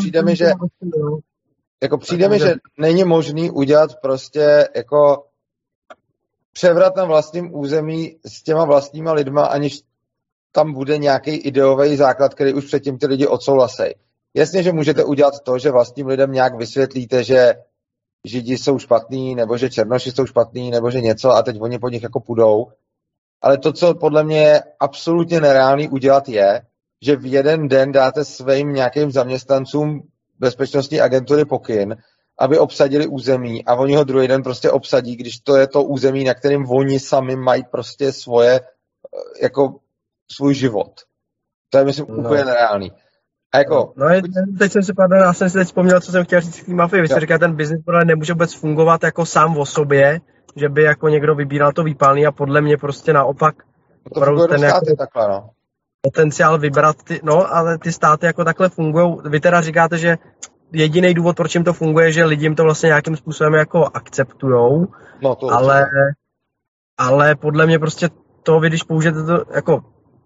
přijde mi, že není možný udělat prostě jako převrat na vlastním území s těma vlastníma lidma, aniž tam bude nějaký ideový základ, který už předtím ty lidi odsouhlasejí. Jasně, že můžete udělat to, že vlastním lidem nějak vysvětlíte, že Židi jsou špatný, nebo že Černoši jsou špatný, nebo že něco a teď oni po nich jako půjdou. Ale to, co podle mě je absolutně nereálný udělat, je, že v jeden den dáte svým nějakým zaměstnancům bezpečnostní agentury pokyn, aby obsadili území a oni ho druhý den prostě obsadí, když to je to území, na kterém oni sami mají prostě jako svůj život. To je, myslím, úplně nereálný. A jako... teď jsem si já jsem si teď vzpomněl, co jsem chtěl říct k té mafii. Vy jste říkal, ten business model nemůže vůbec fungovat jako sám o sobě, že by jako někdo vybíral to výpalný a podle mě prostě naopak to funguje ten státy jako takhle, no. Potenciál vybrat ale ty státy jako takhle fungujou. Vy teda říkáte, že jediný důvod, proč jim to funguje, že lidi jim to vlastně nějakým způsobem jako akceptujou, no, to ale podle mě prostě to, vy když použijete to jako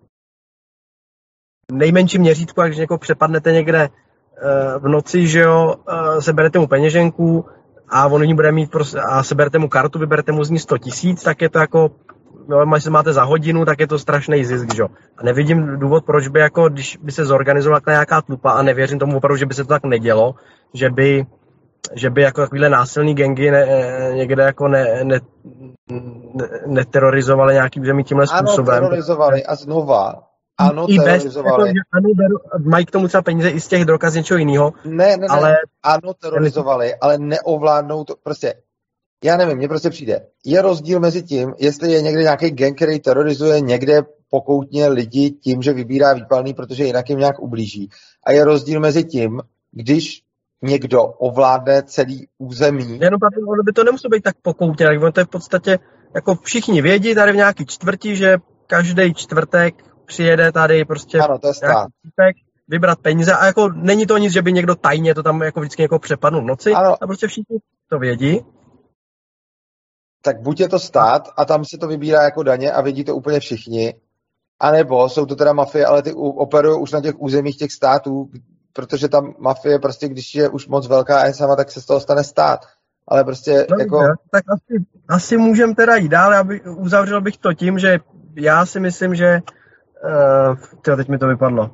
nejmenší měřítku, když někoho přepadnete někde v noci, že jo, seberete mu peněženku a on ní bude mít a seberete mu kartu, vyberete mu z ní 100 000, tak je to jako, jestli máte za hodinu, tak je to strašný zisk, že jo. A nevidím důvod, proč by jako, když by se zorganizovala nějaká tlupa a nevěřím tomu opravdu, že by se to tak nedělo, že by jako takovýhle násilný gangy někde jako neterorizovali nějaký území tímhle způsobem. Ano, terorizovali a znova. Ano, terorizovali. Mají k tomu třeba peníze i z těch drog a z něčeho jiného. Ne. Ano, terorizovali, ale neovládnou to. Prostě, já nevím, mně prostě přijde. Je rozdíl mezi tím, jestli je někde nějaký gang, který terorizuje někde pokoutně lidi tím, že vybírá výpalný, protože jinak jim nějak ublíží. A je rozdíl mezi tím, když někdo ovládne celý území. Ono by to nemuselo být tak pokoutně, ono to je v podstatě, jako všichni vědí tady v nějaký čtvrti, že každý čtvrtek přijede tady prostě ano, to je stát. Vybrat peníze a jako není to nic, že by někdo tajně to tam jako vždycky někoho přepadnul v noci, ano. A prostě všichni to vědí. Tak buď je to stát a tam se to vybírá jako daně a vědí to úplně všichni, anebo jsou to teda mafie, ale ty operují už na těch územích těch států, protože ta mafie prostě, když je už moc velká a je sama, tak se z toho stane stát. Ale prostě jako... Tak asi můžeme teda jít dál, uzavřel bych to tím, že já si myslím, že teď mi to vypadlo.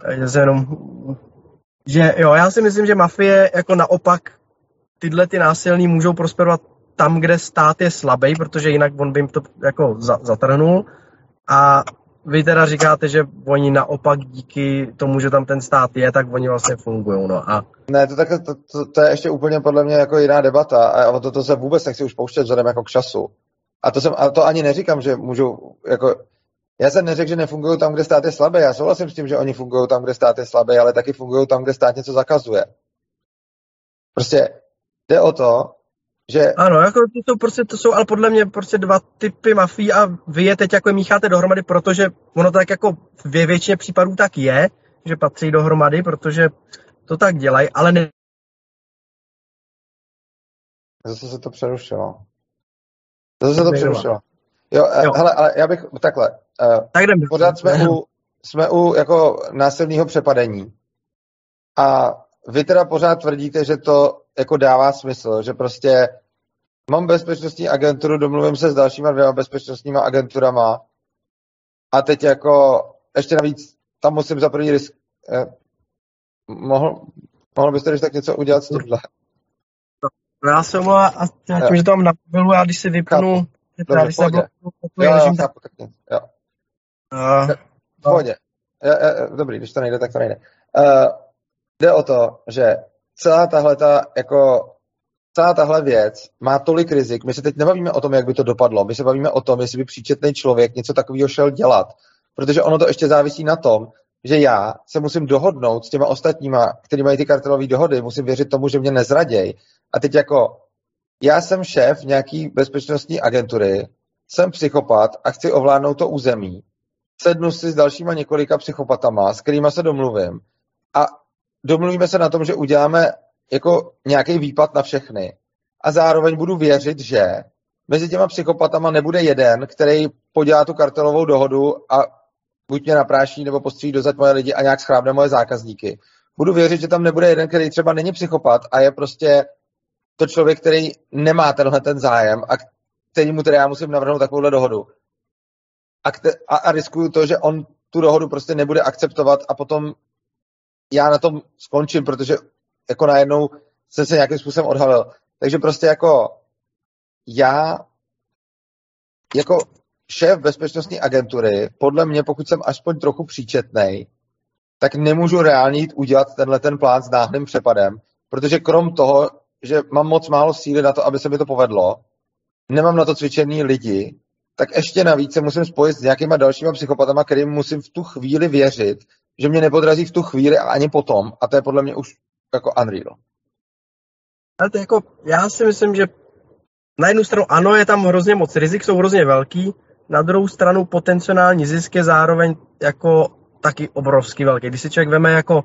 Já si myslím, že mafie jako naopak tyhle ty násilní můžou prosperovat tam, kde stát je slabý, protože jinak on by jim to jako zatrhnul. A vy teda říkáte, že oni naopak díky tomu, že tam ten stát je, tak oni vlastně fungují, no a... Ne, to je ještě úplně podle mě jako jiná debata a o to se vůbec nechci už pouštět vzhledem jako k času. A to ani neříkám, že můžu, jako... Já jsem neřekl, že nefungují tam, kde stát je slabý. Já souhlasím s tím, že oni fungují tam, kde stát je slabý, ale taky fungují tam, kde stát něco zakazuje. Prostě jde o to, že... Ano, jako to jsou ale podle mě prostě dva typy mafií a vy je teď jako mícháte dohromady, protože ono tak jako ve většině případů tak je, že patří dohromady, protože to tak dělají, ale ne... Zase se to přerušilo. Jo. Hele, ale já bych takhle. Tak jdem. Pořád jsme u jako násilného přepadení. A vy teda pořád tvrdíte, že to jako dává smysl, že prostě mám bezpečnostní agenturu, domluvím se s dalšíma 2 bezpečnostníma agenturama a teď jako ještě navíc tam musím za první risk... Mohl byste když tak něco udělat s tímhle? Já se omlouvám a tím, že to mám na mobilu, já když si vypnu... Dobře, v pohodě. V pohodě. Dobrý, když to nejde, tak to nejde. Jde o to, že celá tahle věc má tolik rizik. My se teď nebavíme o tom, jak by to dopadlo. My se bavíme o tom, jestli by příčetný člověk něco takového šel dělat. Protože ono to ještě závisí na tom, že já se musím dohodnout s těma ostatníma, kteří mají ty kartelové dohody, musím věřit tomu, že mě nezraděj. A teď jako já jsem šéf nějaký bezpečnostní agentury, jsem psychopat a chci ovládnout to území. Sednu si s dalšíma několika psychopatama, s kterýma se domluvím a domluvíme se na tom, že uděláme jako nějaký výpad na všechny. A zároveň budu věřit, že mezi těma psychopatama nebude jeden, který podělá tu kartelovou dohodu a buď mě napráší nebo postřílí dozad moje lidi a nějak schrábne moje zákazníky. Budu věřit, že tam nebude jeden, který třeba není psychopat a je prostě to člověk, který nemá tenhle ten zájem a kterýmu teda já musím navrhnout takovouhle dohodu. A riskuju to, že on tu dohodu prostě nebude akceptovat a potom já na tom skončím, protože jako najednou jsem se nějakým způsobem odhalil. Takže prostě jako já jako šéf bezpečnostní agentury, podle mě, pokud jsem aspoň trochu příčetnej, tak nemůžu reálně jít udělat tenhle ten plán s náhlým přepadem, protože krom toho, že mám moc málo síly na to, aby se mi to povedlo, nemám na to cvičený lidi, tak ještě navíc se musím spojit s nějakýma dalšíma psychopatama, kterým musím v tu chvíli věřit, že mě nepodrazí v tu chvíli a ani potom. A to je podle mě už jako unreal. Ale to jako, já si myslím, že na jednu stranu ano, je tam hrozně moc rizik, jsou hrozně velký, na druhou stranu potenciální zisk je zároveň jako taky obrovský velký. Když si člověk veme jako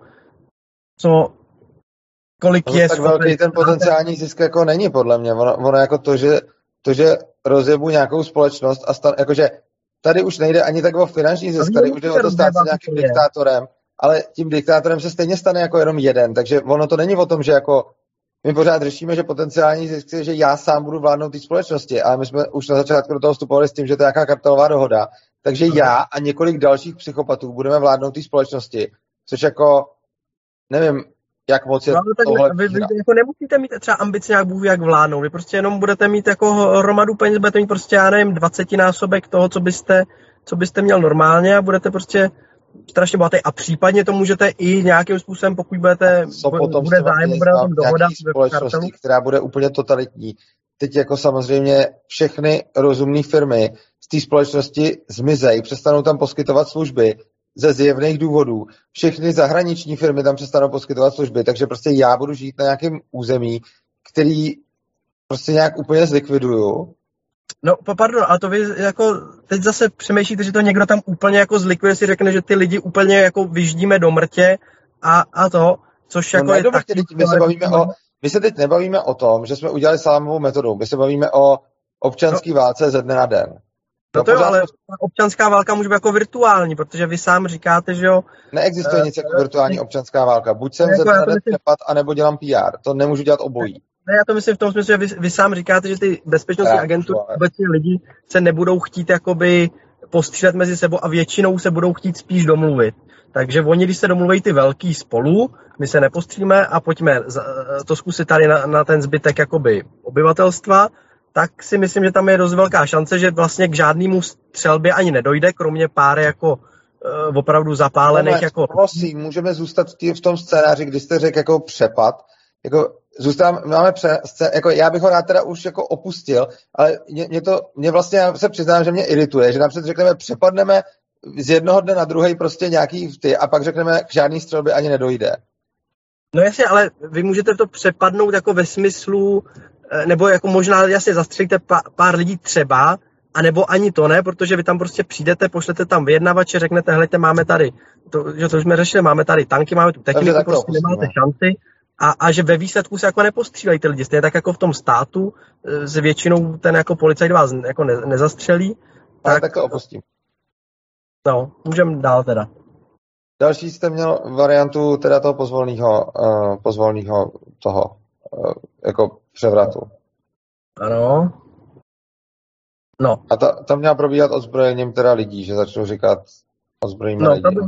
kolik je... Tak velký ten potenciální zisk jako není podle mě. Ono jako to, že rozjebu nějakou společnost a jakože tady už nejde ani tak o finanční zisk, tady už jde o to stát se nějakým diktátorem, ale tím diktátorem se stejně stane jako jenom jeden, takže ono to není o tom, že jako my pořád řešíme, že potenciální zisk je, že já sám budu vládnout té společnosti, ale my jsme už na začátku do toho vstupovali s tím, že to je nějaká kartelová dohoda, takže já a několik dalších psychopatů budeme vládnout té společnosti, což jako nevím, jak moc je tohle... Vy jako nemusíte mít třeba ambice nějak bůh jak vládnout, vy prostě jenom budete mít jako hromadu peněz, budete mít prostě, já nevím, 20násobek toho, co byste měl normálně a budete prostě strašně bohatý a případně to můžete i nějakým způsobem, pokud bude zájem, bude o tom dohoda společnosti, která bude úplně totalitní. Teď jako samozřejmě všechny rozumné firmy z té společnosti zmizejí, přestanou tam poskytovat služby ze zjevných důvodů. Všechny zahraniční firmy tam přestanou poskytovat služby, takže prostě já budu žít na nějakém území, který prostě nějak úplně zlikviduju. No, pardon, a to vy jako teď zase přemýšlíte, že to někdo tam úplně jako zlikviduje, si řekne, že ty lidi úplně jako vyždíme do mrtě a to, což jako je taky... My se teď nebavíme o tom, že jsme udělali salámovou metodu, my se bavíme o občanské válce ze dne na den. No to jo, ale občanská válka může být jako virtuální, protože vy sám říkáte, že jo... Neexistuje nic jako virtuální občanská válka. Buď jsem ze dne na den přepad, anebo dělám PR. To nemůžu dělat obojí. Ne, já to myslím v tom smyslu, že vy sám říkáte, že ty bezpečnostní agentury obecně lidi se nebudou chtít jakoby postřílet mezi sebou a většinou se budou chtít spíš domluvit. Takže oni, když se domluví ty velký spolu, my se nepostříme a pojďme to zkusit tady na ten zbytek jakoby obyvatelstva tak si myslím, že tam je dost velká šance, že vlastně k žádnému střelbě ani nedojde, kromě pár jako opravdu zapálených. No, jako... Prosím, můžeme zůstat v tom scénáři, kdy jste řekl jako přepad. Jako máme jako já bych ho rád teda už jako opustil, ale mě vlastně, já se přiznám, že mě irituje, že napřed řekneme, přepadneme z jednoho dne na druhý prostě nějaký a pak řekneme, k žádný střelbě ani nedojde. No jasně, ale vy můžete to přepadnout jako ve smyslu, nebo jako možná jasně zastřelíte pár lidí třeba, anebo ani to ne, protože vy tam prostě přijdete, pošlete tam vyjednavače, řeknete, hleďte, máme tady, to už jsme řešili, máme tady tanky, máme tu techniku, prostě nemáte šanci a že ve výsledku se jako nepostřílejí ty lidi, stejně tak jako v tom státu, s většinou ten jako policajt vás jako nezastřelí. Tak to opustím. No, můžeme dál teda. Další jste měl variantu teda toho pozvolného toho jako převratu. Ano. No. A tam měla probíhat odzbrojením teda lidí, že začnou říkat odzbrojením lidí. No,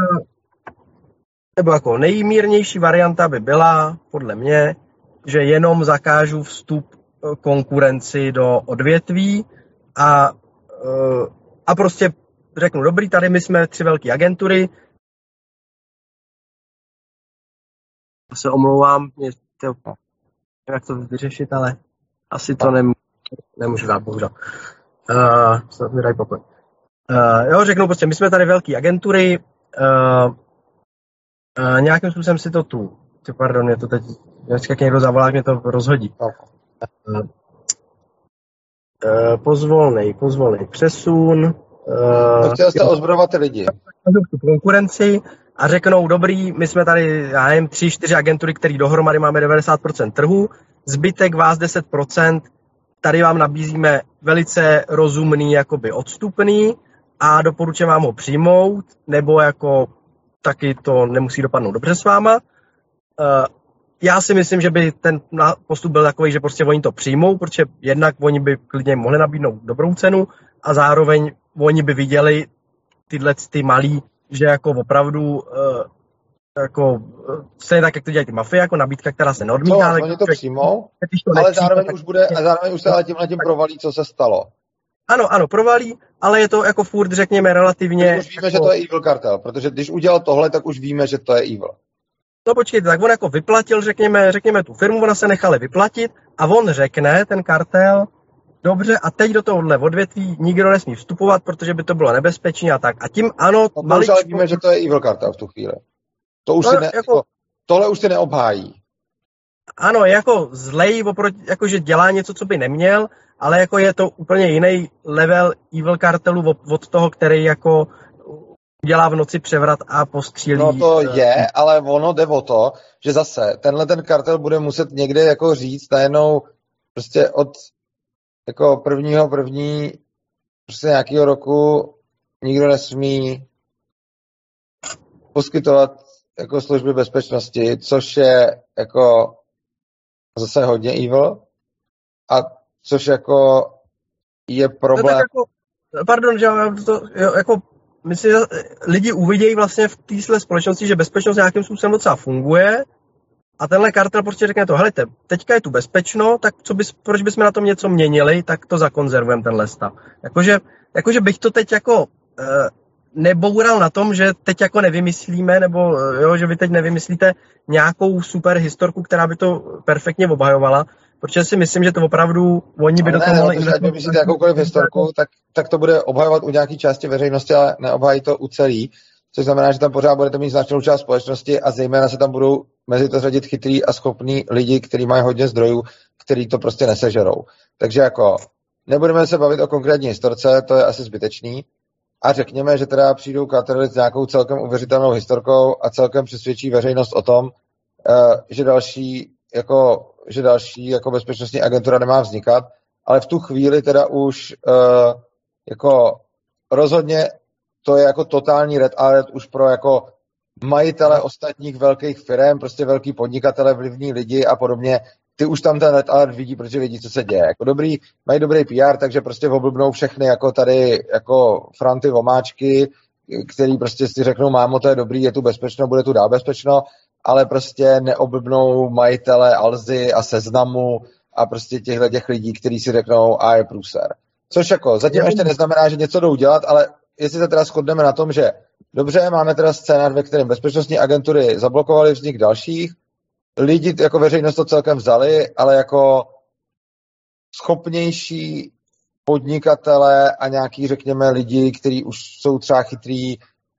nebo jako nejmírnější varianta by byla, podle mě, že jenom zakážu vstup konkurenci do odvětví a prostě řeknu, dobrý, tady my jsme 3 velké agentury. Já se omlouvám, jak to vyřešit, ale asi to nemůžu dát, bohužel. Snad mi dají pokoj. Jo, řeknu prostě, my jsme tady velké agentury, nějakým způsobem si to pardon, mě to teď, jak někdo zavolá, mě to rozhodí. Pozvolnej přesun. Chtěl jste ozbrojovat ty lidi. Tu konkurenci a řeknou, dobrý, my jsme tady, já nevím, 3-4 agentury, které dohromady máme 90% trhu, zbytek vás 10%, tady vám nabízíme velice rozumný jakoby odstupný a doporučuji vám ho přijmout, nebo jako taky to nemusí dopadnout dobře s váma. Já si myslím, že by ten postup byl takový, že prostě oni to přijmou, protože jednak oni by klidně mohli nabídnout dobrou cenu a zároveň oni by viděli ty malí, že jako opravdu jako stejně tak, jak to dělají ty mafie, jako nabídka, která se neodmítá. Oni to přijmou, ale zároveň už se ale tímhletím provalí, co se stalo. Ano, provalí, ale je to jako furt, řekněme, relativně... Už víme, že to je Evil Kartel, protože když udělal tohle, tak už víme, že to je Evil. No počkejte, tak on jako vyplatil, řekněme tu firmu, ona se nechala vyplatit a on řekne, ten kartel, dobře, a teď do tohohle odvětví nikdo nesmí vstupovat, protože by to bylo nebezpečné a tak. A tím ano... No, už ale víme, že to je Evil Kartel v tu chvíli. To už tohle už si neobhájí. Ano, jako zlej, jakože dělá něco, co by neměl, ale jako je to úplně jiný level Evil Kartelu od toho, který jako dělá v noci převrat a postřílí. No to je, ale ono jde o to, že zase ten kartel bude muset někde jako říct najednou prostě od jako první prostě nějakého roku nikdo nesmí poskytovat jako služby bezpečnosti, což je jako zase hodně evil a což jako je problém. No pardon, že jako myslím, že lidi uvidějí vlastně v téhle společnosti, že bezpečnost nějakým způsobem docela funguje a tenhle kartel prostě řekne to, helejte, teďka je tu bezpečno, tak proč bychom na tom něco měnili, tak to zakonzervujeme tenhle stav. Jakože bych to teď jako neboural na tom, že teď jako nevymyslíme, nebo jo, že vy teď nevymyslíte nějakou super historku, která by to perfektně obhajovala, protože si myslím, že to opravdu oni by do toho mohli... Ať vymyslíte jakoukoliv historku, tak to bude obhajovat u nějaké části veřejnosti, ale neobhají to u celý, což znamená, že tam pořád budete mít značnou část společnosti a zejména se tam budou mezi to řadit chytrý a schopní lidi, kteří mají hodně zdrojů, kteří to prostě nesežerou. Takže jako nebudeme se bavit o konkrétní historce, to je asi zbytečný. A řekněme, že teda přijdou kartely s nějakou celkem uvěřitelnou historkou a celkem přesvědčí veřejnost o tom, že další jako bezpečnostní agentura nemá vznikat, ale v tu chvíli teda už jako rozhodně to je jako totální red alert už pro jako majitele ostatních velkých firm, prostě velký podnikatele, vlivní lidi a podobně. Ty už tam ten red alert vidí, protože vidí, co se děje. Jako mají dobrý PR, takže prostě oblbnou všechny jako tady jako Franty Vomáčky, který prostě si řeknou, mámo, to je dobrý, je tu bezpečno, bude tu dál bezpečno, ale prostě neoblbnou majitele Alzy a Seznamu a prostě těch lidí, kteří si řeknou, a je průser. Což jako zatím ještě neznamená, že něco jdou dělat, ale jestli se teda shodneme na tom, že dobře, máme teda scénář, ve kterém bezpečnostní agentury zablokovaly vznik dalších, lidi jako veřejnost to celkem vzali, ale jako schopnější podnikatele a nějaký, řekněme, lidi, kteří už jsou třeba chytrý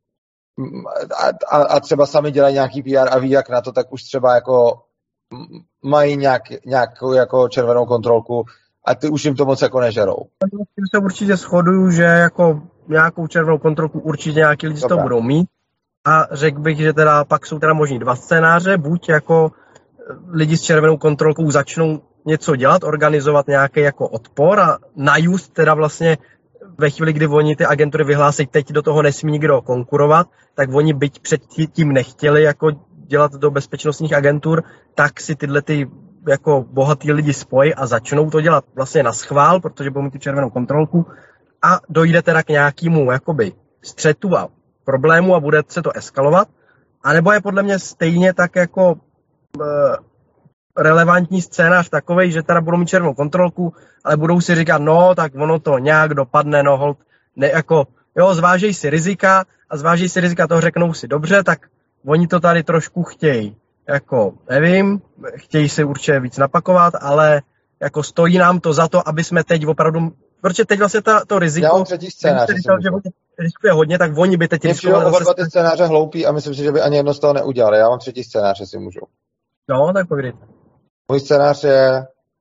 a třeba sami dělají nějaký PR a ví jak na to, tak už třeba jako mají nějakou jako červenou kontrolku a ty už jim to moc jako nežerou. Já se určitě shoduju, že jako nějakou červenou kontrolku určitě nějaký lidi z toho budou mít a řekl bych, že teda pak jsou teda možný dva scénáře, buď jako lidi s červenou kontrolkou začnou něco dělat, organizovat nějaký jako odpor a najust teda vlastně ve chvíli, kdy oni ty agentury vyhlásí, teď do toho nesmí nikdo konkurovat, tak oni byť předtím nechtěli jako dělat do bezpečnostních agentur, tak si tyhle ty jako bohatý lidi spojí a začnou to dělat vlastně na schvál, protože budou mít tu červenou kontrolku a dojde teda k nějakému jakoby střetu a problému a bude se to eskalovat. A nebo je podle mě stejně tak jako relevantní scénář takovej, že teda budou mít červenou kontrolku, ale budou si říkat, no, tak ono to nějak dopadne, no hold, ne, jako, jo, zvážej si rizika a zvážej si rizika, toho řeknou si dobře, tak oni to tady trošku chtějí, jako, nevím, chtějí si určitě víc napakovat, ale jako stojí nám to za to, aby jsme teď opravdu, protože teď vlastně to riziko, já mám třetí scénář, že riskuje hodně, tak oni by teď riskovali. Oba dva ty scénáře hloupí a myslím si, že by ani jedno z toho neudělali. Já mám třetí scénář, jestli můžu. No, tak povídejte. Můj scénář je,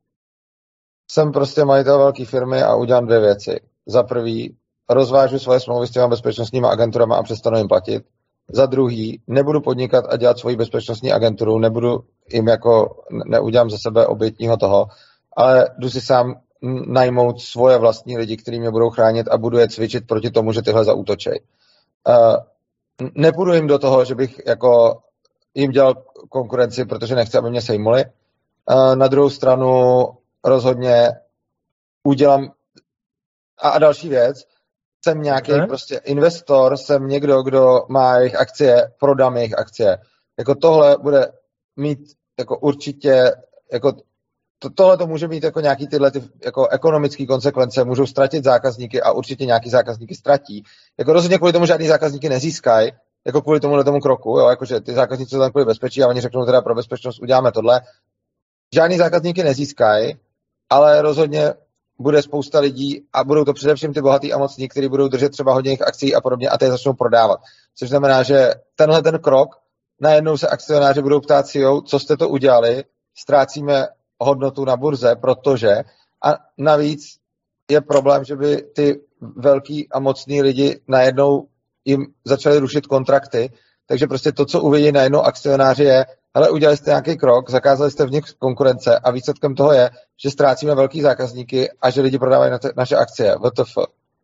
jsem prostě majitel velké firmy a udělám dvě věci. Za prvý, rozvážu svoje smlouvy s těma bezpečnostníma agenturama a přestanu jim platit. Za druhý, nebudu podnikat a dělat svoji bezpečnostní agenturu, nebudu jim jako, neudělám ze sebe obětního toho, ale jdu si sám najmout svoje vlastní lidi, kteří mě budou chránit a budu je cvičit proti tomu, že tyhle zaútočej. Nepůjdu jim do toho, že bych jako jim dělal konkurenci, protože nechci, aby mě sejmuli. Na druhou stranu rozhodně udělám a další věc, jsem nějaký prostě investor, jsem někdo, kdo má jejich akcie, prodám jejich akcie. Jako tohle bude mít jako určitě, jako tohle to může mít jako nějaký tyhle jako ekonomické konsekvence, můžou ztratit zákazníky a určitě nějaký zákazníky ztratí. Jako rozhodně kvůli tomu žádný zákazníky nezískají, jako kvůli tomu kroku, jo, jakože ty zákazníci jsou tam kvůli bezpečí a oni řeknou teda pro bezpečnost uděláme tohle. Žádný zákazníky nezískají, ale rozhodně bude spousta lidí a budou to především ty bohatý a mocní, kteří budou držet třeba hodně jejich akcí a podobně a ty začnou prodávat. Což znamená, že tenhle ten krok, najednou se akcionáři budou ptát CEO, co jste to udělali, ztrácíme hodnotu na burze, protože a navíc je problém, že by ty velký a mocní lidi najednou jim začali rušit kontrakty, takže prostě to, co uvidí najednou akcionáři je, hele, udělali jste nějaký krok, zakázali jste v nich konkurence a výsledkem toho je, že ztrácíme velký zákazníky a že lidi prodávají naše akcie. WTF.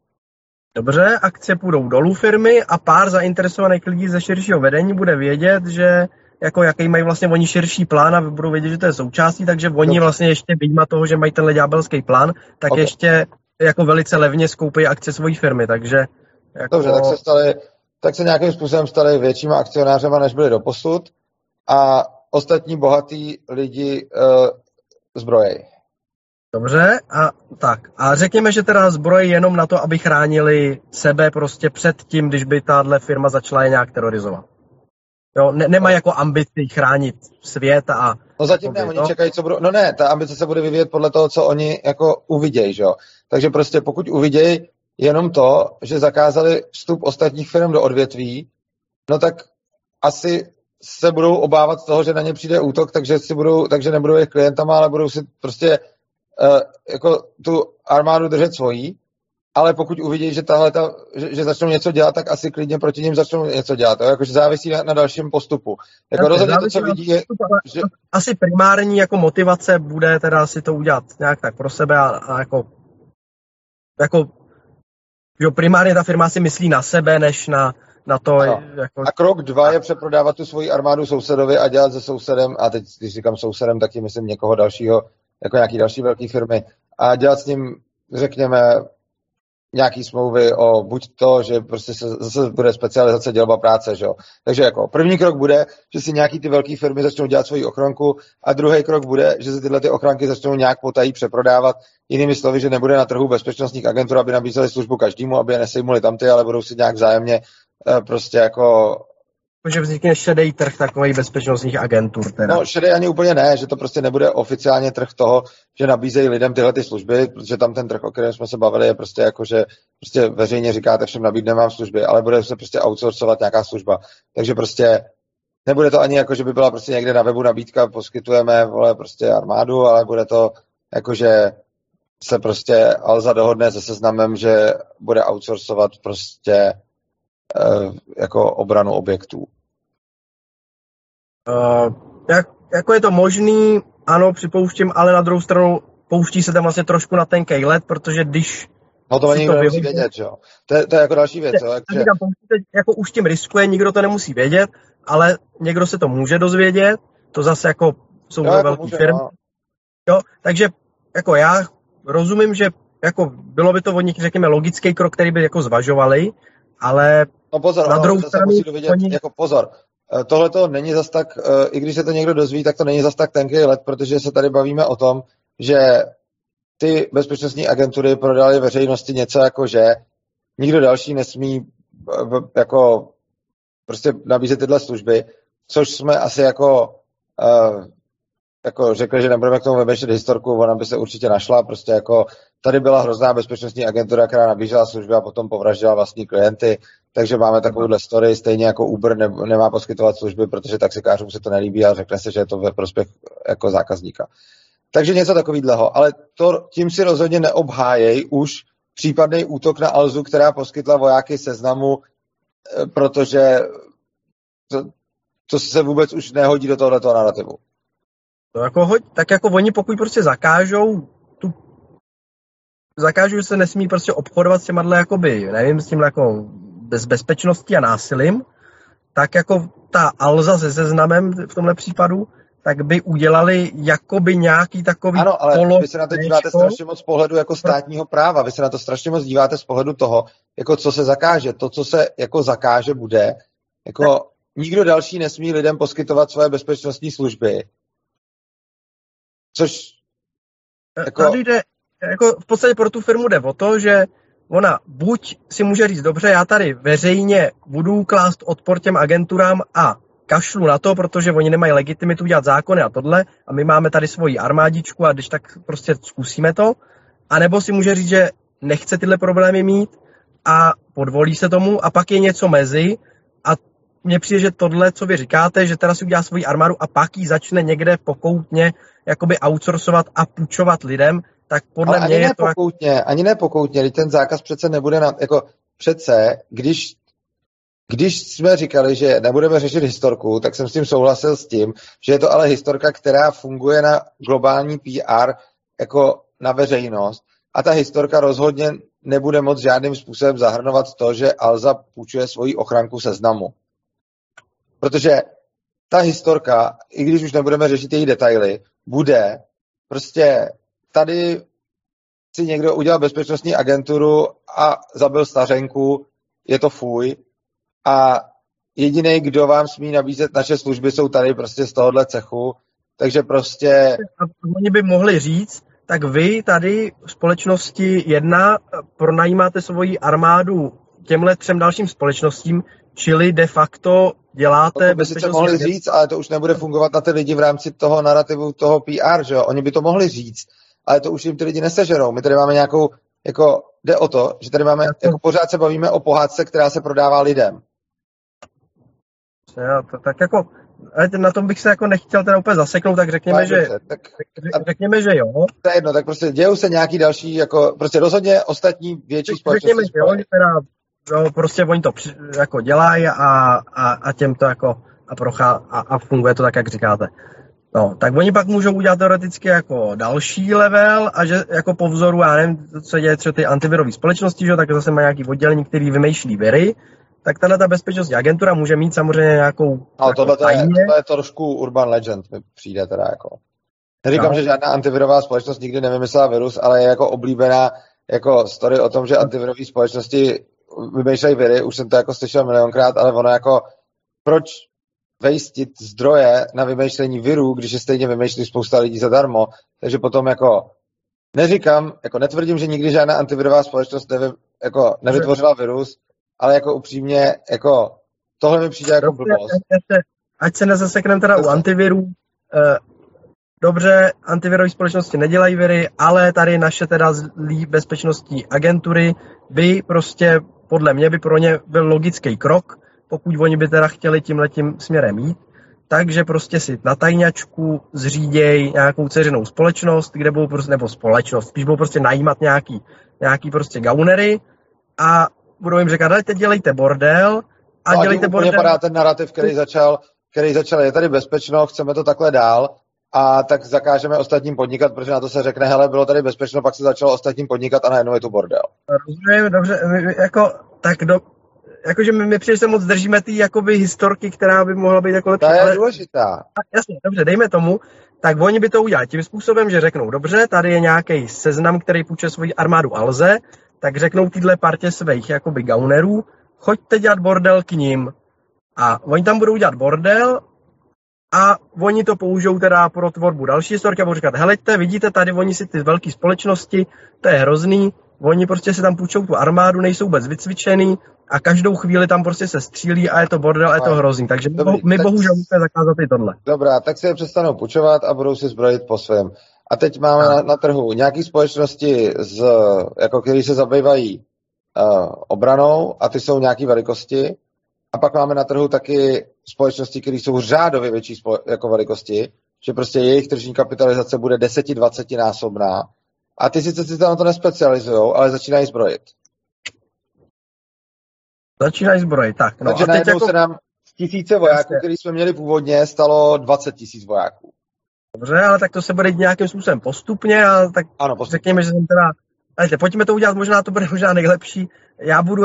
Dobře, akcie půjdou dolů firmy a pár zainteresovaných lidí ze širšího vedení bude vědět, že jako jaký mají vlastně oni širší plán a budou vědět, že to je součástí, takže oni vlastně ještě vyjma toho, že mají tenhle ďábelský plán, tak ještě jako velice levně skoupí akcie svojí firmy, takže jako... Dobře, tak se nějakým způsobem stali většíma akcionářema, než byli doposud a ostatní bohatý lidi zbrojejí. Dobře, a řekněme, že teda zbrojí jenom na to, aby chránili sebe prostě před tím, když by tahle firma začala je nějak terorizovat. Jo, nemají jako ambici chránit svět a... No zatím ne, oni čekají, co budou... No ne, ta ambice se bude vyvíjet podle toho, co oni jako uvidějí, že jo. Takže prostě pokud uvidějí jenom to, že zakázali vstup ostatních firm do odvětví, no tak asi se budou obávat toho, že na ně přijde útok, takže nebudou jejich klientama, ale budou si prostě jako tu armádu držet svojí, ale pokud uvidí, že že začnou něco dělat, tak asi klidně proti ním začnou něco dělat. Jakože závisí na dalším postupu. Jako rozhodně to, co vidí, je... Že... Asi primární jako motivace bude teda si to udělat nějak tak pro sebe a jako že primárně ta firma si myslí na sebe, než na to. Jako... A krok 2 je přeprodávat tu svoji armádu sousedovi a dělat se sousedem, a teď když říkám sousedem, tak tím myslím někoho dalšího, jako nějaký další velký firmy, a dělat s ním, řekněme, nějaký smlouvy o buď to, že prostě se zase bude specializace dělba práce, že jo. Takže jako první krok bude, že si nějaký ty velké firmy začnou dělat svoji ochranku a druhý krok bude, že se tyhle ty ochranky začnou nějak potají přeprodávat. Jinými slovy, že nebude na trhu bezpečnostních agentur, aby nabízeli službu každému, aby je nesejmuli tamty, ale budou si nějak vzájemně prostě jako že vznikne šedý trh takových bezpečnostních agentur. Teda. No, šedý ani úplně ne, že to prostě nebude oficiálně trh toho, že nabízejí lidem tyhle ty služby, protože tam ten trh, o kterém jsme se bavili, je prostě jako, že prostě veřejně říkáte všem nabídneme vám služby, ale bude se prostě outsourcovat nějaká služba. Takže prostě nebude to ani jako, že by byla prostě někde na webu nabídka, poskytujeme, vole, prostě armádu, ale bude to jako, že se prostě Alza dohodne se Seznamem, že bude outsourcovat prostě jako obranu objektů. Jako je to možný, ano, připouštím, ale na druhou stranu pouští se tam vlastně trošku na tenkej led, protože když no to nikdo nemusí vědět, jo. To je jako další věc, jo. Jako už tím riskuje, nikdo to nemusí vědět, ale někdo se to může dozvědět, to zase jako jsou velké firmy. No. Jo, takže jako já rozumím, že jako bylo by to od nich, řekněme, logický krok, který by jako zvažovali, ale no pozor, na druhou stranu musí dovědět, jako pozor. Tohle to není zas tak, i když se to někdo dozví, tak to není zas tak tenký let, protože se tady bavíme o tom, že ty bezpečnostní agentury prodaly veřejnosti něco jako, že nikdo další nesmí jako prostě nabízet tyhle služby, což jsme asi jako řekli, že nebudeme k tomu vymýšlet historku, ona by se určitě našla, prostě jako tady byla hrozná bezpečnostní agentura, která nabízela služby a potom povraždila vlastní klienty, takže máme takovouhle story, stejně jako Uber nemá poskytovat služby, protože taxikářům se to nelíbí a řekne se, že je to ve prospěch jako zákazníka. Takže něco takového, ale tím si rozhodně neobhájej už případný útok na Alzu, která poskytla vojáky Seznamu, protože to se vůbec už nehodí do tohoto narrativu. Tak jako oni pokud prostě zakážou, že se nesmí prostě obchodovat s těma jakoby, nevím, s tím jako bezpečností a násilím, tak jako ta Alza se Seznamem v tomhle případu, tak by udělali jakoby nějaký takový ano, ale vy se na to díváte strašně moc z pohledu jako státního práva, vy se na to strašně moc díváte z pohledu toho, jako co se zakáže, to, co se jako zakáže bude, jako nikdo další nesmí lidem poskytovat svoje bezpečnostní služby, což jako tady jde, jako v podstatě pro tu firmu jde o to, že ona buď si může říct, dobře, já tady veřejně budu klást odpor těm agenturám a kašlu na to, protože oni nemají legitimitu dělat zákony a tohle a my máme tady svoji armádičku a když tak prostě zkusíme to. A nebo si může říct, že nechce tyhle problémy mít a podvolí se tomu a pak je něco mezi a mně přijde, že tohle, co vy říkáte, že teda si udělá svoji armádu a pak ji začne někde pokoutně jakoby outsourcovat a půjčovat lidem, tak podle mě je to... Ani ne pokoutně, ten zákaz přece nebude jako přece, když jsme říkali, že nebudeme řešit historku, tak jsem s tím souhlasil s tím, že je to ale historka, která funguje na globální PR jako na veřejnost a ta historka rozhodně nebude moc žádným způsobem zahrnovat to, že Alza půjčuje svoji ochranku Seznamu. Protože ta historka, i když už nebudeme řešit její detaily, bude prostě tady si někdo udělal bezpečnostní agenturu a zabil stařenku, je to fuj. A jediný, kdo vám smí nabízet naše služby, jsou tady prostě z tohohle cechu. Takže prostě... A oni by mohli říct, tak vy tady v společnosti 1 pronajímáte svoji armádu těmhle 3 dalším společnostím, čili de facto děláte... To by si to mohli říct, ale to už nebude fungovat na ty lidi v rámci toho narrativu, toho PR, že jo? Oni by to mohli říct, ale to už jim ty lidi nesežerou. My tady máme nějakou, jako jde o to, že tady máme, jako pořád se bavíme o pohádce, která se prodává lidem. Jo, tak jako, ale na tom bych se jako nechtěl teda úplně zaseknout, tak řekněme, řekněme, že jo. To je jedno, tak prostě dějou se nějaký další, jako, prostě rozhodně ostatní větší společnosti. Řekněme, že jo, že teda, jo, prostě oni to jako dělají a těm to jako a funguje to tak, jak říkáte. No, tak oni pak můžou udělat teoreticky jako další level a že jako po vzoru, já nevím, co děje třeba ty antivirové společnosti, že, tak zase má nějaký oddělení, který vymýšlí viry, tak ta bezpečnostní agentura může mít samozřejmě nějakou... Ale tohle je trošku urban legend, mi přijde teda jako. Neříkám, že žádná antivirová společnost nikdy nevymyslela virus, ale je jako oblíbená jako story o tom, že antivirové společnosti vymýšlejí viry, už jsem to jako slyšel milionkrát, ale ono jako, proč vejstit zdroje na vymýšlení virů, když je stejně vymýšlí spousta lidí zadarmo, takže potom jako neříkám, jako netvrdím, že nikdy žádná antivirová společnost nevytvořila virus, ale jako upřímně, jako tohle mi přijde jako blbost. Ať se nezasekneme teda u antivirů. Dobře, antivirové společnosti nedělají viry, ale tady naše teda zlý bezpečnostní agentury by prostě, podle mě by pro ně byl logický krok, pokud oni by teda chtěli tímhletím směrem jít, takže prostě si na tajňačku zříděj nějakou dceřinou společnost, kde budou prostě, nebo společnost, spíš budou prostě najímat nějaký prostě gaunery a budou jim říkat, teď dělejte bordel a dělejte bordel. Padá ten narrativ, který začal, je tady bezpečno, chceme to takhle dál, a tak zakážeme ostatním podnikat, protože na to se řekne, hele, bylo tady bezpečno, pak se začalo ostatním podnikat a najednou je tu bordel. Rozumím, dobře, jakože my příliš se moc držíme ty jakoby historky, která by mohla být jako lepší. Ta je důležitá. Jasně, dobře, dejme tomu, tak oni by to udělali tím způsobem, že řeknou, dobře, tady je nějaký seznam, který půjče svoji armádu Alze, tak řeknou týhle partě svých jakoby gaunerů, choďte dělat bordel k ním. A oni tam budou dělat bordel a oni to použijou teda pro tvorbu další historky a budou říkat, heleďte, vidíte, tady oni si ty velké společnosti, to je hrozný, oni prostě si tam půjčou tu armádu, nejsou vůbec vycvičený a každou chvíli tam prostě se střílí a je to bordel a je to hrozný. Takže my bohužel musíme zakázat i tohle. Dobrá, tak si je přestanou půjčovat a budou si zbrojit po svém. A teď máme na trhu nějaké společnosti, které se zabývají obranou a ty jsou nějaké velikosti. A pak máme na trhu taky společnosti, které jsou řádově větší jako velikosti, že prostě jejich tržní kapitalizace bude 10-20 násobná. A ty sice si tam to nespecializujou, ale začínají zbrojit. Začínají zbrojit, tak. No, takže najednou se nám z 1000 vojáků, který jsme měli původně, stalo 20 000 vojáků. Dobře, ale tak to se bude nějakým způsobem postupně a tak ano, postupně. Řekněme, že jsem teda... Dajte, pojďme to udělat, možná to bude možná nejlepší. Já budu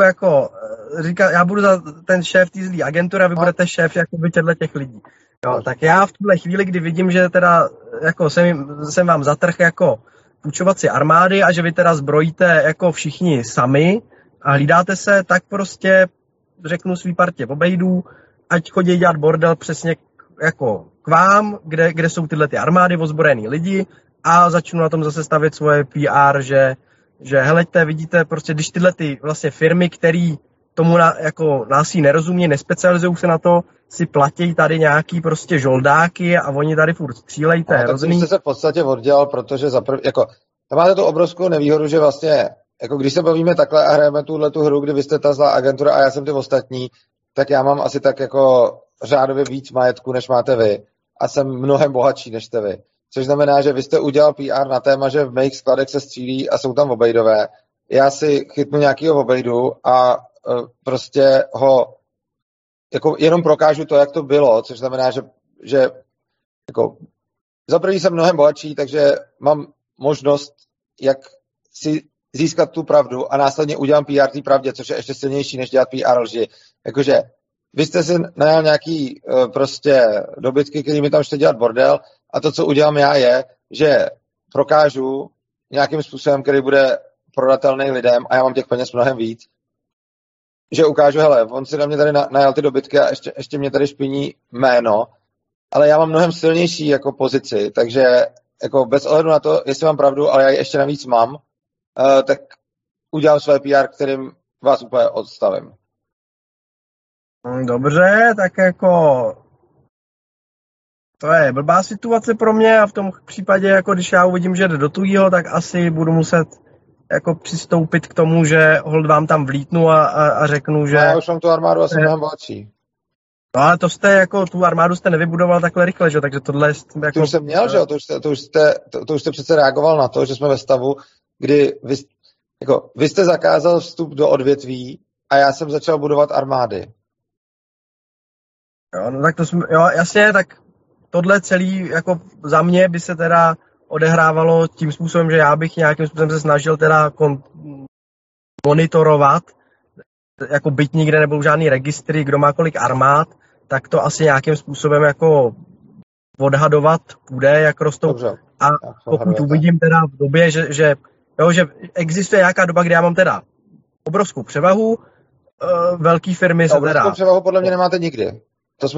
já budu za ten šéf té zlý agentury a vy budete šéf jakoby těch lidí. Jo, tak já v tuhle chvíli, kdy vidím, že teda jako jsem vám zatrhl jako půjčovací armády a že vy teda zbrojíte jako všichni sami a hlídáte se, tak prostě řeknu svý partě obejdu, ať chodí dělat bordel přesně jako k vám, kde jsou tyhle ty armády, ozbrojený lidi a začnu na tom zase stavět svoje PR, že heleďte, vidíte, prostě když tyhle ty vlastně firmy, které tomu jako násilí nerozumí, nespecializují se na to, si platí tady nějaký prostě žoldáky a oni tady furt střílejí, to je hrozný. Tak jste se v podstatě oddělal, protože tam máte tu obrovskou nevýhodu, že vlastně, jako když se bavíme takhle a hrajeme tuhletu hru, kdy vy jste ta zlá agentura a já jsem ty ostatní, tak já mám asi tak jako řádově víc majetku, než máte vy a jsem mnohem bohatší, než jste vy. Což znamená, že vy jste udělal PR na téma, že v mých skladech se střílí a jsou tam obejdové. Já si chytnu nějakýho obejdu a prostě ho jako jenom prokážu to, jak to bylo, což znamená, že jako za první jsem mnohem bohatší, takže mám možnost, jak si získat tu pravdu a následně udělám PR té pravdě, což je ještě silnější, než dělat PR lži. Jakože vy jste si najal nějaký prostě dobytky, který mi tam chce dělat bordel a to, co udělám já, je, že prokážu nějakým způsobem, který bude prodatelný lidem a já mám těch peněz mnohem víc, že ukážu, hele, on si na mě tady najal ty dobytky a ještě mě tady špiní jméno, ale já mám mnohem silnější jako pozici, takže jako bez ohledu na to, jestli mám pravdu, ale já ji ještě navíc mám, tak udělám své PR, kterým vás úplně odstavím. Dobře, tak jako to je blbá situace pro mě a v tom případě, jako když já uvidím, že jde do tujího, tak asi budu muset jako přistoupit k tomu, že hold vám tam vlítnu a řeknu, že... Já už mám tu armádu asi mnohem bohatší. No ale to jste jako, tu armádu jste nevybudoval takhle rychle, že? Takže tohle jako... To už jsem měl, že jo? To už jste přece reagoval na to, že jsme ve stavu, kdy vy jste zakázal vstup do odvětví a já jsem začal budovat armády. Jo, no tak to jsme, jo, jasně, tak tohle celý, jako za mě by se teda odehrávalo tím způsobem, že já bych nějakým způsobem se snažil teda monitorovat, jako byť nikde nebudou žádný registry, kdo má kolik armád, tak to asi nějakým způsobem jako odhadovat půjde, jak rostou. Dobře. A pokud uvidím teda v době, že Jo, že existuje nějaká doba, kdy já mám teda obrovskou převahu, velké firmy se teda... Obrovskou převahu podle mě nemáte nikdy. To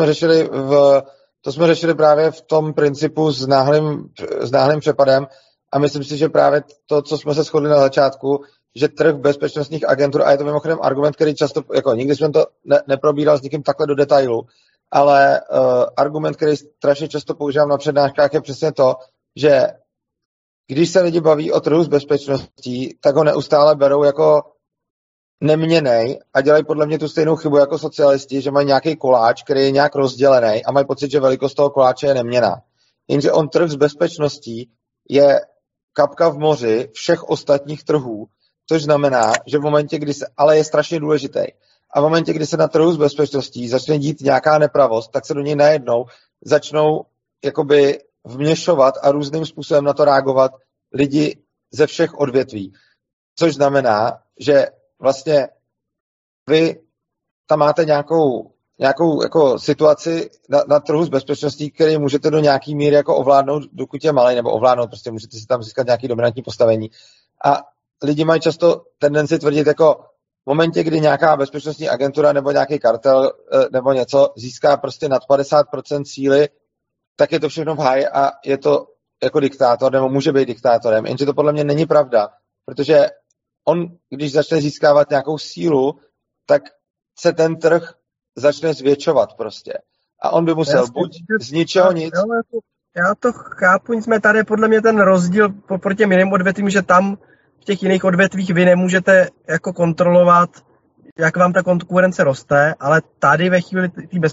jsme řešili právě v tom principu s náhlým přepadem a myslím si, že právě to, co jsme se shodli na začátku, že trh bezpečnostních agentur, a je to mimochodem argument, který často, jako nikdy jsem to neprobíral s nikým takhle do detailu, ale argument, který strašně často používám na přednáškách, je přesně to, že když se lidi baví o trhu s bezpečností, tak ho neustále berou jako neměnej a dělají podle mě tu stejnou chybu jako socialisti, že mají nějaký koláč, který je nějak rozdělený a mají pocit, že velikost toho koláče je neměnná. Jenže on trh s bezpečností je kapka v moři všech ostatních trhů, což znamená, že v momentě, kdy se, ale je strašně důležitý, a v momentě, kdy se na trhu s bezpečností začne dít nějaká nepravost, tak se do něj najednou začnou jakoby vměšovat a různým způsobem na to reagovat lidi ze všech odvětví. Což znamená, že vlastně vy tam máte nějakou jako situaci na trhu s bezpečností, který můžete do nějaký míry jako ovládnout, dokud je malej, nebo ovládnout, prostě můžete si tam získat nějaký dominantní postavení. A lidi mají často tendenci tvrdit jako v momentě, kdy nějaká bezpečnostní agentura nebo nějaký kartel nebo něco získá prostě nad 50% síly, tak je to všechno v háji a je to jako diktátor, nebo může být diktátorem. Jenže to podle mě není pravda, protože on, když začne získávat nějakou sílu, tak se ten trh začne zvětšovat prostě. A on by musel buď z ničeho nic... Já to chápu, nicméně tady je podle mě ten rozdíl proti těm jiným odvětvím, že tam v těch jiných odvětvích vy nemůžete jako kontrolovat, jak vám ta konkurence roste, ale tady ve chvíli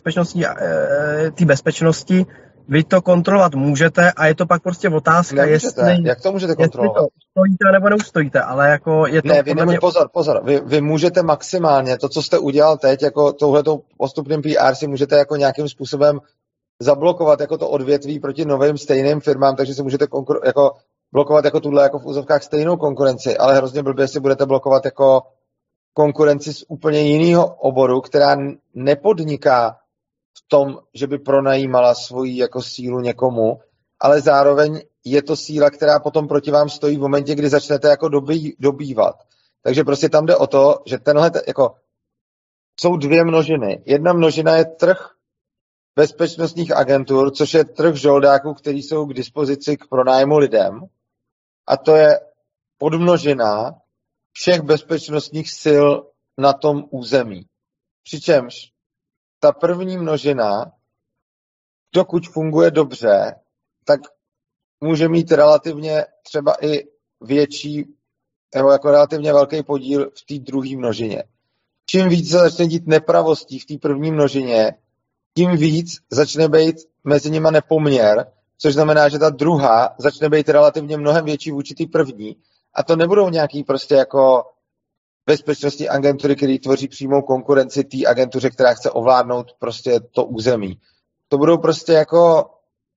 té bezpečnosti vy to kontrolovat můžete a je to pak prostě otázka, jestli... Jak to můžete kontrolovat? Jestli to stojíte nebo neustojíte, ale jako je to... Ne, pozor. Vy můžete maximálně to, co jste udělal teď, jako touhletou postupným PR si můžete jako nějakým způsobem zablokovat jako to odvětví proti novým stejným firmám, takže si můžete jako blokovat jako tuhle jako v úzovkách stejnou konkurenci, ale hrozně blbě si budete blokovat jako konkurenci z úplně jiného oboru, která nepodniká v tom, že by pronajímala svoji jako sílu někomu, ale zároveň je to síla, která potom proti vám stojí v momentě, kdy začnete jako dobývat. Takže prostě tam jde o to, že tenhle jako jsou dvě množiny. Jedna množina je trh bezpečnostních agentur, což je trh žoldáků, který jsou k dispozici k pronájmu lidem. A to je podmnožina všech bezpečnostních sil na tom území. Přičemž ta první množina, dokud funguje dobře, tak může mít relativně třeba i větší, nebo jako relativně velký podíl v té druhé množině. Čím víc se začne dít nepravostí v té první množině, tím víc začne být mezi nimi nepoměr, což znamená, že ta druhá začne být relativně mnohem větší vůči té první. A to nebudou nějaký prostě jako bezpečnostní agentury, které tvoří přímou konkurenci té agentuře, která chce ovládnout prostě to území. To budou prostě jako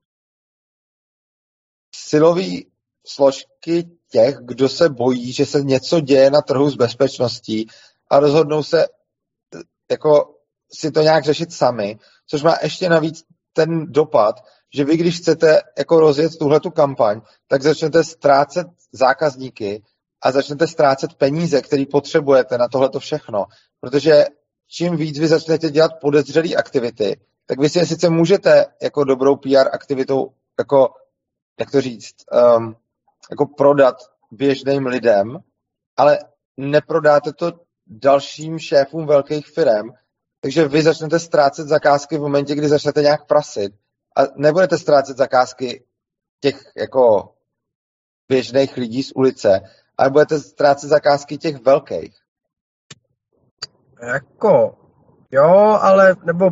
silové složky těch, kdo se bojí, že se něco děje na trhu s bezpečností a rozhodnou se jako si to nějak řešit sami, což má ještě navíc ten dopad, že vy, když chcete jako rozjet tuhletu kampaň, tak začnete ztrácet zákazníky a začnete ztrácet peníze, které potřebujete na tohleto všechno. Protože čím víc vy začnete dělat podezřelé aktivity, tak vy si je sice můžete jako dobrou PR aktivitou, jako, jak to říct, jako prodat běžným lidem, ale neprodáte to dalším šéfům velkých firm, takže vy začnete ztrácet zakázky v momentě, kdy začnete nějak prasit a nebudete ztrácet zakázky těch jako běžných lidí z ulice, ale budete ztrácet zakázky těch velkých. Jako, jo, ale nebo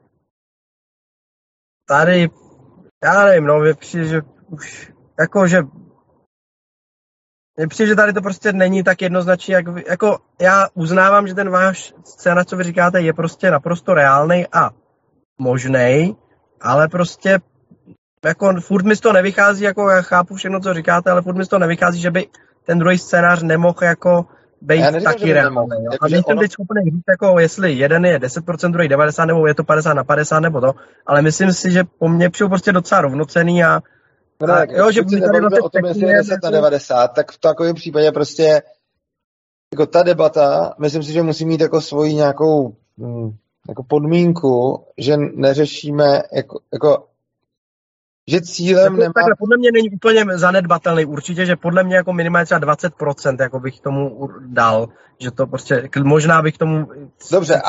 tady, já nevím, no, mě přijde, že už, jako, že mně přijde, že tady to prostě není tak jednoznačně, jako já uznávám, že ten váš scénář, co vy říkáte, je prostě naprosto reálnej a možnej, ale prostě jako furt mi z toho nevychází, jako já chápu všechno, co říkáte, ale furt mi z toho nevychází, že by ten druhý scénář nemohl jako být taky reálný. A nejsem teď schopný říct, jako jestli jeden je 10%, druhý 90%, nebo je to 50/50, nebo to, ale myslím si, že po mně přijou prostě docela rovnocenný a Jo, že si nebavíme o tom, jestli je 10/90, tak v takovém případě prostě jako ta debata, myslím si, že musí mít jako svoji nějakou jako podmínku, že neřešíme jako že cílem nemá... Takhle, podle mě není úplně zanedbatelný. Určitě, že podle mě jako minimálně třeba 20% jako bych tomu dal, že to prostě, možná bych tomu... Dobře,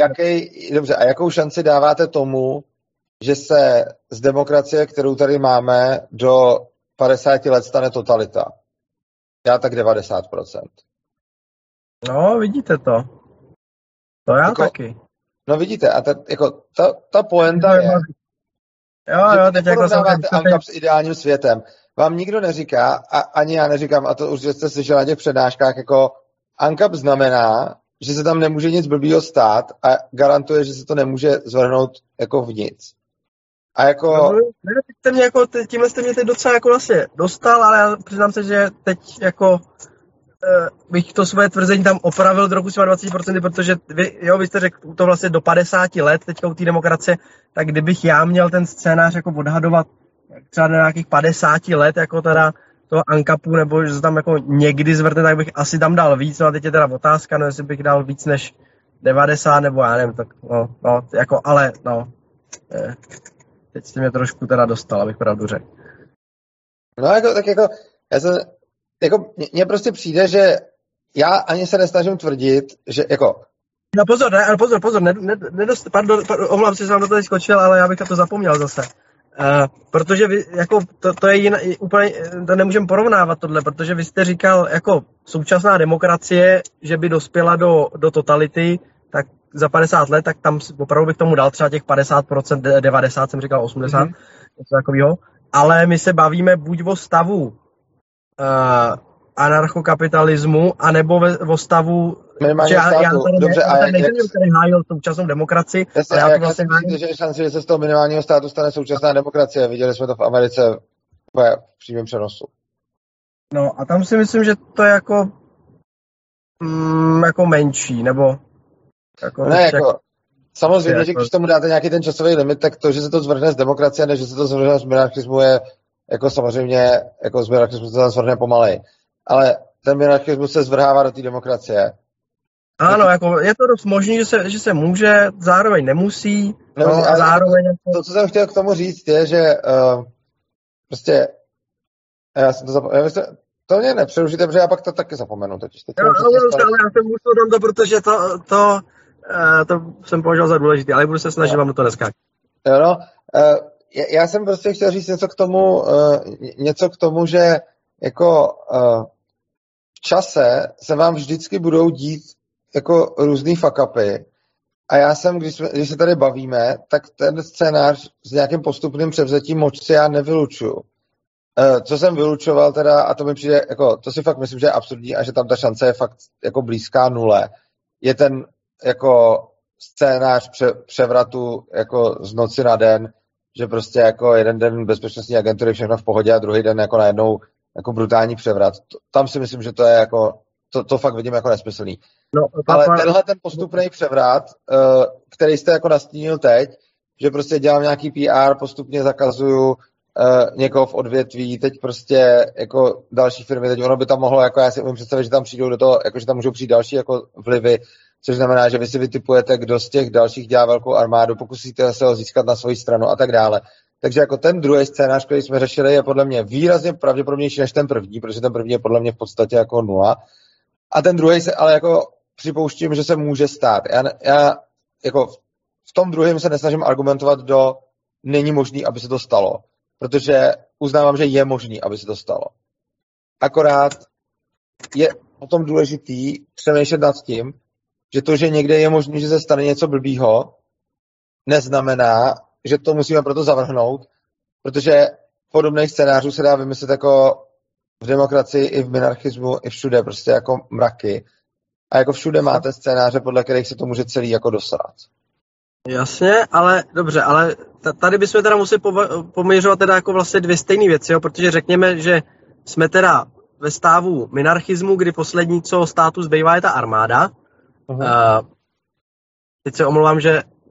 a jakou šanci dáváte tomu, že se z demokracie, kterou tady máme, do 50 let stane totalita? Já tak 90%. No, vidíte to. To já jako, taky. No vidíte, a ta poenta je, jo, teď jako porovnáváte ANCAP s ideálním světem. Vám nikdo neříká, a ani já neříkám, a to už jste slyšeli na těch přednáškách, jako ANCAP znamená, že se tam nemůže nic blbýho stát a garantuje, že se to nemůže zvrhnout jako v nic. A jako... Tímhle jste mě teď docela jako vlastně dostal, ale já přiznám se, že teď jako bych to svoje tvrzení tam opravil do roku 20%, protože vy jste řekl to vlastně do 50 let teďka u té demokracie, tak kdybych já měl ten scénář jako odhadovat třeba do nějakých 50 let, jako teda toho ANCAPu, nebo že se tam jako někdy zvrtne, tak bych asi tam dal víc, no a teď je teda otázka, no jestli bych dal víc než 90, nebo já nevím, tak no jako, ale no, teď jste mě trošku teda dostal, abych pravdu řekl. No já jsem, mně prostě přijde, že já ani se nesnažím tvrdit, že jako... No pozor, pardon, omlouvám se, že jsem do toho skočil, ale já bych to zapomněl zase. Protože vy, jako, to je jiná, úplně, to nemůžeme porovnávat tohle, protože vy jste říkal, jako současná demokracie, že by dospěla do totality, tak za 50 let, tak tam opravdu bych tomu dal třeba těch 50%, 90, jsem říkal 80, něco takového. Ale my se bavíme buď o stavu anarchokapitalismu, anebo o stavu, že já který hájil současnou demokracii. Jasně, a jak vlastně myslíte, že je šance, že se z toho minimálního státu stane současná demokracie? Viděli jsme to v Americe v přímém přenosu. No a tam si myslím, že to je jako menší, nebo samozřejmě, že když tomu dáte nějaký ten časový limit, tak to, že se to zvrhne z demokracie, než že se to zvrhne z minarchismu, je jako samozřejmě, jako z minarchismu se to zvrhne pomalej. Ale ten minarchismus se zvrhává do té demokracie. Ano, jako je to dost možný, že se může, zároveň nemusí. A zároveň... To, co jsem chtěl k tomu říct, je, že prostě já jsem to zapomněl. To mě nepřerušíte, protože já pak to taky zapomenu. Ale já jsem musel dám to, protože to jsem považoval za důležité, ale budu se snažit vám do toho neskákat. Jo, no. Já jsem prostě chtěl říct něco k tomu, že jako v čase se vám vždycky budou dít jako různý fuck-upy. A já jsem, když se tady bavíme, tak ten scénář s nějakým postupným převzetím moci já nevylučuju. Co jsem vylučoval teda, a to mi přijde, jako, to si fakt myslím, že je absurdní a že tam ta šance je fakt jako blízká nule, je ten jako scénář převratu jako z noci na den, že prostě jako jeden den bezpečnostní agentury všechno v pohodě a druhý den jako najednou jako brutální převrat. Tam si myslím, že to je jako, to fakt vidím jako nesmyslný. No, ale tenhle ten postupný převrat, který jste jako nastínil teď, že prostě dělám nějaký PR, postupně zakazuju někoho v odvětví, teď prostě jako další firmy, teď ono by tam mohlo, jako já si umím představit, že tam přijdou do toho, jako že tam můžou přijít další jako vlivy, což znamená, že vy si vytipujete, kdo z těch dalších dělá velkou armádu, pokusíte se ho získat na svoji stranu a tak dále. Takže jako ten druhý scénář, který jsme řešili, je podle mě výrazně pravděpodobnější než ten první, protože ten první je podle mě v podstatě jako nula. A ten druhý se ale jako připouštím, že se může stát. Já jako v tom druhém se nesnažím argumentovat není možný, aby se to stalo. Protože uznávám, že je možný, aby se to stalo. Akorát je o tom důležitý přemýšlet nad tím, že to, že někde je možný, že se stane něco blbýho, neznamená, že to musíme proto zavrhnout, protože podobných scénářů se dá vymyslet jako v demokracii, i v minarchismu, i všude, prostě jako mraky. A jako všude máte scénáře, podle kterých se to může celý jako dosát. Jasně, ale dobře, ale tady bychom teda museli poměřovat teda jako vlastně dvě stejné věci, jo? Protože řekněme, že jsme teda ve stavu minarchismu, kdy poslední, co státu zbývá, je ta armáda. Teď se omlouvám, že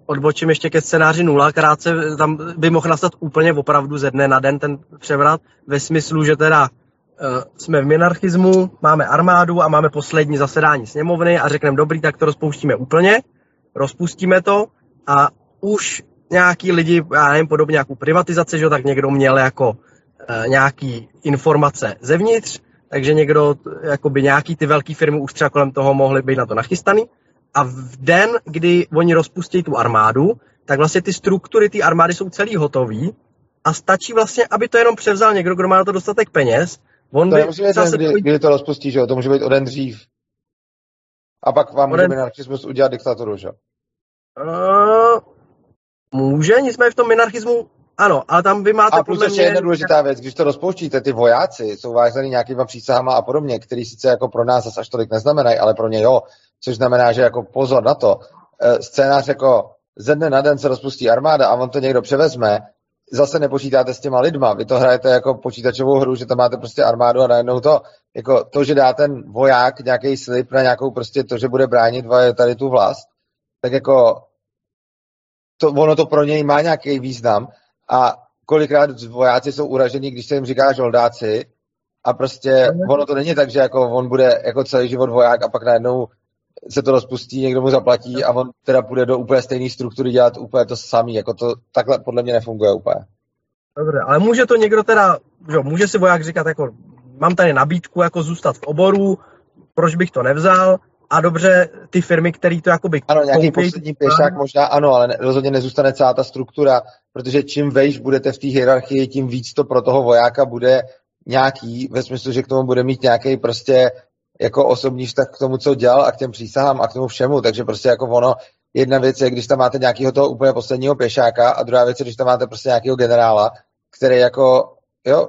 odbočím ještě ke scénáři 0, krátce, tam by mohl nastat úplně opravdu ze dne na den ten převrat, ve smyslu, že teda jsme v minarchismu, máme armádu a máme poslední zasedání sněmovny a řekneme, dobrý, tak to rozpouštíme úplně, rozpustíme to a už nějaký lidi, já nevím, podobně jako privatizace, že tak někdo měl jako nějaký informace zevnitř, takže někdo, jakoby nějaký ty velké firmy už třeba kolem toho mohly být na to nachystaný. A v den, kdy oni rozpustí tu armádu, tak vlastně ty struktury té armády jsou celý hotový a stačí vlastně, aby to jenom převzal někdo, kdo má na to dostatek peněz. On to nemusí být kdy to rozpustí, že jo? To může být o den dřív. A pak vám může minarchismus udělat diktaturu, že jo? Může, nicméně v tom minarchismu ano, ale tam vy máte... A plus ještě jedna důležitá věc, když to rozpouštíte, ty vojáci jsou vázaný nějakýma přísahama a podobně, který sice jako pro nás zase až tolik neznamenají, ale pro ně jo, což znamená, že jako pozor na to, scénář jako ze dne na den se rozpustí armáda a on to někdo převezme, zase nepočítáte s těma lidma, vy to hrajete jako počítačovou hru, že tam máte prostě armádu a najednou to, že dá ten voják nějaký slib na nějakou prostě to, že bude bránit tady tu vlast, tak jako ono to pro něj má nějaký význam. A kolikrát vojáci jsou uražení, když se jim říká žoldáci a prostě ono to není tak, že jako on bude jako celý život voják a pak najednou se to rozpustí, někdo mu zaplatí a on teda půjde do úplně stejné struktury dělat úplně to samý, jako to takhle podle mě nefunguje úplně. Dobře, ale může to někdo teda, že může si voják říkat jako mám tady nabídku jako zůstat v oboru, proč bych to nevzal? A dobře, ty firmy, které to jakoby... Ano, nějaký poslední pěšák možná ano, ale rozhodně nezůstane celá ta struktura, protože čím vejš budete v té hierarchii, tím víc to pro toho vojáka bude nějaký, ve smyslu, že k tomu bude mít nějaký prostě jako osobní vztah k tomu, co dělal a k těm přísahám a k tomu všemu, takže prostě jako ono, jedna věc je, když tam máte nějakého toho úplně posledního pěšáka a druhá věc je, když tam máte prostě nějakého generála, který jako, jo.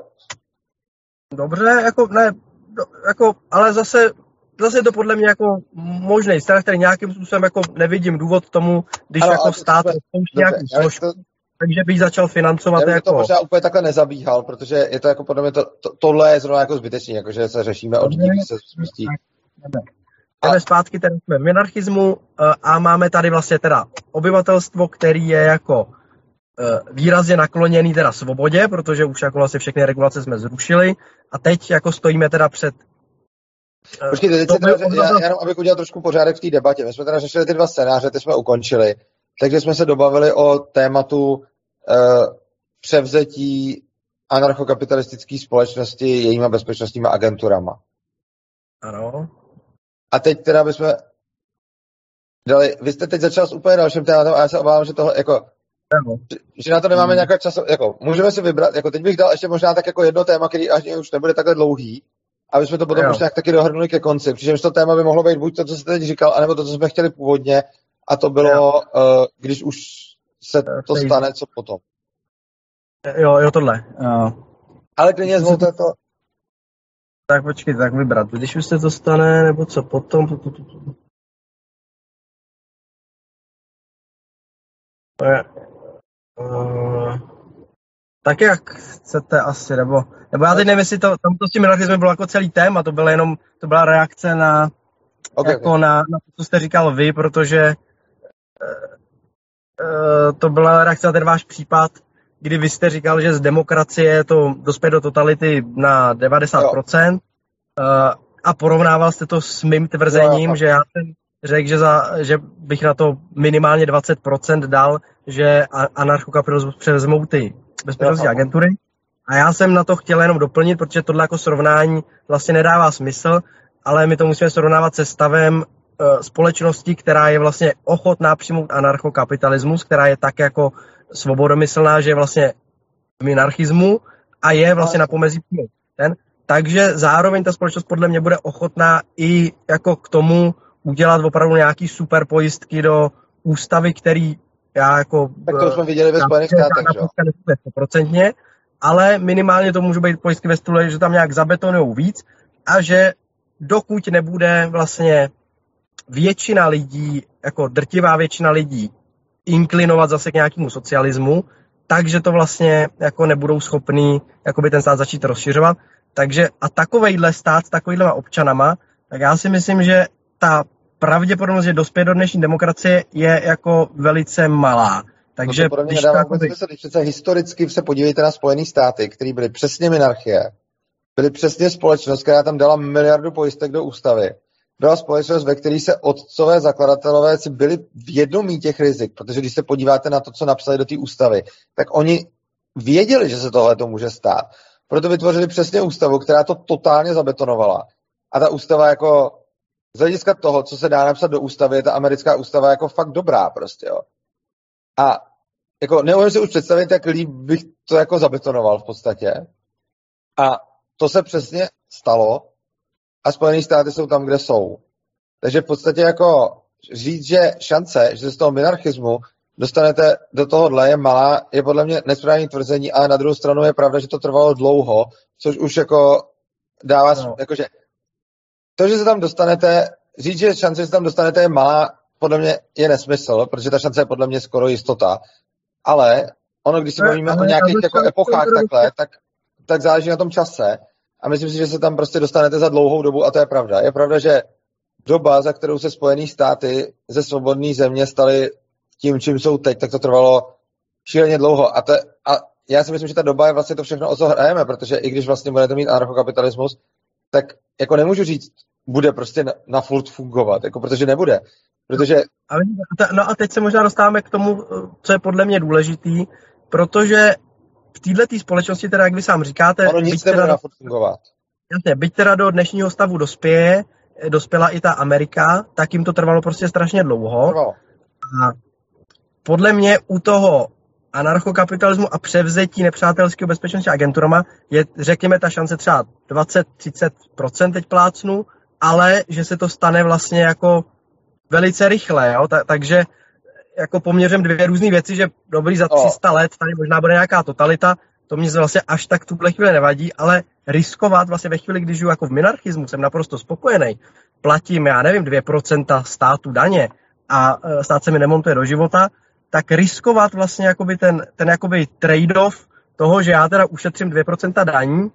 Dobře, jako ne, jako, ale zase je to podle mě jako možný strach, který nějakým způsobem jako nevidím důvod tomu, když ano, jako stát rozpouští nějaký složku, takže bych začal financovat já jako... to možná úplně takhle nezabíhal, protože je to jako podle mě tohle je zrovna jako zbytečný, jakože se řešíme od lidí, se spustí. Jdeme zpátky, tady jsme v minarchismu a máme tady vlastně teda obyvatelstvo, který je jako výrazně nakloněný teda svobodě, protože už jako vlastně všechny regulace jsme zrušili a teď jako stojíme teda před... Počkejte, teď já jenom abych udělal trošku pořádek v té debatě. My jsme teda řešili ty dva scénáře, ty jsme ukončili, takže jsme se dobavili o tématu převzetí anarchokapitalistické společnosti jejíma bezpečnostníma agenturama. Ano. A teď teda bychom dali, vy jste teď začal s úplně dalším tématem a já se obávám, že tohle jako, že na to nemáme nějaké čas, jako můžeme si vybrat, jako teď bych dal ještě možná tak jako jedno téma, který až už nebude takhle dlouhý, aby jsme to potom už nějak taky dohrnuli ke konci, přičemž to téma by mohlo být buď to, co jste teď říkal, anebo to, co jsme chtěli původně, a to bylo, když už se to stane, co potom. Jo, tohle. Ale klidně zvolte to. Tak počkej, tak vybrat. Když už se to stane, nebo co potom? Tak jak chcete asi, nebo já teď nevím, jestli tam to s tím minarchismem bylo jako celý téma, to byla reakce na na to, co jste říkal vy, protože to byla reakce na ten váš případ, kdy vy jste říkal, že z demokracie to dospět do totality na 90%, a porovnával jste to s mým tvrzením, že já jsem řekl, že bych na to minimálně 20% dal, že anarchokapitalismus převezmou ty bezpečnostní agentury. A já jsem na to chtěl jenom doplnit, protože tohle jako srovnání vlastně nedává smysl, ale my to musíme srovnávat se stavem společnosti, která je vlastně ochotná přijmout anarchokapitalismus, která je tak jako svobodomyslná, že je vlastně v minarchismu a je vlastně na pomezí ten. Takže zároveň ta společnost podle mě bude ochotná i jako k tomu udělat opravdu nějaký super pojistky do ústavy, který já jako... Tak to jsme viděli ve Spojených státech, že? 100%, ale minimálně to může být pojistky ve stůle, že tam nějak zabetonujou víc a že dokud nebude vlastně většina lidí, jako drtivá většina lidí inklinovat zase k nějakému socialismu, takže to vlastně jako nebudou schopní jakoby ten stát začít rozšiřovat. Takže a takovejhle stát s takovýhlema občanama, tak já si myslím, že ta pravděpodobnost, že dospěje do dnešní demokracie, je jako velice malá. Takže no to pro mě nedává vůbec smysl. Přece historicky se podívejte na Spojené státy, které byly přesně monarchie, byly přesně společnost, která tam dala miliardu pojistek do ústavy. Byla společnost, ve které se otcové zakladatelové si byli vědomí těch rizik, protože když se podíváte na to, co napsali do té ústavy, tak oni věděli, že se tohle to může stát. Proto vytvořili přesně ústavu, která to totálně zabetonovala. A ta ústava jako z hlediska toho, co se dá napsat do ústavy, je ta americká ústava jako fakt dobrá prostě, jo. A jako neumím si už představit, jak líp bych to jako zabetonoval v podstatě. A to se přesně stalo a Spojené státy jsou tam, kde jsou. Takže v podstatě jako říct, že šance, že se z toho monarchismu dostanete do tohohle je malá, je podle mě nesprávný tvrzení, ale na druhou stranu je pravda, že to trvalo dlouho, což už jako dává, jakože to, že se tam dostanete, říct, že šance, že se tam dostanete je malá, podle mě je nesmysl, protože ta šance je podle mě skoro jistota. Ale ono, když si bavíme o nějakých jako epochách takhle, tak záleží na tom čase a myslím si, že se tam prostě dostanete za dlouhou dobu a to je pravda. Je pravda, že doba, za kterou se Spojené státy ze svobodné země staly tím, čím jsou teď, tak to trvalo šíleně dlouho. A já si myslím, že ta doba je vlastně to všechno, o co hrajeme, protože i když vlastně budete mít anarchokapitalismus, tak jako nemůžu říct, bude prostě na furt fungovat, jako protože nebude. Protože... No a teď se možná dostáváme k tomu, co je podle mě důležitý, protože v této společnosti, teda jak vy sám říkáte... Ono nic nebude na furt fungovat. Jasně, byť teda do dnešního stavu dospěla i ta Amerika, tak jim to trvalo prostě strašně dlouho. Trvalo. A podle mě u toho anarchokapitalismu a převzetí nepřátelského bezpečnostní agenturama je, řekněme, ta šance třeba 20-30% teď plácnu, ale že se to stane vlastně jako velice rychle, jo? Takže jako poměřem dvě různé věci, že dobrý za 300 let tady možná bude nějaká totalita, to mě vlastně až tak v tuhle chvíli nevadí, ale riskovat vlastně ve chvíli, když žiju jako v monarchismu, jsem naprosto spokojený, platím, já nevím, 2% státu daně a stát se mi nemontuje do života, tak riskovat vlastně jakoby ten jakoby trade-off toho, že já teda ušetřím 2% daní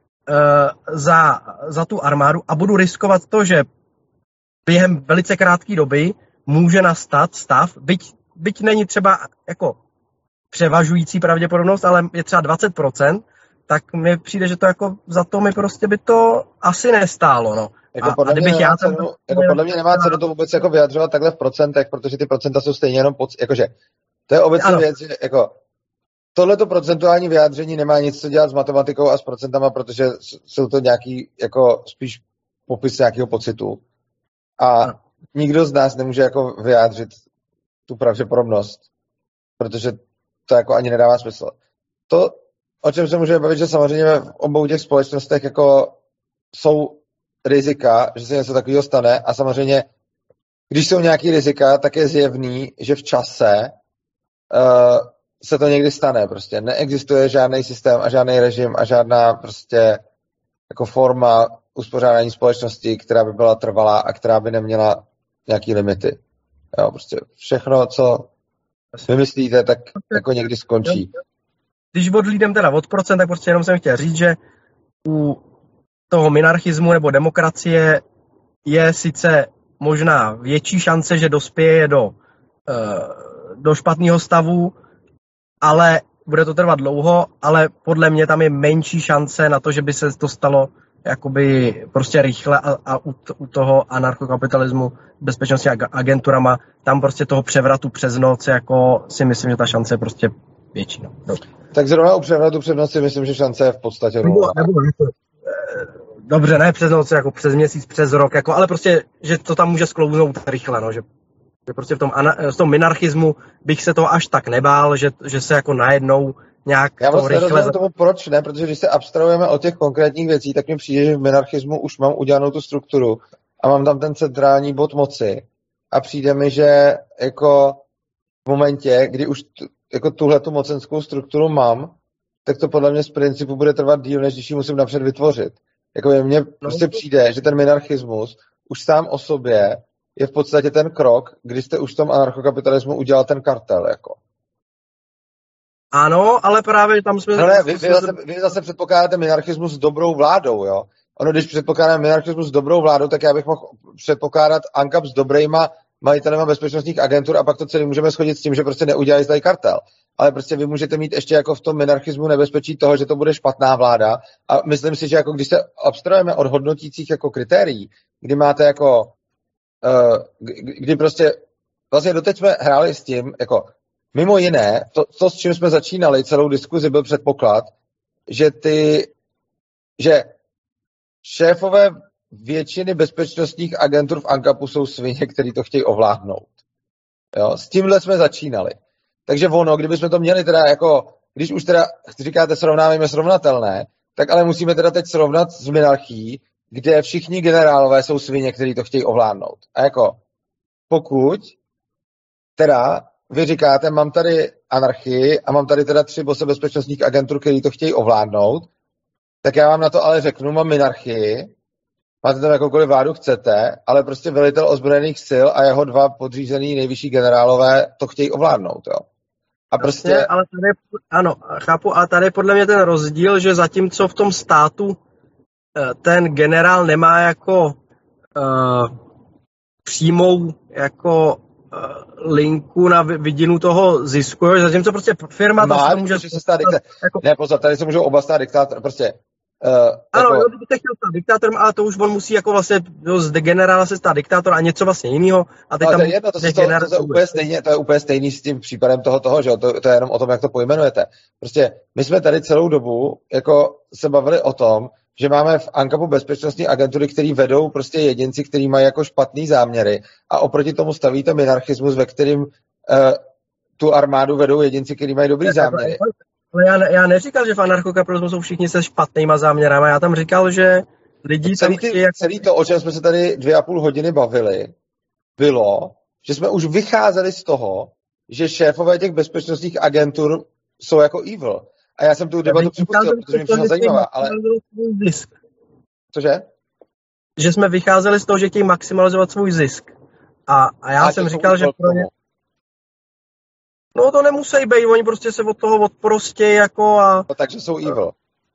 za tu armádu a budu riskovat to, že během velice krátké doby může nastat stav, byť není třeba jako převažující pravděpodobnost, ale je třeba 20%, tak mi přijde, že to jako za to mi prostě by to asi nestálo, no. Jako podle mě nemá cenu to vůbec jako vyjadřovat takhle v procentech, protože ty procenta jsou stejně jenom jakože to je obecně věc, že jako tohleto procentuální vyjádření nemá nic co dělat s matematikou a s procentama, protože jsou to nějaký jako spíš popis nějakého pocitu. A nikdo z nás nemůže jako vyjádřit tu pravděpodobnost, protože to jako ani nedává smysl. To, o čem se můžeme bavit, že samozřejmě v obou těch společnostech jako jsou rizika, že se něco takového stane a samozřejmě, když jsou nějaký rizika, tak je zjevný, že v čase se to někdy stane. Prostě neexistuje žádný systém a žádný režim a žádná prostě jako forma uspořádání společnosti, která by byla trvalá a která by neměla nějaký limity. Jo, prostě všechno, co vymyslíte, tak jako někdy skončí. Když odhlídem teda od procent, tak prostě jenom jsem chtěl říct, že u toho monarchismu nebo demokracie je sice možná větší šance, že dospěje do špatného stavu, ale bude to trvat dlouho, ale podle mě tam je menší šance na to, že by se to stalo jakoby prostě rychle a u toho anarchokapitalismu bezpečnostní agenturama, tam prostě toho převratu přes noc, jako si myslím, že ta šance je prostě větší. No. Tak zrovna u převratu přes noc si myslím, že šance je v podstatě nulová. Dobře, ne přes noc, jako přes měsíc, přes rok, jako, ale prostě, že to tam může sklouznout rychle, no, že prostě v tom monarchismu bych se toho až tak nebál, že se jako najednou nějak já to rychle... Já vlastně tomu, proč ne, protože když se abstrahujeme od těch konkrétních věcí, tak mi přijde, že v monarchismu už mám udělanou tu strukturu a mám tam ten centrální bod moci a přijde mi, že jako v momentě, kdy už jako tuhletu mocenskou strukturu mám, tak to podle mě z principu bude trvat díl, než když ji musím napřed vytvořit. Jako mně prostě přijde, že ten monarchismus už sám o sobě je v podstatě ten krok, kdy jste už v tom anarchokapitalismu udělal ten kartel, jako. Ano, ale právě tam jsme... No ne, vy zase předpokládáte monarchismus s dobrou vládou, jo. ono, když předpokládáme minarchismus s dobrou vládou, tak já bych mohl předpokládat ANCAP s dobrýma majitelema bezpečnostních agentur a pak to celé můžeme shodit s tím, že prostě neudělají tady kartel. Ale prostě vy můžete mít ještě jako v tom minarchismu nebezpečí toho, že to bude špatná vláda a myslím si, že jako když se abstrahujeme od hodnotících jako kritérií, kdy máte jako kdy prostě vlastně doteď jsme hráli s tím, jako mimo jiné, to s čím jsme začínali celou diskuzi, byl předpoklad, že šéfové většiny bezpečnostních agentur v ANCAPu jsou svině, který to chtějí ovládnout. Jo? S tímhle jsme začínali. Takže ono, kdybychom to měli teda jako, když už teda říkáte srovnáváme srovnatelné, tak ale musíme teda teď srovnat s minarchií, kde všichni generálové jsou svině, který to chtějí ovládnout. A jako, pokud teda vy říkáte, mám tady anarchii a mám tady teda 3 bose bezpečnostních agentur, který to chtějí ovládnout, tak já vám na to ale řeknu, mám minarchii, máte tam jakoukoliv vládu chcete, ale prostě velitel ozbrojených sil a jeho 2 podřízený nejvyšší generálové to chtějí ovládnout, jo. A prostě... Ale tady, ano, chápu, ale tady je podle mě ten rozdíl, že zatímco v tom státu ten generál nemá jako přímou jako linku na vidinu toho zisku, že zatímco prostě firma má, to může... Se stát jako... Ne, pozor, tady se můžou oba stát diktátor, prostě... ano, jako... kdybyste chtěl stát diktátorem, ale to už on musí jako vlastně z generála se stát diktátor a něco vlastně jiného. A teď tam to je jedno, to je úplně stejný s tím případem toho, že to je jenom o tom, jak to pojmenujete. Prostě my jsme tady celou dobu jako se bavili o tom, že máme v ANCAPu bezpečnostní agentury, který vedou prostě jedinci, kteří mají jako špatný záměry a oproti tomu stavíte minarchismus, ve kterým tu armádu vedou jedinci, kteří mají dobrý záměry. Ale já neříkal, že v anarchokapitalismu jsou všichni se špatnýma záměrama, já tam říkal, že lidi celý to, o čem jsme se tady 2,5 hodiny bavili, bylo, že jsme už vycházeli z toho, že šéfové těch bezpečnostních agentur jsou jako evil. A já jsem tu debatu připustil, protože mě všechno zajímavá, ale... Cože? Že jsme vycházeli z toho, že chtějí maximalizovat svůj zisk. A já jsem říkal, že pro ně... No to nemusí být, oni prostě se od toho odprostějí jako a... No, takže jsou evil.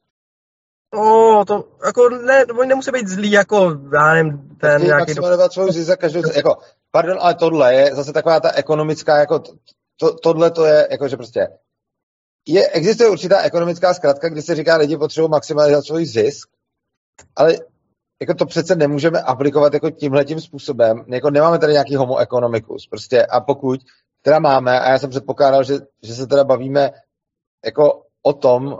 No, to jako ne, oni nemusí být zlí jako, já nevím, ten nějaký... Maximalizovat svůj zisk za každou... Jako, pardon, ale tohle je zase taková ta ekonomická, jako... Tohle to je, jako že prostě... Existuje určitá ekonomická zkratka, kdy se říká, lidi potřebují maximalizovat svůj zisk, ale jako to přece nemůžeme aplikovat jako tímhletím způsobem. Jako nemáme tady nějaký homo economicus. Prostě a pokud teda máme, a já jsem předpokládal, že se teda bavíme jako o tom,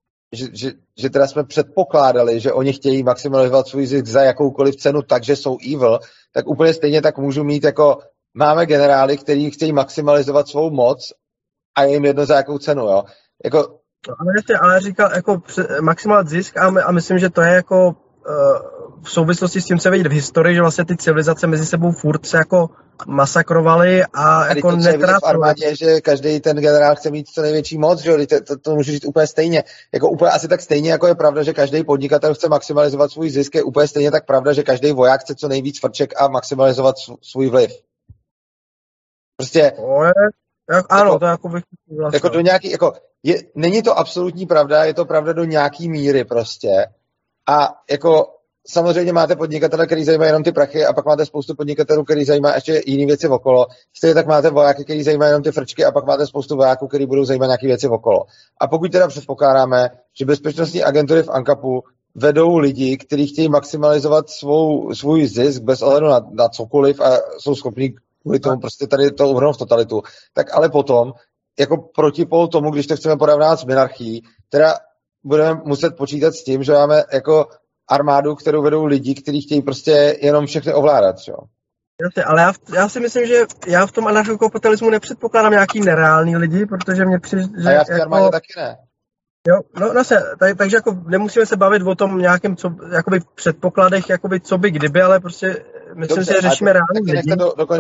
že teda jsme předpokládali, že oni chtějí maximalizovat svůj zisk za jakoukoliv cenu, takže jsou evil, tak úplně stejně tak můžu mít jako, máme generály, kteří chtějí maximalizovat svou moc a je jim jedno za jakou cenu, jo. Jako... Ale říkal, jako maximálně zisk a myslím, že to je jako v souvislosti s tím se vidět v historii, že vlastně ty civilizace mezi sebou furt se jako masakrovaly a tady jako netrápily. V armádě, že každý ten generál chce mít co největší moc, že jo, to můžu říct úplně stejně. Jako úplně asi tak stejně, jako je pravda, že každý podnikatel chce maximalizovat svůj zisk, je úplně stejně tak pravda, že každý voják chce co nejvíc frček a maximalizovat svůj vliv. Prostě... Ano, jako, to jako bych vlastně. Jako do nějaký, jako, není to absolutní pravda, je to pravda do nějaký míry prostě. A jako samozřejmě máte podnikatele, který zajímají jenom ty prachy a pak máte spoustu podnikatelů, který zajímají ještě jiné věci okolo. Stejně tak máte vojáky, který zajímají jenom ty frčky a pak máte spoustu vojáků, který budou zajímat nějaké věci okolo. A pokud teda předpokládáme, že bezpečnostní agentury v ANCAPu vedou lidi, kteří chtějí maximalizovat svůj zisk bez ohledu na cokoliv a jsou schopní kvůli tomu prostě tady to uhrnout v totalitu, tak ale potom, jako protipol tomu, když to chceme porovnávat s minarchií, teda budeme muset počítat s tím, že máme jako armádu, kterou vedou lidi, kteří chtějí prostě jenom všechny ovládat, jo. Jasně, ale já si myslím, že já v tom anarchokapitalismu nepředpokládám nějaký nereální lidi, protože mě přijde, že... A já v té armádě taky ne. Jo, no takže jako nemusíme se bavit o tom nějakém jakoby předpokladech, jakoby co by kdyby, ale prostě myslím si, že řešíme reální lidi.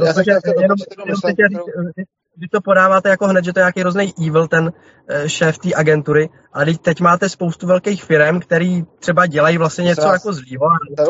Vy to podáváte jako hned, že to je nějaký hrozný evil, ten šéf té agentury, ale teď máte spoustu velkých firm, který třeba dělají vlastně něco jako zlýho.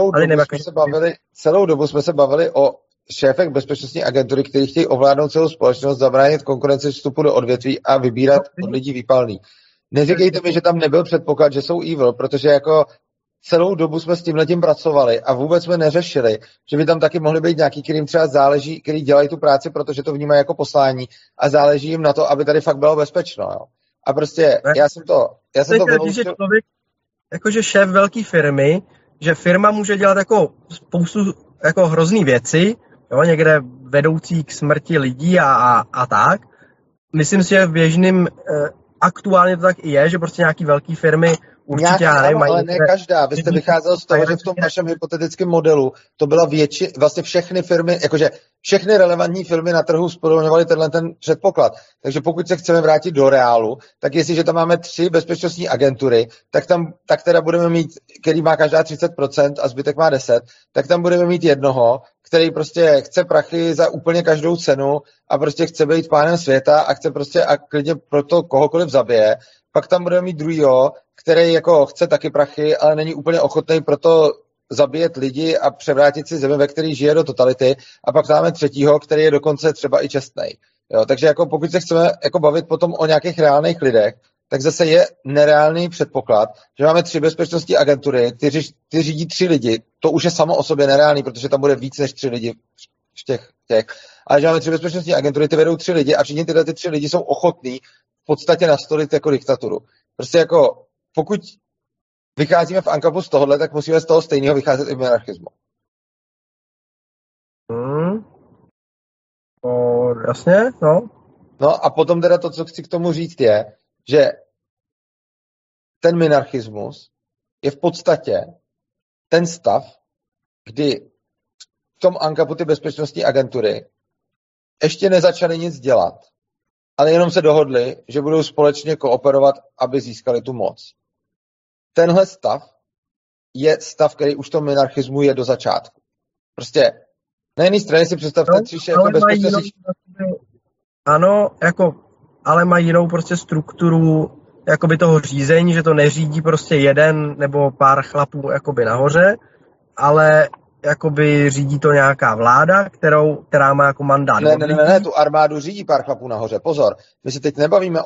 Celou dobu jsme se bavili o šéfech bezpečnostní agentury, kteří chtějí ovládnout celou společnost, zabránit konkurenci vstupu do odvětví a vybírat od lidí výpalný. Neříkejte mi, že tam nebyl předpoklad, že jsou evil, protože jako celou dobu jsme s tímhletím pracovali a vůbec jsme neřešili, že by tam taky mohli být nějaký, kterým třeba záleží, který dělají tu práci, protože to vnímají jako poslání a záleží jim na to, aby tady fakt bylo bezpečno. Jo. A prostě já jsem to vyloučil. Člověk, jakože šéf velké firmy, že firma může dělat jako spoustu jako hrozný věci, jo, někde vedoucí k smrti lidí a tak. Myslím si, že v běžným aktuálně to tak i je, že prostě nějaký velké firmy určitě ano, ale ne každá. Vy jste vycházel z toho, že v tom vašem hypotetickém modelu to byla vlastně všechny firmy, jakože všechny relevantní firmy na trhu splňovaly ten předpoklad. Takže pokud se chceme vrátit do reálu, tak jestliže tam máme 3 bezpečnostní agentury, tak teda budeme mít, který má každá 30% a zbytek má 10%, tak tam budeme mít jednoho, který prostě chce prachy za úplně každou cenu a prostě chce být pánem světa a chce prostě a klidně proto kohokoliv zabije. Pak tam budeme mít druhýho, který jako chce taky prachy, ale není úplně ochotný proto zabíjet lidi a převrátit si zemi, ve který žije do totality. A pak máme třetího, který je dokonce třeba i čestnej. Jo, takže jako pokud se chceme jako bavit potom o nějakých reálných lidech, tak zase je nereálný předpoklad, že máme 3 bezpečnostní agentury, ty řídí 3 lidi. To už je samo o sobě nereálný, protože tam bude víc než 3 lidi v těch. Ale že máme 3 bezpečnostní agentury, ty vedou 3 lidi a všichni tyhle 3 lidi jsou ochotní v podstatě nastolit jako diktaturu. Prostě jako pokud vycházíme v ANCAPu z tohohle, tak musíme z toho stejného vycházet i v monarchismu. Jasně, no. No a potom teda to, co chci k tomu říct, je, že ten minarchismus je v podstatě ten stav, kdy v tom ANCAPu ty bezpečnostní agentury ještě nezačaly nic dělat, ale jenom se dohodli, že budou společně kooperovat, aby získali tu moc. Tenhle stav je stav, který už v tom minarchismu je do začátku. Prostě na jedné straně si představte 3 šéfy bezpečnostní... Ano, jako, ale mají jinou prostě strukturu jakoby toho řízení, že to neřídí prostě jeden nebo pár chlapů jakoby nahoře, ale jakoby řídí to nějaká vláda, která má jako mandát. Ne, tu armádu řídí pár chlapů nahoře. Pozor, my se teď nebavíme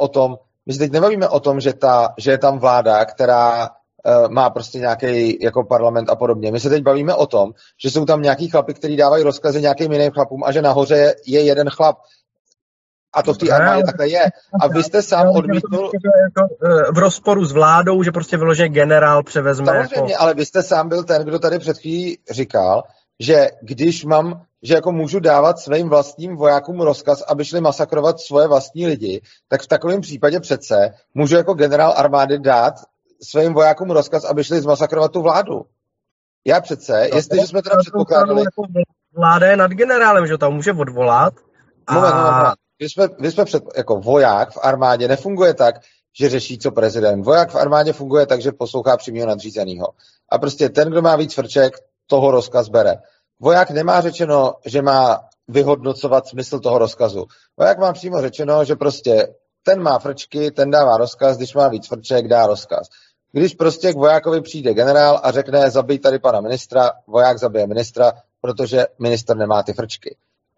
o tom, že je tam vláda, která má prostě nějaký jako parlament a podobně. My se teď bavíme o tom, že jsou tam nějaký chlapi, kteří dávají rozkazy nějakým jiným chlapům a že nahoře je jeden chlap. A to v té armádě takhle je. A vy jste sám odmítnul... V rozporu s vládou, že prostě vyloženě generál převezme... Samozřejmě, ale vy jste sám byl ten, kdo tady před chvílí říkal, že když že jako můžu dávat svým vlastním vojákům rozkaz, aby šli masakrovat svoje vlastní lidi, tak v takovém případě přece můžu jako generál armády dát svým vojákům rozkaz, aby šli zmasakrovat tu vládu. Já přece, jestliže jsme teda předpokládali... Vláda je nad generálem, že tam může odvolat. Moment. Vy jsme jako voják v armádě nefunguje tak, že řeší, co prezident. Voják v armádě funguje tak, že poslouchá přímého nadřízenýho. A prostě ten, kdo má víc frček, toho rozkaz bere. Voják nemá řečeno, že má vyhodnocovat smysl toho rozkazu. Voják má přímo řečeno, že prostě ten má frčky, ten dává rozkaz, když má víc frček, dá rozkaz. Když prostě k vojákovi přijde generál a řekne, zabij tady pana ministra, voják zabije ministra, protože ministr nemá ty frčky.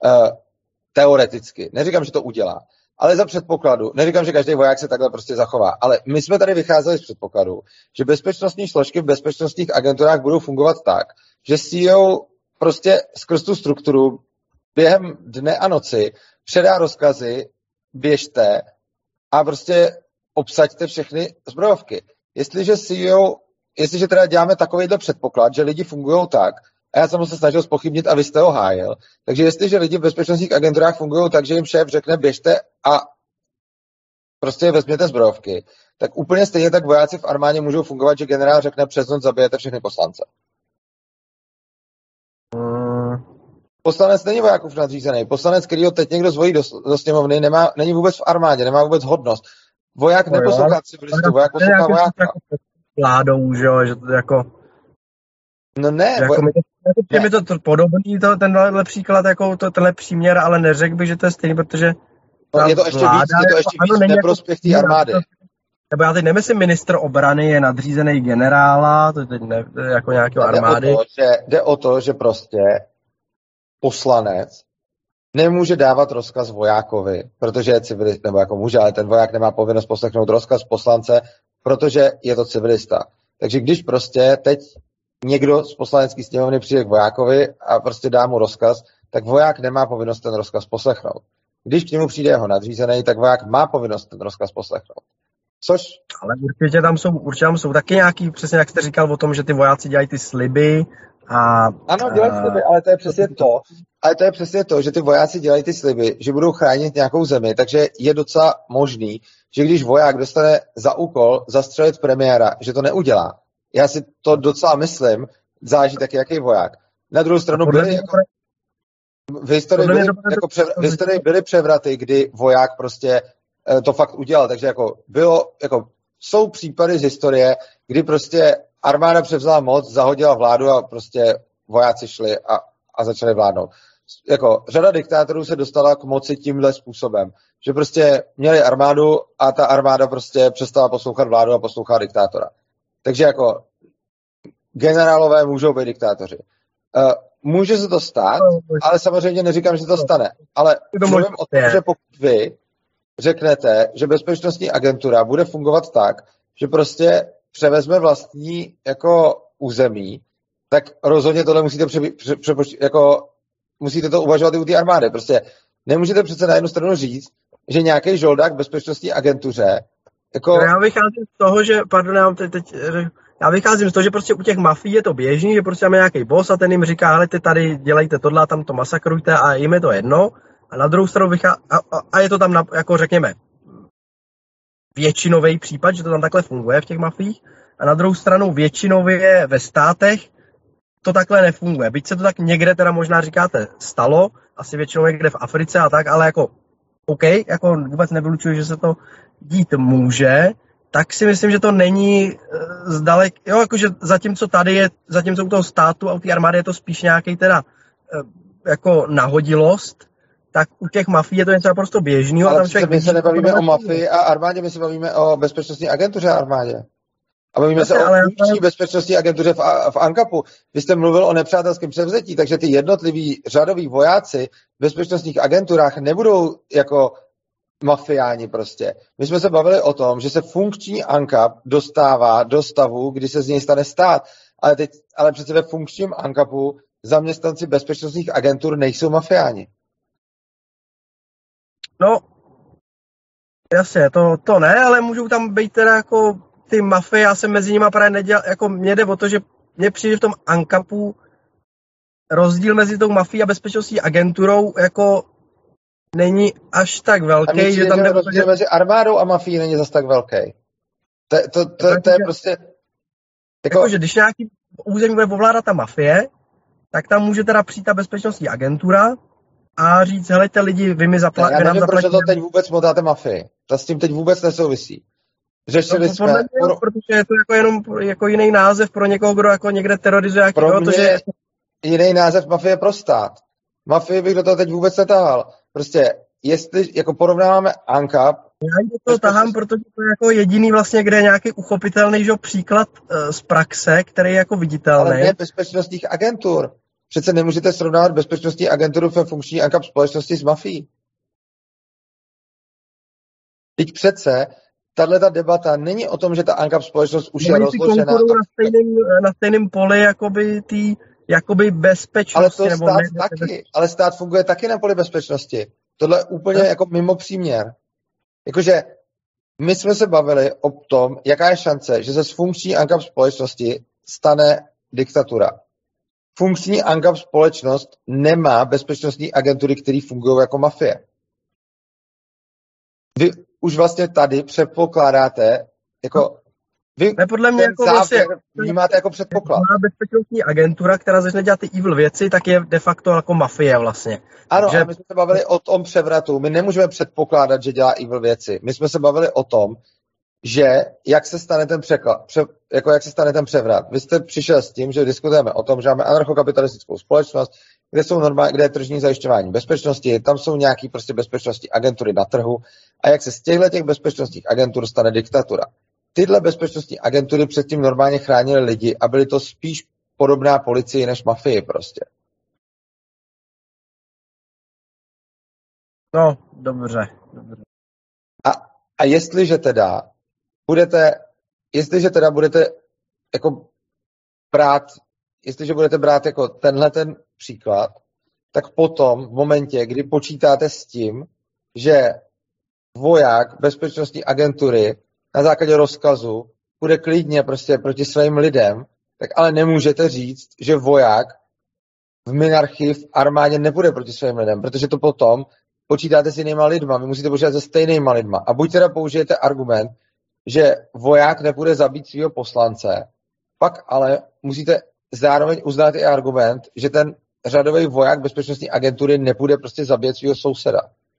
Teoreticky. Neříkám, že to udělá. Ale za předpokladu, neříkám, že každý voják se takhle prostě zachová, ale my jsme tady vycházeli z předpokladu, že bezpečnostní složky v bezpečnostních agenturách budou fungovat tak, že CEO prostě skrz tu strukturu během dne a noci předá rozkazy, běžte a prostě obsaďte všechny zbrojovky. Jestliže teda děláme takovýhle předpoklad, že lidi fungují tak, a já jsem se snažil zpochybnit a vy jste ho hájil. Takže jestliže lidi v bezpečnostních agenturách fungují tak, že jim šéf řekne běžte a prostě vezměte zbrojovky, tak úplně stejně tak vojáci v armádě můžou fungovat, že generál řekne přes noc zabijete všechny poslance. Poslanec není vojákův nadřízený. Poslanec, který ho teď někdo zvolí do sněmovny, není vůbec v armádě, nemá vůbec hodnost. Voják neposlouchá civilistu, voják poslouchá vojáka. Vládou, že to jako... No ne. Mi to podobný, tenhle příklad, jako tenhle příměr, ale neřekl bych, že to je stejný, protože... No, je to ještě víc v neprospěch té armády. Nebo já teď nemyslím, ministr obrany je nadřízený generála, to teď jako nějakého armády. Jde o to, že prostě poslanec nemůže dávat rozkaz vojákovi, protože je civilista, nebo jako může, ale ten voják nemá povinnost poslechnout rozkaz poslance, protože je to civilista. Takže když prostě teď někdo z poslanecké sněmovny přijde k vojákovi a prostě dá mu rozkaz, tak voják nemá povinnost ten rozkaz poslechnout. Když k němu přijde jeho nadřízený, tak voják má povinnost ten rozkaz poslechnout. Což... Ale určitě tam jsou taky nějaký, přesně jak jste říkal o tom, že ty vojáci dělají ty sliby a... Ano, dělají sliby, ale to je přesně to. Ale to je přesně to, že ty vojáci dělají ty sliby, že budou chránit nějakou zemi, takže je docela možný, že když voják dostane za úkol zastřelit premiéra, že to neudělá. Já si to docela myslím, záleží taky, jaký voják. Na druhou stranu v historii byly převraty, kdy voják prostě to fakt udělal, takže jsou případy z historie, kdy prostě armáda převzala moc, zahodila vládu a prostě vojáci šli a začali vládnout. Řada diktátorů se dostala k moci tímhle způsobem, že prostě měli armádu a ta armáda prostě přestala poslouchat vládu a poslouchat diktátora. Takže generálové můžou být diktátoři. Může se to stát, ale samozřejmě neříkám, že to stane. Ale mluvím o tom, že pokud vy řeknete, že bezpečnostní agentura bude fungovat tak, že prostě převezme vlastní území, tak rozhodně tohle musíte musíte to uvažovat i u té armády. Prostě nemůžete přece na jednu stranu říct, že nějaký žoldák bezpečnostní agentuře Já vycházím z toho, že, já vycházím z toho, že prostě u těch mafií je to běžný, že prostě máme nějaký boss a ten jim říká, hele, ty tady dělejte tohle a tam to masakrujte a jim je to jedno. A na druhou stranu a je to tam, řekněme, většinový případ, že to tam takhle funguje v těch mafiích. A na druhou stranu většinově ve státech to takhle nefunguje. Byť se to tak někde teda možná říkáte stalo, asi většinou někde v Africe a tak, ale OK, vůbec nevylučuji, že se to dít může, tak si myslím, že to není zdalek, že zatímco u toho státu a u té armády je to spíš nějaký teda nahodilost, tak u těch mafií je to něco naprosto běžného. Ale my se nebavíme o mafii a armádě, my se bavíme o bezpečnostní agentuře a armádě. A bavíme se o funkční bezpečnostní agentuře v ANCAPu. Vy jste mluvil o nepřátelském převzetí, takže ty jednotliví řadoví vojáci v bezpečnostních agenturách nebudou jako mafiáni prostě. My jsme se bavili o tom, že se funkční ANCAP dostává do stavu, kdy se z něj stane stát. Ale přece ve funkčním ANCAPu zaměstnanci bezpečnostních agentur nejsou mafiáni. No, jasně, to ne, ale můžou tam být teda ty mafie, já jsem mezi nimi právě nedělal, mně jde o to, že mně přijde v tom ANCAPu rozdíl mezi tou mafií a bezpečnostní agenturou není až tak velký, že tam rozdíl mezi armádou a mafií není zas tak velký. To je prostě že když nějaký území bude ovládat ta mafie, tak tam může teda přijít ta bezpečnostní agentura a říct, helejte lidi, vy mi zaplatíte. Já nevím, proč to teď vůbec motáte mafii. To s tím teď vůbec nesouvisí. Řešili jsme... Protože je to jenom jiný název pro někoho, kdo někde terorizuje. Jiný název mafie pro stát. Mafii bych do toho teď vůbec netahal. Prostě, jestli porovnáváme ANCAP... Já do toho tahám, protože to je jediný vlastně, kde je nějaký uchopitelný příklad z praxe, který je viditelný. Ale ne bezpečnostních agentur. Přece nemůžete srovnávat bezpečnostní agenturu ve funkční ANCAP společnosti s mafií. Teď přece tato debata není o tom, že ta ANCAP společnost už je rozložená. Na stejném poli jakoby bezpečnosti. Ale stát funguje taky na poli bezpečnosti. Tohle je úplně mimo příměr. Jakože my jsme se bavili o tom, jaká je šance, že se z funkční ANCAP společnosti stane diktatura. Funkční ANCAP společnost nemá bezpečnostní agentury, které fungují jako mafie. Vy už vlastně tady předpokládáte, vy podle mě vnímáte jako předpoklad. Bezpečnostní agentura, která začne dělat ty evil věci, tak je de facto jako mafie vlastně. Ano, ale my jsme se bavili o tom převratu. My nemůžeme předpokládat, že dělá evil věci. My jsme se bavili o tom, že jak se stane ten převrat. Vy jste přišel s tím, že diskutujeme o tom, že máme anarchokapitalistickou společnost, kde je tržní zajišťování bezpečnosti, tam jsou nějaký prostě bezpečnostní agentury na trhu a jak se z těch bezpečnostních agentur stane diktatura. Tyhle bezpečnostní agentury předtím normálně chránily lidi a byly to spíš podobná policii než mafii prostě. No, dobře. A jestliže teda budete jako brát, jestliže budete brát jako tenhle ten příklad, tak potom v momentě, kdy počítáte s tím, že voják bezpečnostní agentury na základě rozkazu bude klidně prostě proti svým lidem, tak ale nemůžete říct, že voják v minarchii v armádě nepůjde proti svým lidem, protože to potom počítáte s jinýma lidma, vy musíte počítat se stejnýma lidma. A buď teda použijete argument, že voják nepůjde zabít svého poslance, pak ale musíte zároveň uznat i argument, že ten řadový voják bezpečnostní agentury nepůjde prostě zabít svého souseda.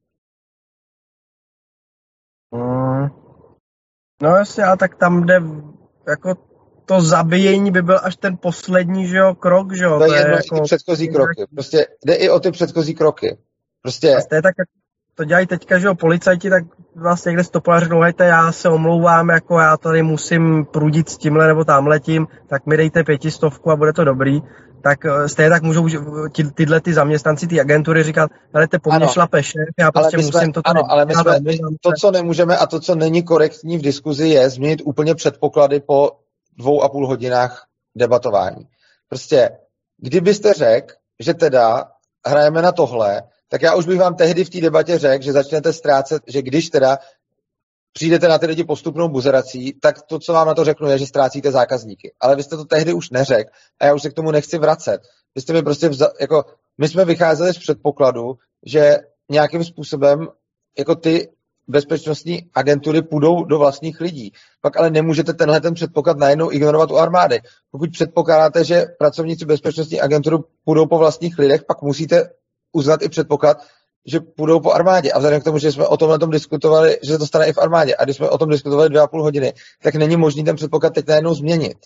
No jasně, ale tak tam jde jako to zabíjení by byl až ten poslední, že jo, krok, že jo. To je jedno jako... i předchozí kroky. Prostě jde i o ty předchozí kroky. Prostě... To je tak, jak to dělají teďka, že jo, policajti, tak vlastně někde stopová řeknou, hejte, já se omlouvám, jako já tady musím prudit s tímhle nebo tamhletím, tak mi dejte 500 a bude to dobrý. Tak stejně tak můžou tyhle ty zaměstnanci, ty agentury říkat, helejte, po mně šlape šéf, já prostě musím to tady... Ano, ale to, co nemůžeme a to, co není korektní v diskuzi, je změnit úplně předpoklady po 2,5 hodinách debatování. Prostě, kdybyste řekl, že teda hrajeme na tohle, tak já už bych vám tehdy v té debatě řekl, že začnete ztrácet, že když teda přijdete na ty lidi postupnou buzerací, tak to, co vám na to řeknu, je, že ztrácíte zákazníky. Ale vy jste to tehdy už neřekl a já už se k tomu nechci vracet. Vy jste mi prostě jako, my jsme vycházeli z předpokladu, že nějakým způsobem jako ty bezpečnostní agentury půjdou do vlastních lidí. Pak ale nemůžete tenhle ten předpoklad najednou ignorovat u armády. Pokud předpokládáte, že pracovníci bezpečnostní agentury půjdou po vlastních lidech, pak musíte uznat i předpoklad, že půjdou po armádě. A vzhledem k tomu, že jsme o tomhle tom diskutovali, že se to stane i v armádě, a když jsme o tom diskutovali 2,5 hodiny, tak není možný ten předpoklad teď najednou změnit.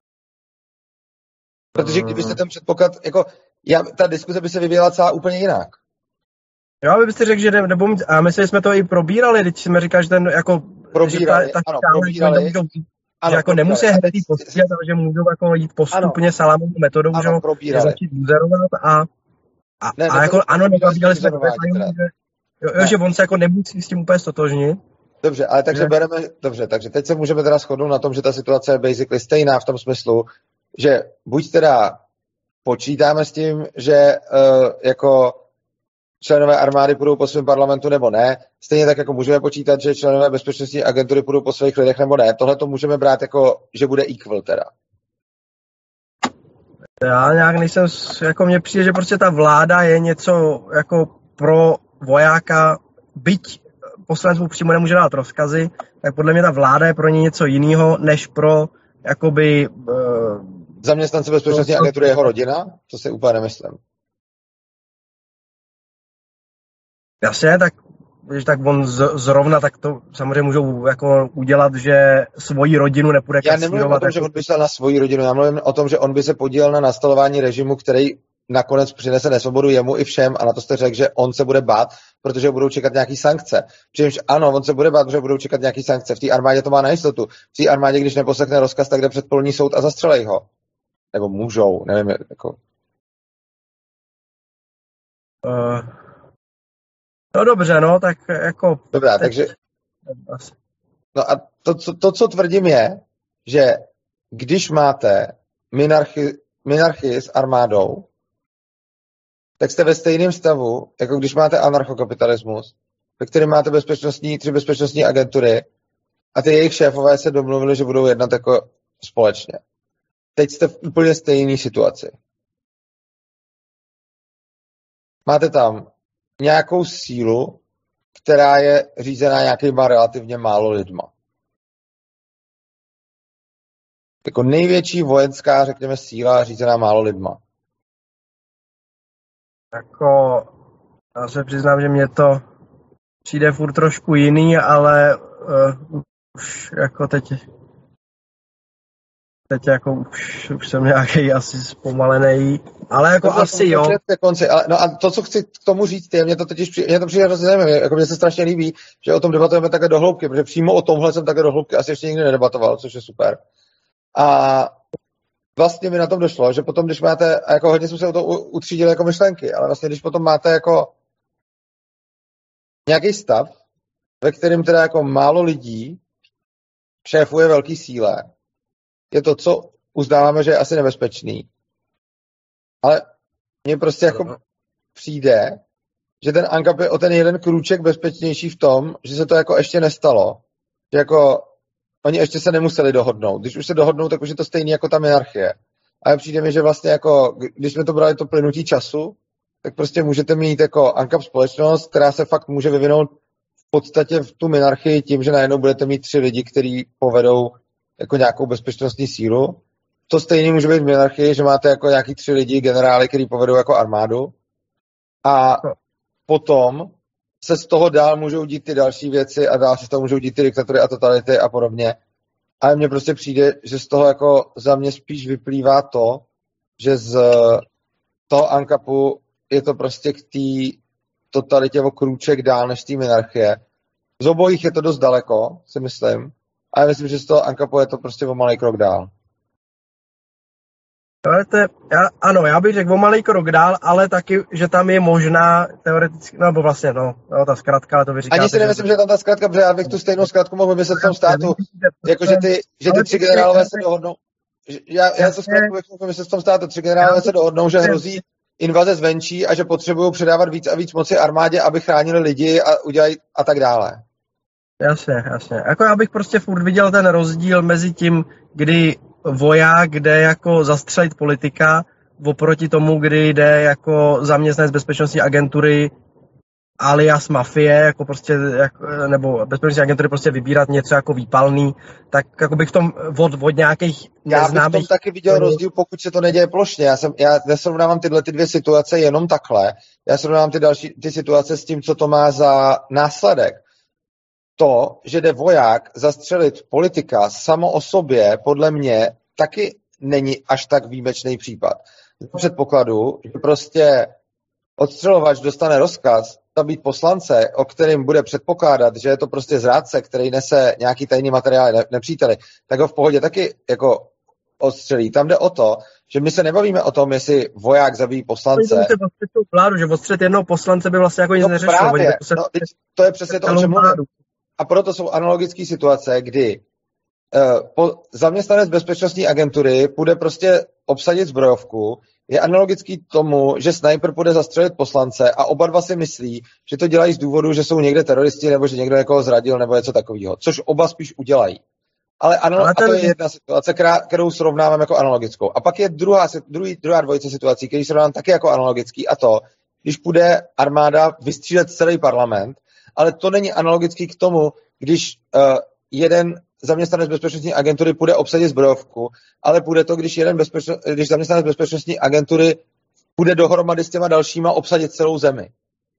Protože kdybyste ten předpoklad, jako, ta diskuse by se vyvíjela celá úplně jinak. Jo, aby byste řekl, že nebo a my jsme to i probírali, když jsme říkali, že ten jako... Probírali, probírali. Že jako nemusí hned jít postřílet, ale že můžou jako jít postupně salámovou metodou, že začít buzerovat a jako ano, neviděli jsme to, že on se jako nemusí s tím úplně stotožnit. Dobře, ale takže takže teď se můžeme teda shodnout na tom, že ta situace je basically stejná v tom smyslu, že buď teda počítáme s tím, že jako členové armády půjdou po svém parlamentu nebo ne, stejně tak jako můžeme počítat, že členové bezpečnostní agentury půjdou po svých lidech nebo ne. Tohle to můžeme brát jako, že bude equal teda. Já nějak nejsem, jako mně přijde, že prostě ta vláda je něco jako pro vojáka, byť poslanec mu přímo nemůže dát rozkazy, tak podle mě ta vláda je pro ně něco jiného, než pro jakoby... Zaměstnance bezpečnostní agentury jeho rodina? To si úplně nemyslím. Jasně, tak on zrovna tak to samozřejmě můžou jako udělat, že svoji rodinu nepůjde kasírovat. Já nemluvím o tom, že on by šel na svoji rodinu, já mluvím o tom, že on by se podílel na nastolování režimu, který nakonec přinese nesvobodu jemu i všem, a na to jste řekl, že on se bude bát, protože budou čekat nějaký sankce. Přičemž ano, on se bude bát, protože budou čekat nějaký sankce. V té armádě to má na jistotu. V té armádě, když neposlechne rozkaz, tak jde před polní soud a zastřelej ho. Nebo můžou, nevím, jako... No dobře, no, tak jako... Dobrá, takže... No a to, co tvrdím je, že když máte minarchii s armádou, tak jste ve stejném stavu, jako když máte anarchokapitalismus, ve kterém máte tři bezpečnostní agentury a ty jejich šéfové se domluvili, že budou jednat jako společně. Teď jste v úplně stejné situaci. Máte tam nějakou sílu, která je řízená nějakýma relativně málo lidma. Jako největší vojenská, řekněme, síla řízená málo lidma. Jako, já se přiznám, že mě to přijde furt trošku jiný, ale už jako teď jako už jsem nějaký asi zpomalený, ale jako to asi jo. Konci, ale, no a to, co chci k tomu říct, je, mě to přijde hrozně zajímavé, jako mně se strašně líbí, že o tom debatujeme takhle do hloubky, protože přímo o tomhle jsem takhle do hloubky asi ještě nikdy nedebatoval, což je super. A vlastně mi na tom došlo, že potom, když máte, a jako hodně jsme se o to utřídili jako myšlenky, ale vlastně, když potom máte jako nějaký stav, ve kterém teda jako málo lidí šéfuje velký síle, je to, co uznáváme, že je asi nebezpečný. Ale mně prostě jako přijde, že ten ANCAP je o ten jeden krůček bezpečnější v tom, že se to jako ještě nestalo. Že jako oni ještě se nemuseli dohodnout. Když už se dohodnou, tak už je to stejný jako ta monarchie. Ale přijde mi, že vlastně jako, když jsme to brali to plynutí času, tak prostě můžete mít jako ANCAP společnost, která se fakt může vyvinout v podstatě v tu monarchii tím, že najednou budete mít 3 lidi, kteří povedou jako nějakou bezpečnostní sílu. To stejný může být v monarchii, že máte jako nějaký 3 lidi, generály, kteří povedou jako armádu. A potom se z toho dál můžou dít ty další věci a dál se z toho můžou dít ty diktatury a totality a podobně. Ale mně prostě přijde, že z toho jako za mě spíš vyplývá to, že z toho ANCAPu je to prostě k té totalitě o krůček dál než té monarchie. Z obojích je to dost daleko, si myslím, ale myslím, že z toho ANCAPu je to prostě o malý krok dál. Ano, já bych řekl o malý krok dál, ale taky, že tam je možná teoreticky, nebo vlastně, ta zkratka, ale to vy říkáte. Ani si nemyslím, že tam ta zkratka, protože já bych tu stejnou zkratku mohl vymyslet v tom státu, jakože ty 3 generálové se dohodnou, já to zkratku bych mohl vymyslet v tom státu, 3 generálové se dohodnou, že hrozí invaze zvenčí a že potřebují předávat víc a víc moci armádě, aby chránili lidi a udělají a tak dále. Jasně. Jako já bych prostě furt viděl ten rozdíl mezi tím, kdy voják jde jako zastřelit politika, oproti tomu, kdy jde jako zaměstnanec bezpečnostní agentury alias mafie, jako prostě, nebo bezpečnostní agentury prostě vybírat něco jako výpalný, tak jako bych v tom od nějakých neznámých... Já bych v tom taky viděl rozdíl, pokud se to neděje plošně. Já nesrovnávám tyhle 2 situace jenom takhle. Já srovnávám ty situace s tím, co to má za následek. To, že jde voják zastřelit politika samo o sobě, podle mě, taky není až tak výjimečný případ. Z předpokladu, že prostě odstřelovač dostane rozkaz zabít poslance, o kterým bude předpokládat, že je to prostě zrádce, který nese nějaký tajný materiál nepříteli, tak ho v pohodě taky jako odstřelí. Tam jde o to, že my se nebavíme o tom, jestli voják zabíjí poslance. Vládu, že odstřelit jednoho poslance by vlastně jako nic neřešilo. Právě, to je přesně to, o čem mluvím. A proto jsou analogické situace, kdy zaměstnanec bezpečnostní agentury půjde prostě obsadit zbrojovku, je analogický tomu, že snajper půjde zastřelit poslance a oba dva si myslí, že to dělají z důvodu, že jsou někde teroristi nebo že někdo někoho zradil nebo něco takového, což oba spíš udělají. A to je jedna situace, kterou srovnáváme jako analogickou. A pak je druhá dvojice situací, který srovnávám taky jako analogický, a to, když půjde armáda vystřílet celý parlament, ale to není analogický k tomu, když jeden zaměstnanec bezpečnostní agentury půjde obsadit zbrojovku, ale půjde to, když zaměstnanec bezpečnostní agentury půjde dohromady s těma dalšíma obsadit celou zemi.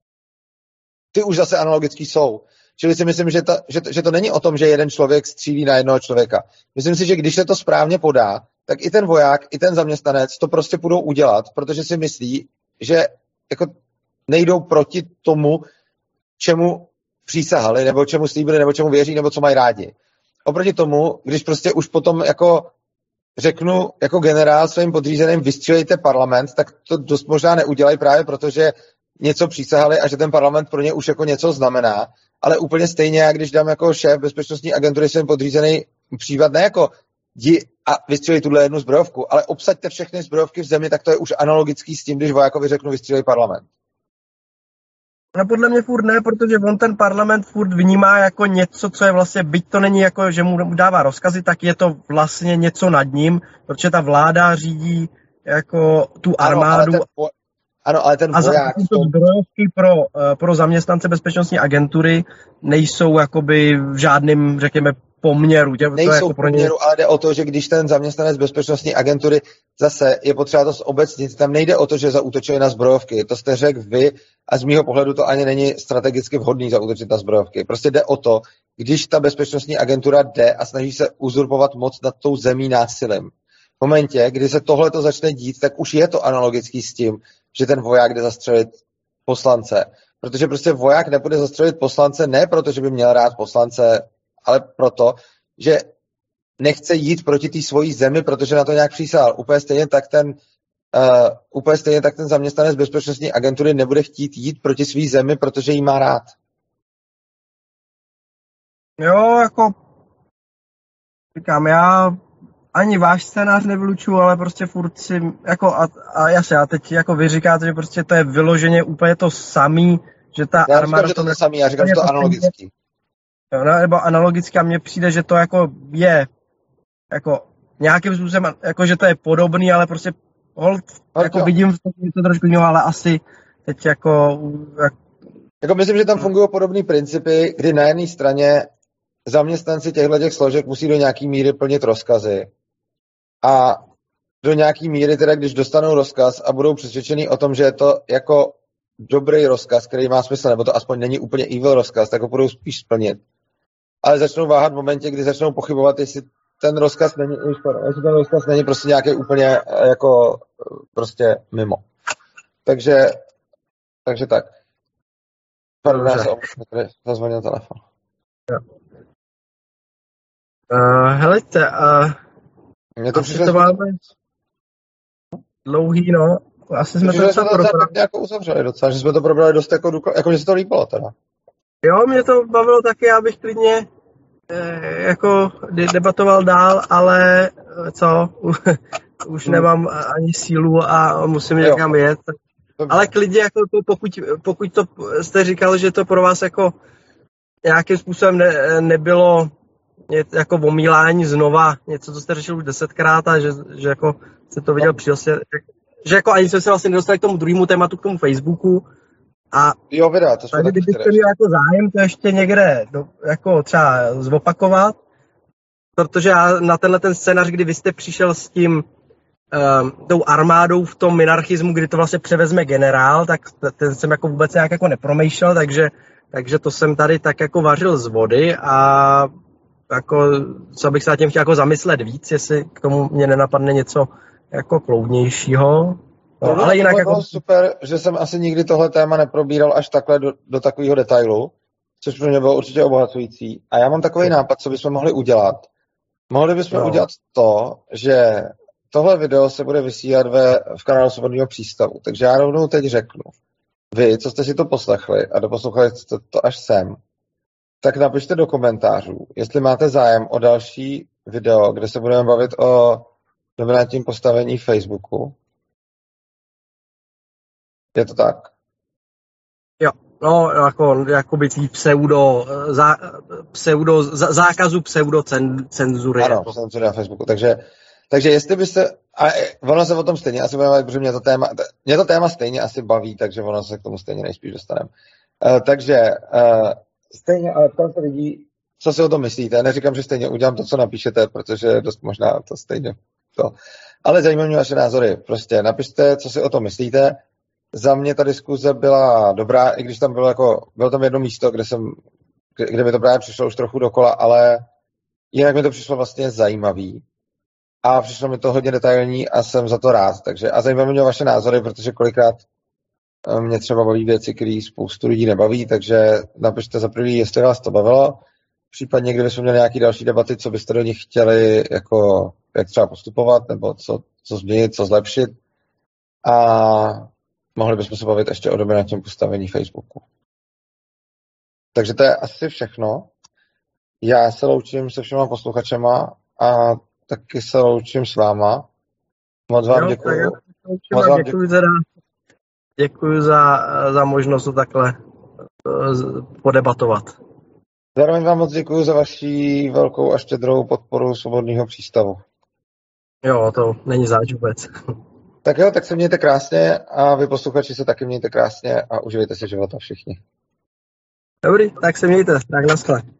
Ty už zase analogický jsou. Čili si myslím, že to není o tom, že jeden člověk střílí na jednoho člověka. Myslím si, že když se to správně podá, tak i ten voják, i ten zaměstnanec to prostě budou udělat, protože si myslí, že jako nejdou proti tomu, čemu přísahali, nebo čemu slíbili, nebo čemu věří, nebo co mají rádi. Oproti tomu, když prostě už potom jako řeknu jako generál svým podřízeným vystřelejte parlament, tak to dost možná neudělají právě protože něco přísahali a že ten parlament pro ně už jako něco znamená. Ale úplně stejně, jak když dám jako šéf bezpečnostní agentury svým podřízený případ, ne jako jdi a vystřelej tuhle jednu zbrojovku, ale obsaďte všechny zbrojovky v zemi, tak to je už analogický s tím, když vojákovi řeknu vystřelej parlament. No podle mě furt ne, protože on ten parlament furt vnímá jako něco, co je vlastně, byť to není jako, že mu dává rozkazy, tak je to vlastně něco nad ním, protože ta vláda řídí jako tu armádu. Ano, ale ten voják... A zbrojovky pro zaměstnance bezpečnostní agentury nejsou jakoby v žádném, řekněme, poměru. Nejsou jako v poměru, ale jde o to, že když ten zaměstnanec bezpečnostní agentury zase je potřeba to zobecnit, tam nejde o to, že zaútočili na zbrojovky. To jste řekl vy a z mýho pohledu to ani není strategicky vhodný zaútočit na zbrojovky. Prostě jde o to, když ta bezpečnostní agentura jde a snaží se uzurpovat moc nad tou zemí násilím. V momentě, kdy se tohleto začne dít, tak už je to analogický s tím, že ten voják jde zastřelit poslance. Protože prostě voják nepůjde zastřelit poslance ne proto, že by měl rád poslance, ale proto, že nechce jít proti té svojí zemi, protože na to nějak přísahal. Úplně stejně tak ten zaměstnanec bezpečnostní agentury nebude chtít jít proti svý zemi, protože jí má rád. Jo, jako říkám, já ani váš scénář nevylučuju, ale prostě furt si, jako a jasně, a teď jako vy říkáte, že prostě to je vyloženě úplně to samý, že ta Já armáda... říkám, že to je samý, já říkám, že to je analogický. Nebo analogicky, a mně přijde, že to jako je jako nějakým způsobem, jako že to je podobný, ale prostě hold, jako vidím v tom, že to trošku jiného, ale asi teď jako myslím, že tam fungují podobné principy, kdy na jedné straně zaměstnanci těchto složek musí do nějaký míry plnit rozkazy. A do nějaký míry, teda když dostanou rozkaz a budou přesvědčení o tom, že je to jako dobrý rozkaz, který má smysl, nebo to aspoň není úplně evil rozkaz, tak ho budou spíš splnit. Ale začnou váhat v momentě, kdy začnou pochybovat, jestli ten rozkaz není prostě nějaký úplně jako prostě mimo. Takže tak. Pardon, já se zazvonil telefon. Helejte, Mě to přišlo... Dlouhý, no. Asi jsme to docela tak nějak uzavřeli docela, že jsme to probrali dost jako že se to líbilo teda. Jo, mě to bavilo taky, já bych klidně jako debatoval dál, ale co, už nemám ani sílu a musím někam jet. Dobře. Ale klidně, jako pokud to jste říkal, že to pro vás jako nějakým způsobem nebylo jako omílání znova, něco, co jste řešil už 10krát a že jako jste to viděl přilostě, že jako ani jsme se vlastně nedostali k tomu druhému tématu, k tomu Facebooku. A jo, videa, to jsme taky kdybyste měl jako zájem to ještě někde jako třeba zopakovat, protože já na tenhle ten scénář, kdy vy jste přišel s tím tou armádou v tom minarchismu, kdy to vlastně převezme generál, tak ten jsem jako vůbec nějak jako nepromýšlel, takže to jsem tady tak jako vařil z vody a jako, co bych se na tím chtěl jako zamyslet víc, jestli k tomu mě nenapadne něco jako kloudnějšího. No, ale jinak jako... super, že jsem asi nikdy tohle téma neprobíral až takhle do takového detailu, což pro mě bylo určitě obohacující. A já mám takový nápad, co bychom mohli udělat. Mohli bychom udělat to, že tohle video se bude vysílat v kanálu Svobodného přístavu. Takže já rovnou teď řeknu. Vy, co jste si to poslechli a doposlouchali jste to až sem, tak napište do komentářů, jestli máte zájem o další video, kde se budeme bavit o dominantním postavení Facebooku. Je to tak? Jo, no, jako by zákazu pseudocenzury. Ano, cenzury na Facebooku. Takže jestli byste, a ono se o tom stejně asi bude bavit, protože mě to téma stejně asi baví, takže ono se k tomu stejně nejspíš dostaneme. Takže stejně, ale ptám se lidí, co si o tom myslíte. Já neříkám, že stejně udělám to, co napíšete, protože dost možná to stejně to. Ale zajímají mě vaše názory. Prostě napište, co si o tom myslíte. Za mě ta diskuze byla dobrá, i když tam bylo tam jedno místo, kde mi to právě přišlo už trochu dokola, ale jinak mi to přišlo vlastně zajímavý. A přišlo mi to hodně detailní a jsem za to rád. Takže, a zajímavé mě vaše názory, protože kolikrát mě třeba baví věci, které spoustu lidí nebaví, takže napište za první, jestli vás to bavilo. Případně, kdybychom měli nějaké další debaty, co byste do nich chtěli, jako, jak třeba postupovat, nebo co změnit, co zlepšit. A mohli bychom se bavit ještě o dominantním postavení Facebooku. Takže to je asi všechno. Já se loučím se všema posluchačema a taky se loučím s váma. Moc vám děkuju. Děkuju za možnost to takhle podebatovat. Zároveň vám moc děkuju za vaši velkou a štědrou podporu Svobodného přístavu. Jo, to není záč vůbec. Tak jo, tak se mějte krásně a vy posluchači se taky mějte krásně a užijte si života všichni. Dobrý, tak se mějte. Tak naschle.